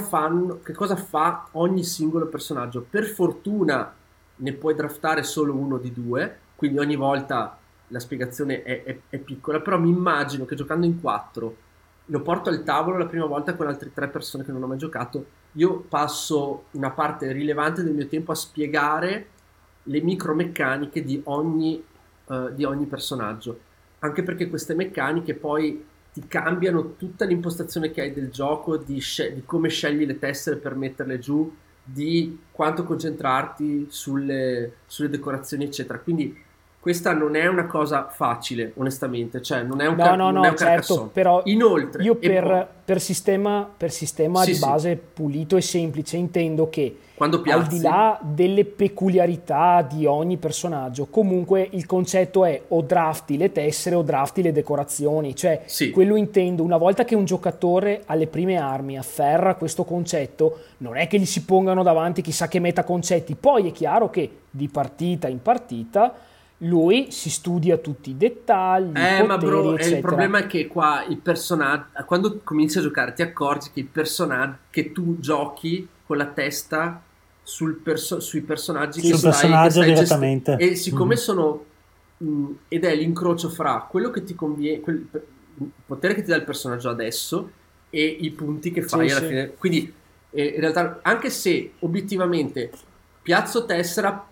fa ogni singolo personaggio. Per fortuna ne puoi draftare solo uno di due, quindi ogni volta la spiegazione è piccola, però mi immagino che giocando in 4 lo porto al tavolo la prima volta con altre 3 persone che non ho mai giocato, io passo una parte rilevante del mio tempo a spiegare le micromeccaniche di ogni personaggio, anche perché queste meccaniche poi ti cambiano tutta l'impostazione che hai del gioco, di come scegli le tessere per metterle giù, di quanto concentrarti sulle decorazioni, eccetera. Quindi questa non è una cosa facile, onestamente, cioè non è un certo, però inoltre io per sistema di base pulito e semplice intendo che al di là delle peculiarità di ogni personaggio, comunque il concetto è o drafti le tessere o drafti le decorazioni, cioè quello intendo. Una volta che un giocatore alle prime armi afferra questo concetto, non è che gli si pongano davanti chissà che metaconcetti, poi è chiaro che di partita in partita lui si studia tutti i dettagli, ma bro, il problema è che qua i personaggi, quando cominci a giocare ti accorgi che i personaggi, che tu giochi con la testa sui personaggi che stai direttamente, e siccome sono ed è l'incrocio fra quello che ti conviene, il potere che ti dà il personaggio adesso e i punti che fai alla fine. Quindi in realtà, anche se obiettivamente piazzo tessera,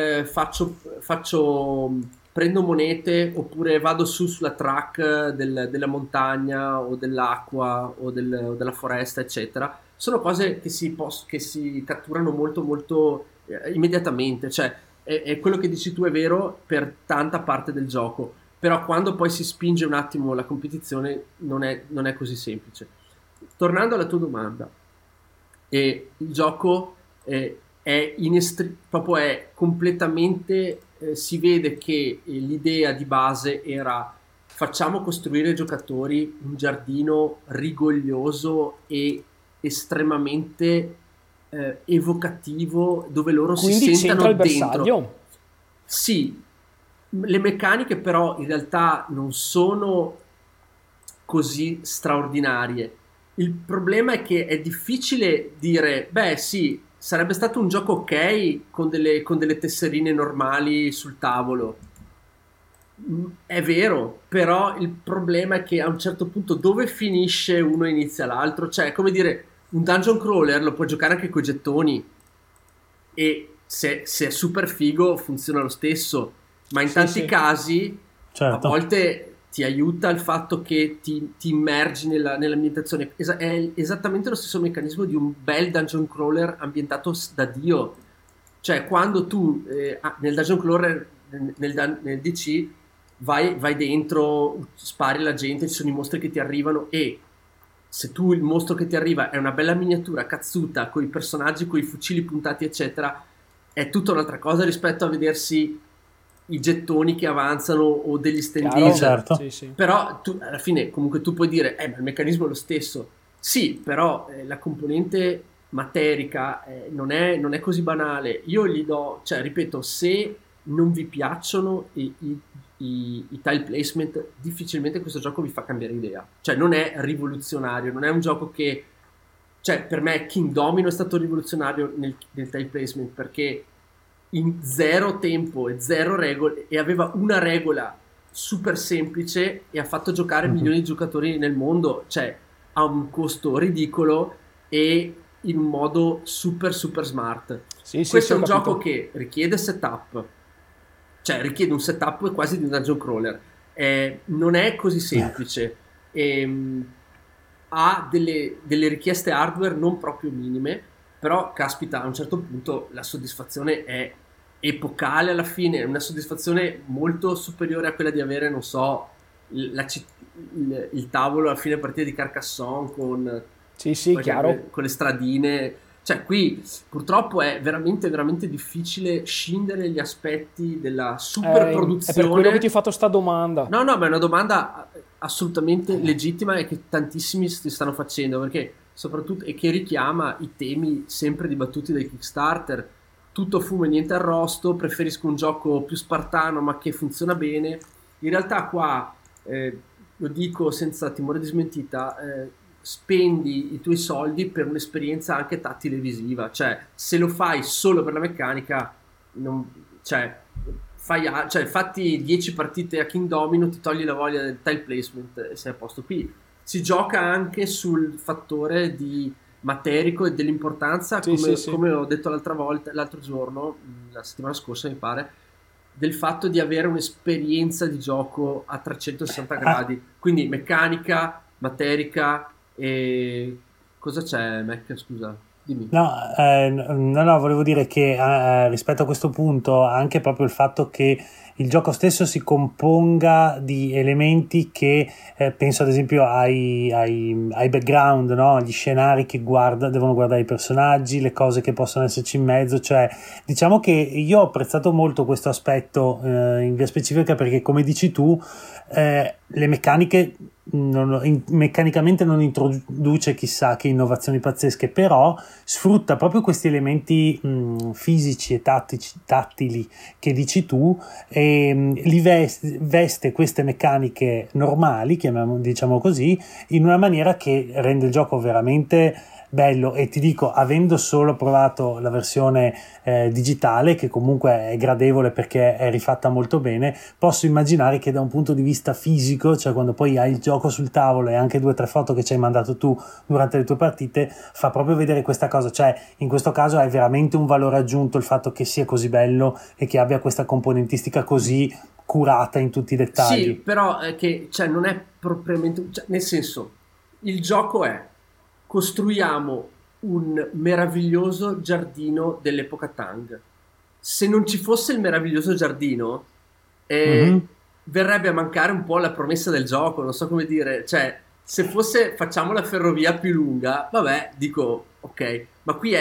prendo monete oppure vado sulla track della montagna o dell'acqua o della foresta, eccetera, sono cose che si catturano molto molto immediatamente, cioè è quello che dici tu è vero per tanta parte del gioco, però quando poi si spinge un attimo la competizione non è così semplice. Tornando alla tua domanda, il gioco proprio è completamente, si vede che l'idea di base era: facciamo costruire ai giocatori un giardino rigoglioso e estremamente evocativo, dove loro quindi si sentono il bersaglio. dentro. Sì, le meccaniche però in realtà non sono così straordinarie. Il problema è che è difficile dire, beh sì, sarebbe stato un gioco ok con delle tesserine normali sul tavolo. È vero, però il problema è che a un certo punto dove finisce uno e inizia l'altro, cioè come dire, un dungeon crawler lo puoi giocare anche coi gettoni e se è super figo funziona lo stesso, ma in tanti casi certo. A volte ti aiuta il fatto che ti immergi nell'ambientazione. È esattamente lo stesso meccanismo di un bel dungeon crawler ambientato da Dio, cioè quando tu nel dungeon crawler nel DC vai dentro, spari alla gente, ci sono i mostri che ti arrivano e se tu il mostro che ti arriva è una bella miniatura cazzuta con i personaggi, con i fucili puntati eccetera, è tutta un'altra cosa rispetto a vedersi i gettoni che avanzano o degli stand-in. Certo. Sì. Però tu, alla fine comunque tu puoi dire ma il meccanismo è lo stesso, sì, però la componente materica non è così banale. Io gli do, cioè ripeto, se non vi piacciono i tile placement, difficilmente questo gioco vi fa cambiare idea. Cioè non è rivoluzionario, non è un gioco che, cioè per me King Domino è stato rivoluzionario nel tile placement perché in 0 tempo e 0 regole, e aveva una regola super semplice e ha fatto giocare milioni di giocatori nel mondo, cioè a un costo ridicolo e in un modo super smart. Questo è un gioco che richiede setup, cioè richiede un setup quasi di un dungeon crawler, non è così semplice, ha delle richieste hardware non proprio minime, però caspita, a un certo punto la soddisfazione è epocale alla fine, è una soddisfazione molto superiore a quella di avere, non so, il tavolo alla fine partita di Carcassonne con chiaro, con le stradine. Cioè qui purtroppo è veramente veramente difficile scindere gli aspetti della super produzione. È per quello che ti ho fatto sta domanda. No, ma è una domanda assolutamente legittima e che tantissimi si stanno facendo, perché soprattutto, e che richiama i temi sempre dibattuti dai Kickstarter: tutto fumo e niente arrosto, preferisco un gioco più spartano ma che funziona bene. In realtà qua, lo dico senza timore di smentita, spendi i tuoi soldi per un'esperienza anche tattile visiva, cioè se lo fai solo per la meccanica, fatti 10 partite a King Domino, ti togli la voglia del tile placement e sei a posto. Qui si gioca anche sul fattore di materico e dell'importanza, come ho detto l'altro giorno, la settimana scorsa mi pare, del fatto di avere un'esperienza di gioco a 360 gradi, quindi meccanica, materica. E cosa c'è, Mac? Scusa, dimmi. No, volevo dire che rispetto a questo punto anche proprio il fatto che il gioco stesso si componga di elementi che penso ad esempio ai background, no? Gli scenari che devono guardare i personaggi, le cose che possono esserci in mezzo, cioè diciamo che io ho apprezzato molto questo aspetto in via specifica, perché come dici tu le meccaniche meccanicamente non introduce chissà che innovazioni pazzesche, però sfrutta proprio questi elementi fisici e tattili che dici tu, e li veste queste meccaniche normali, diciamo così, in una maniera che rende il gioco veramente bello. E ti dico, avendo solo provato la versione digitale, che comunque è gradevole perché è rifatta molto bene, posso immaginare che da un punto di vista fisico, cioè quando poi hai il gioco sul tavolo e anche 2 o 3 foto che ci hai mandato tu durante le tue partite, fa proprio vedere questa cosa, cioè in questo caso è veramente un valore aggiunto il fatto che sia così bello e che abbia questa componentistica così curata in tutti i dettagli. Sì, però che non è propriamente, nel senso, il gioco è: costruiamo un meraviglioso giardino dell'epoca Tang. Se non ci fosse il meraviglioso giardino, verrebbe a mancare un po' la promessa del gioco, non so come dire. Cioè, se fosse facciamo la ferrovia più lunga, vabbè, dico ok, ma qui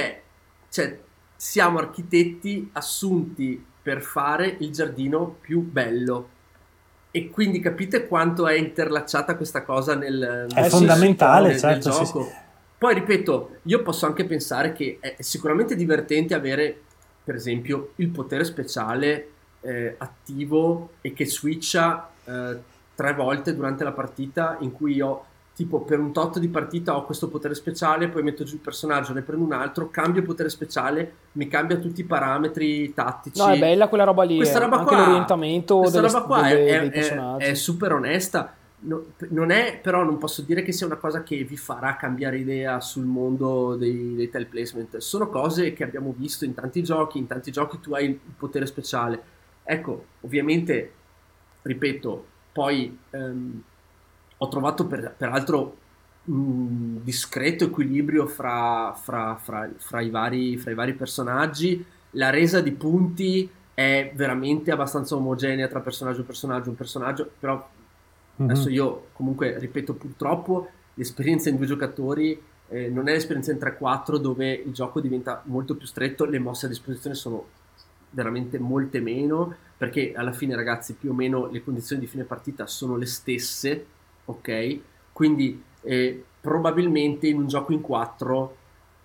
siamo architetti assunti per fare il giardino più bello, e quindi capite quanto è interlacciata questa cosa nel fondamentale, nel certo, gioco. Sì. Poi ripeto, io posso anche pensare che è sicuramente divertente avere, per esempio, il potere speciale attivo e che switcha 3 volte durante la partita, in cui io tipo per un tot di partita ho questo potere speciale, poi metto giù il personaggio, ne prendo un altro, cambio potere speciale, mi cambia tutti i parametri tattici. No, è bella quella roba lì, questa roba anche qua, l'orientamento questa roba qua dei personaggi. è super onesta. Non è, però non posso dire che sia una cosa che vi farà cambiare idea sul mondo dei tile placement. Sono cose che abbiamo visto in tanti giochi tu hai il potere speciale. Ecco, ovviamente, ripeto, poi ho trovato peraltro un discreto equilibrio fra i vari personaggi. La resa di punti è veramente abbastanza omogenea tra personaggio e personaggio, un personaggio, però adesso io comunque ripeto, purtroppo l'esperienza in 2 giocatori non è l'esperienza in 3-4 dove il gioco diventa molto più stretto, le mosse a disposizione sono veramente molte meno, perché alla fine, ragazzi, più o meno le condizioni di fine partita sono le stesse, ok? Quindi probabilmente in un gioco in 4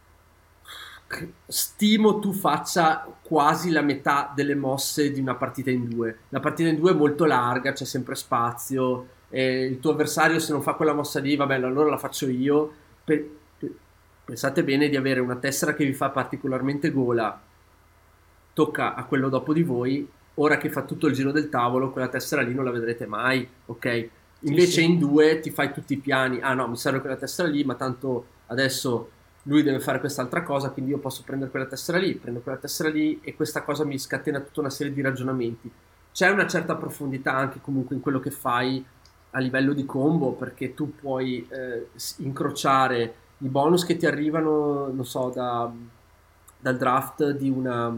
stimo tu faccia quasi la metà delle mosse di una partita in 2. La partita in 2 è molto larga, c'è sempre spazio, il tuo avversario se non fa quella mossa lì, vabbè, allora la faccio io. Pensate bene di avere una tessera che vi fa particolarmente gola, tocca a quello dopo di voi, ora che fa tutto il giro del tavolo, quella tessera lì non la vedrete mai, ok? Invece sì. In 2 ti fai tutti i piani, ah no, mi serve quella tessera lì, ma tanto adesso lui deve fare quest'altra cosa, quindi io posso prendere quella tessera lì, prendo quella tessera lì, e questa cosa mi scatena tutta una serie di ragionamenti. C'è una certa profondità anche comunque in quello che fai a livello di combo, perché tu puoi incrociare i bonus che ti arrivano, non so, dal draft di una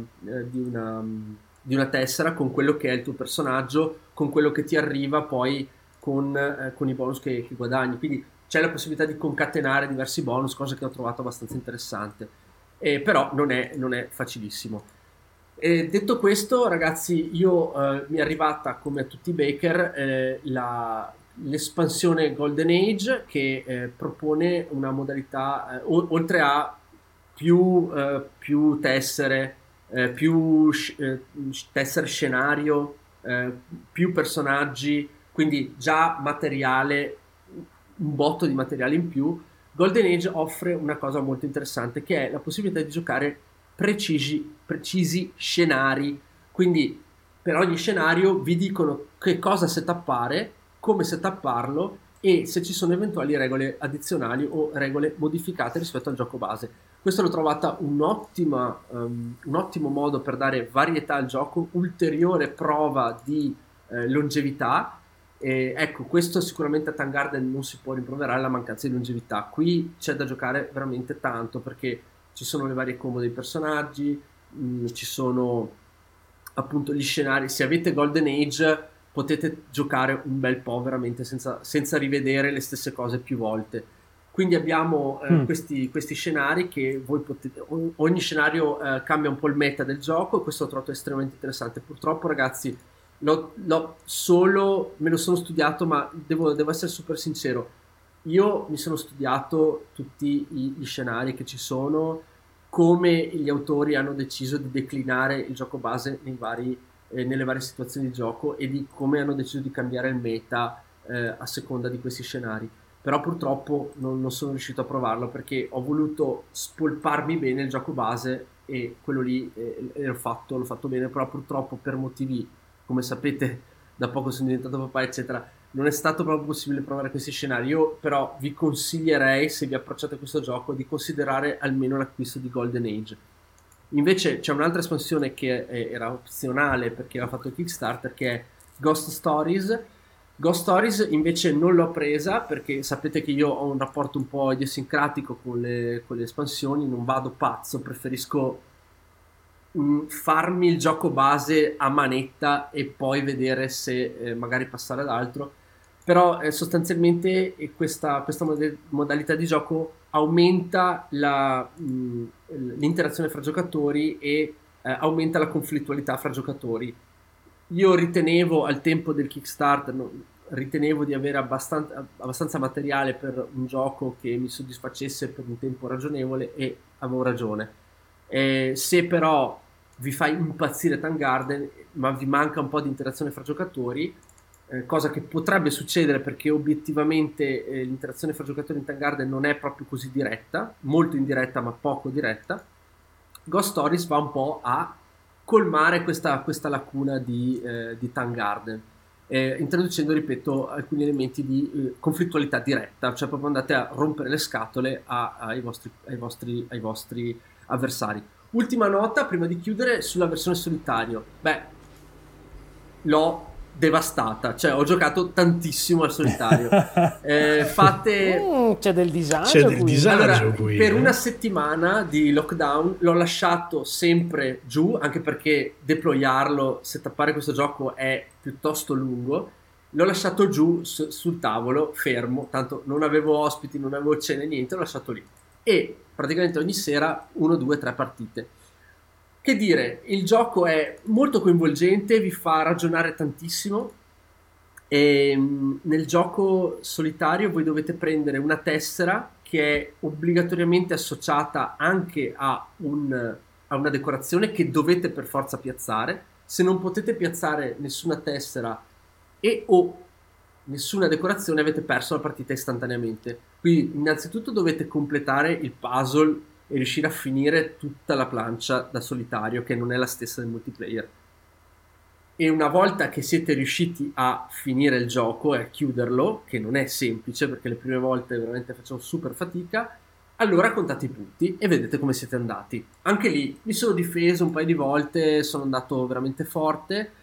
tessera con quello che è il tuo personaggio, con quello che ti arriva poi con i bonus che guadagni, quindi c'è la possibilità di concatenare diversi bonus, cosa che ho trovato abbastanza interessante, però non è facilissimo. Detto questo, ragazzi, io mi è arrivata, come a tutti i Baker, l'espansione Golden Age, che propone una modalità, oltre a più tessere, tessere scenario, più personaggi, quindi già materiale, un botto di materiale in più. Golden Age offre una cosa molto interessante, che è la possibilità di giocare precisi scenari, quindi per ogni scenario vi dicono che cosa setappare, come setapparlo e se ci sono eventuali regole addizionali o regole modificate rispetto al gioco base. Questo l'ho trovata un ottimo modo per dare varietà al gioco, ulteriore prova di longevità. Ecco, questo sicuramente a Tang Garden non si può rimproverare, la mancanza di longevità. Qui c'è da giocare veramente tanto, perché ci sono le varie combo dei personaggi, ci sono appunto gli scenari. Se avete Golden Age potete giocare un bel po' veramente senza rivedere le stesse cose più volte. Quindi abbiamo questi scenari che voi potete, ogni scenario cambia un po' il meta del gioco, e questo l'ho trovato estremamente interessante. Purtroppo, ragazzi, me lo sono studiato, ma devo essere super sincero, io mi sono studiato tutti gli scenari che ci sono, come gli autori hanno deciso di declinare il gioco base nelle varie situazioni di gioco, e di come hanno deciso di cambiare il meta a seconda di questi scenari. Però purtroppo non sono riuscito a provarlo, perché ho voluto spolparmi bene il gioco base, e quello lì l'ho fatto bene, però purtroppo per motivi, come sapete, da poco sono diventato papà eccetera, non è stato proprio possibile provare questi scenari. Io però vi consiglierei, se vi approcciate a questo gioco, di considerare almeno l'acquisto di Golden Age. Invece c'è un'altra espansione che era opzionale perché aveva fatto il Kickstarter, che è Ghost Stories. Ghost Stories invece non l'ho presa, perché sapete che io ho un rapporto un po' idiosincratico con le espansioni, non vado pazzo, preferisco farmi il gioco base a manetta e poi vedere se magari passare ad altro. Però sostanzialmente questa modalità di gioco aumenta l'interazione fra giocatori e aumenta la conflittualità fra giocatori. Io ritenevo al tempo del Kickstarter, ritenevo di avere abbastanza materiale per un gioco che mi soddisfacesse per un tempo ragionevole, e avevo ragione. Se però vi fa impazzire Tang Garden ma vi manca un po' di interazione fra giocatori, cosa che potrebbe succedere perché obiettivamente l'interazione fra giocatori in Tang Garden non è proprio così diretta, molto indiretta ma poco diretta, Ghost Stories va un po' a colmare questa lacuna di Tang Garden, introducendo, ripeto, alcuni elementi di conflittualità diretta, cioè proprio andate a rompere le scatole ai vostri avversari. Ultima nota prima di chiudere sulla versione solitario. L'ho devastata, cioè ho giocato tantissimo al solitario. C'è del disagio, allora, qui, per una settimana di lockdown l'ho lasciato sempre giù, anche perché deployarlo, settappare questo gioco è piuttosto lungo. L'ho lasciato giù sul tavolo, fermo, tanto non avevo ospiti, non avevo cene, niente, l'ho lasciato lì. E praticamente ogni sera 1, 2, 3 partite. Che dire, il gioco è molto coinvolgente, vi fa ragionare tantissimo, e nel gioco solitario voi dovete prendere una tessera che è obbligatoriamente associata anche a una decorazione che dovete per forza piazzare. Se non potete piazzare nessuna tessera o nessuna decorazione, avete perso la partita istantaneamente. Quindi innanzitutto dovete completare il puzzle e riuscire a finire tutta la plancia da solitario, che non è la stessa del multiplayer. E una volta che siete riusciti a finire il gioco e a chiuderlo, che non è semplice perché le prime volte veramente facevo super fatica, allora contate i punti e vedete come siete andati. Anche lì mi sono difeso un paio di volte, sono andato veramente forte.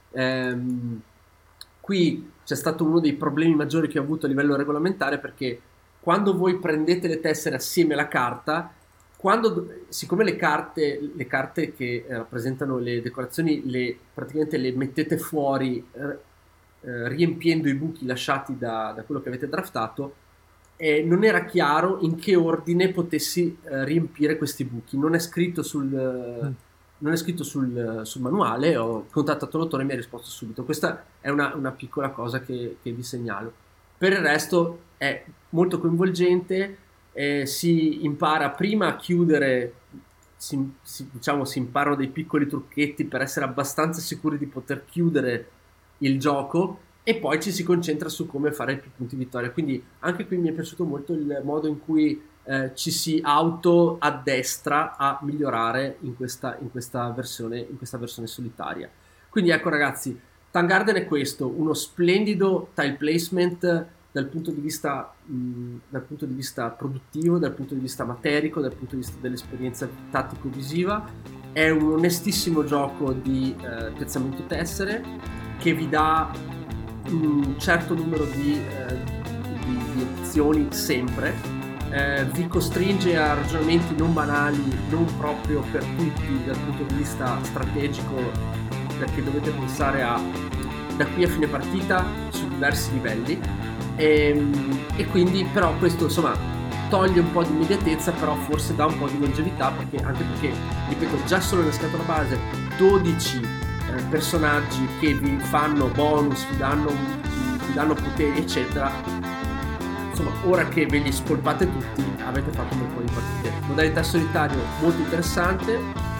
Qui c'è stato uno dei problemi maggiori che ho avuto a livello regolamentare, perché quando voi prendete le tessere assieme alla carta, siccome le carte che rappresentano le decorazioni praticamente le mettete fuori riempiendo i buchi lasciati da quello che avete draftato, non era chiaro in che ordine potessi riempire questi buchi. Non è scritto sul manuale. Ho contattato l'autore e mi ha risposto subito. Questa è una piccola cosa che vi segnalo. Per il resto è molto coinvolgente. Si impara prima a chiudere, si imparano dei piccoli trucchetti per essere abbastanza sicuri di poter chiudere il gioco, e poi ci si concentra su come fare più punti vittoria. Quindi anche qui mi è piaciuto molto il modo in cui ci si auto addestra a migliorare in questa versione solitaria. Quindi ecco ragazzi, Tang Garden è questo, uno splendido tile placement dal punto di vista produttivo, dal punto di vista materico, dal punto di vista dell'esperienza tattico-visiva. È un onestissimo gioco di piazzamento tessere che vi dà un certo numero di azioni sempre, vi costringe a ragionamenti non banali, non proprio per tutti dal punto di vista strategico, perché dovete pensare da qui a fine partita su diversi livelli. E quindi però questo insomma toglie un po' di immediatezza, però forse dà un po' di longevità, anche perché ripeto, già solo nella scatola base 12 personaggi che vi fanno bonus, vi danno poteri eccetera. Insomma, ora che ve li spolpate tutti avete fatto un po' di partite. Modalità solitario molto interessante,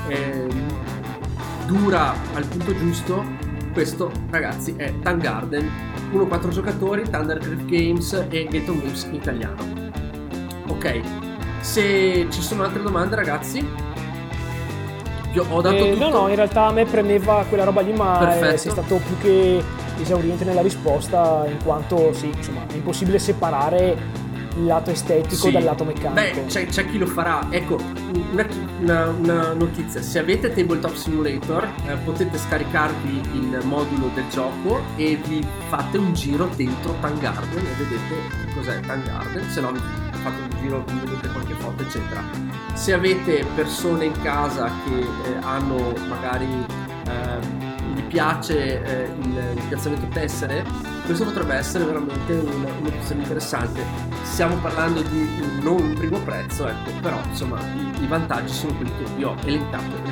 dura al punto giusto. Questo ragazzi è Tang Garden, 1-4 giocatori, Thundercraft Games e Gaton Games in italiano. Ok, se ci sono altre domande ragazzi, io ho dato tutto. No, in realtà a me premeva quella roba lì, ma sei stato più che esauriente nella risposta, in quanto sì, insomma, è impossibile separare il lato estetico dal lato meccanico. C'è chi lo farà. Ecco, una notizia: se avete Tabletop Simulator potete scaricarvi il modulo del gioco e vi fate un giro dentro Tang Garden e vedete cos'è Tang Garden. Se no fate un giro, vi vedete qualche foto eccetera. Se avete persone in casa che hanno magari gli piace il piazzamento tessere, questo potrebbe essere veramente un'opzione interessante. Stiamo parlando di non un primo prezzo, ecco, però insomma i vantaggi sono quelli che vi ho elencato nel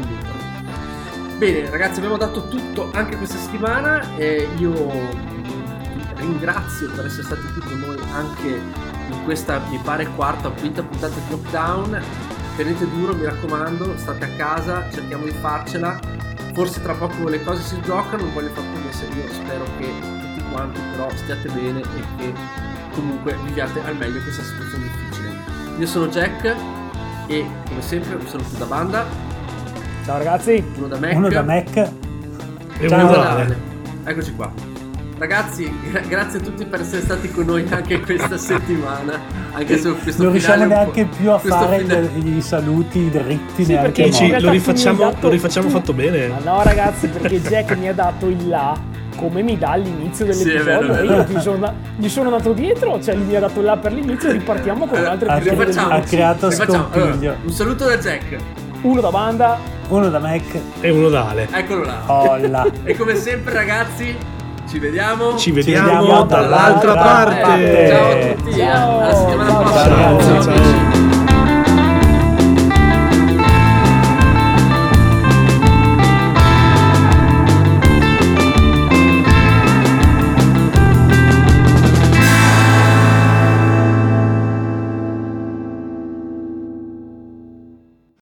libro. Bene ragazzi, abbiamo dato tutto anche questa settimana, io ringrazio per essere stati qui con noi anche in questa, mi pare, quarta o quinta puntata di Lockdown. Tenete duro, mi raccomando, state a casa, cerchiamo di farcela. Forse tra poco le cose si sbloccano, non voglio far promesse, io spero che tutti quanti però stiate bene e che comunque viviate al meglio questa situazione difficile. Io sono Jack e come sempre un saluto da Banda. Ciao ragazzi. Uno da Mac. Uno da Mac. E uno da Ale. Eccoci qua. Ragazzi, grazie a tutti per essere stati con noi anche questa settimana. Anche se questo non riusciamo neanche più a fare finale... i saluti dritti, sì, neanche lo rifacciamo fatto bene. Ma no ragazzi, perché Jack mi ha dato il là come mi dà all'inizio dell'episodio. Sì, io gli sono andato dietro, cioè lui mi ha dato là per l'inizio e ripartiamo con un altro episodio. Ha creato scompiglio. Allora, un saluto da Jack. Uno da Banda, uno da Mac e uno da Ale. Eccolo là. Olla. E come sempre ragazzi, ci vediamo dall'altra parte. Ciao a tutti. Ciao. Alla settimana Ciao. prossima. Ciao.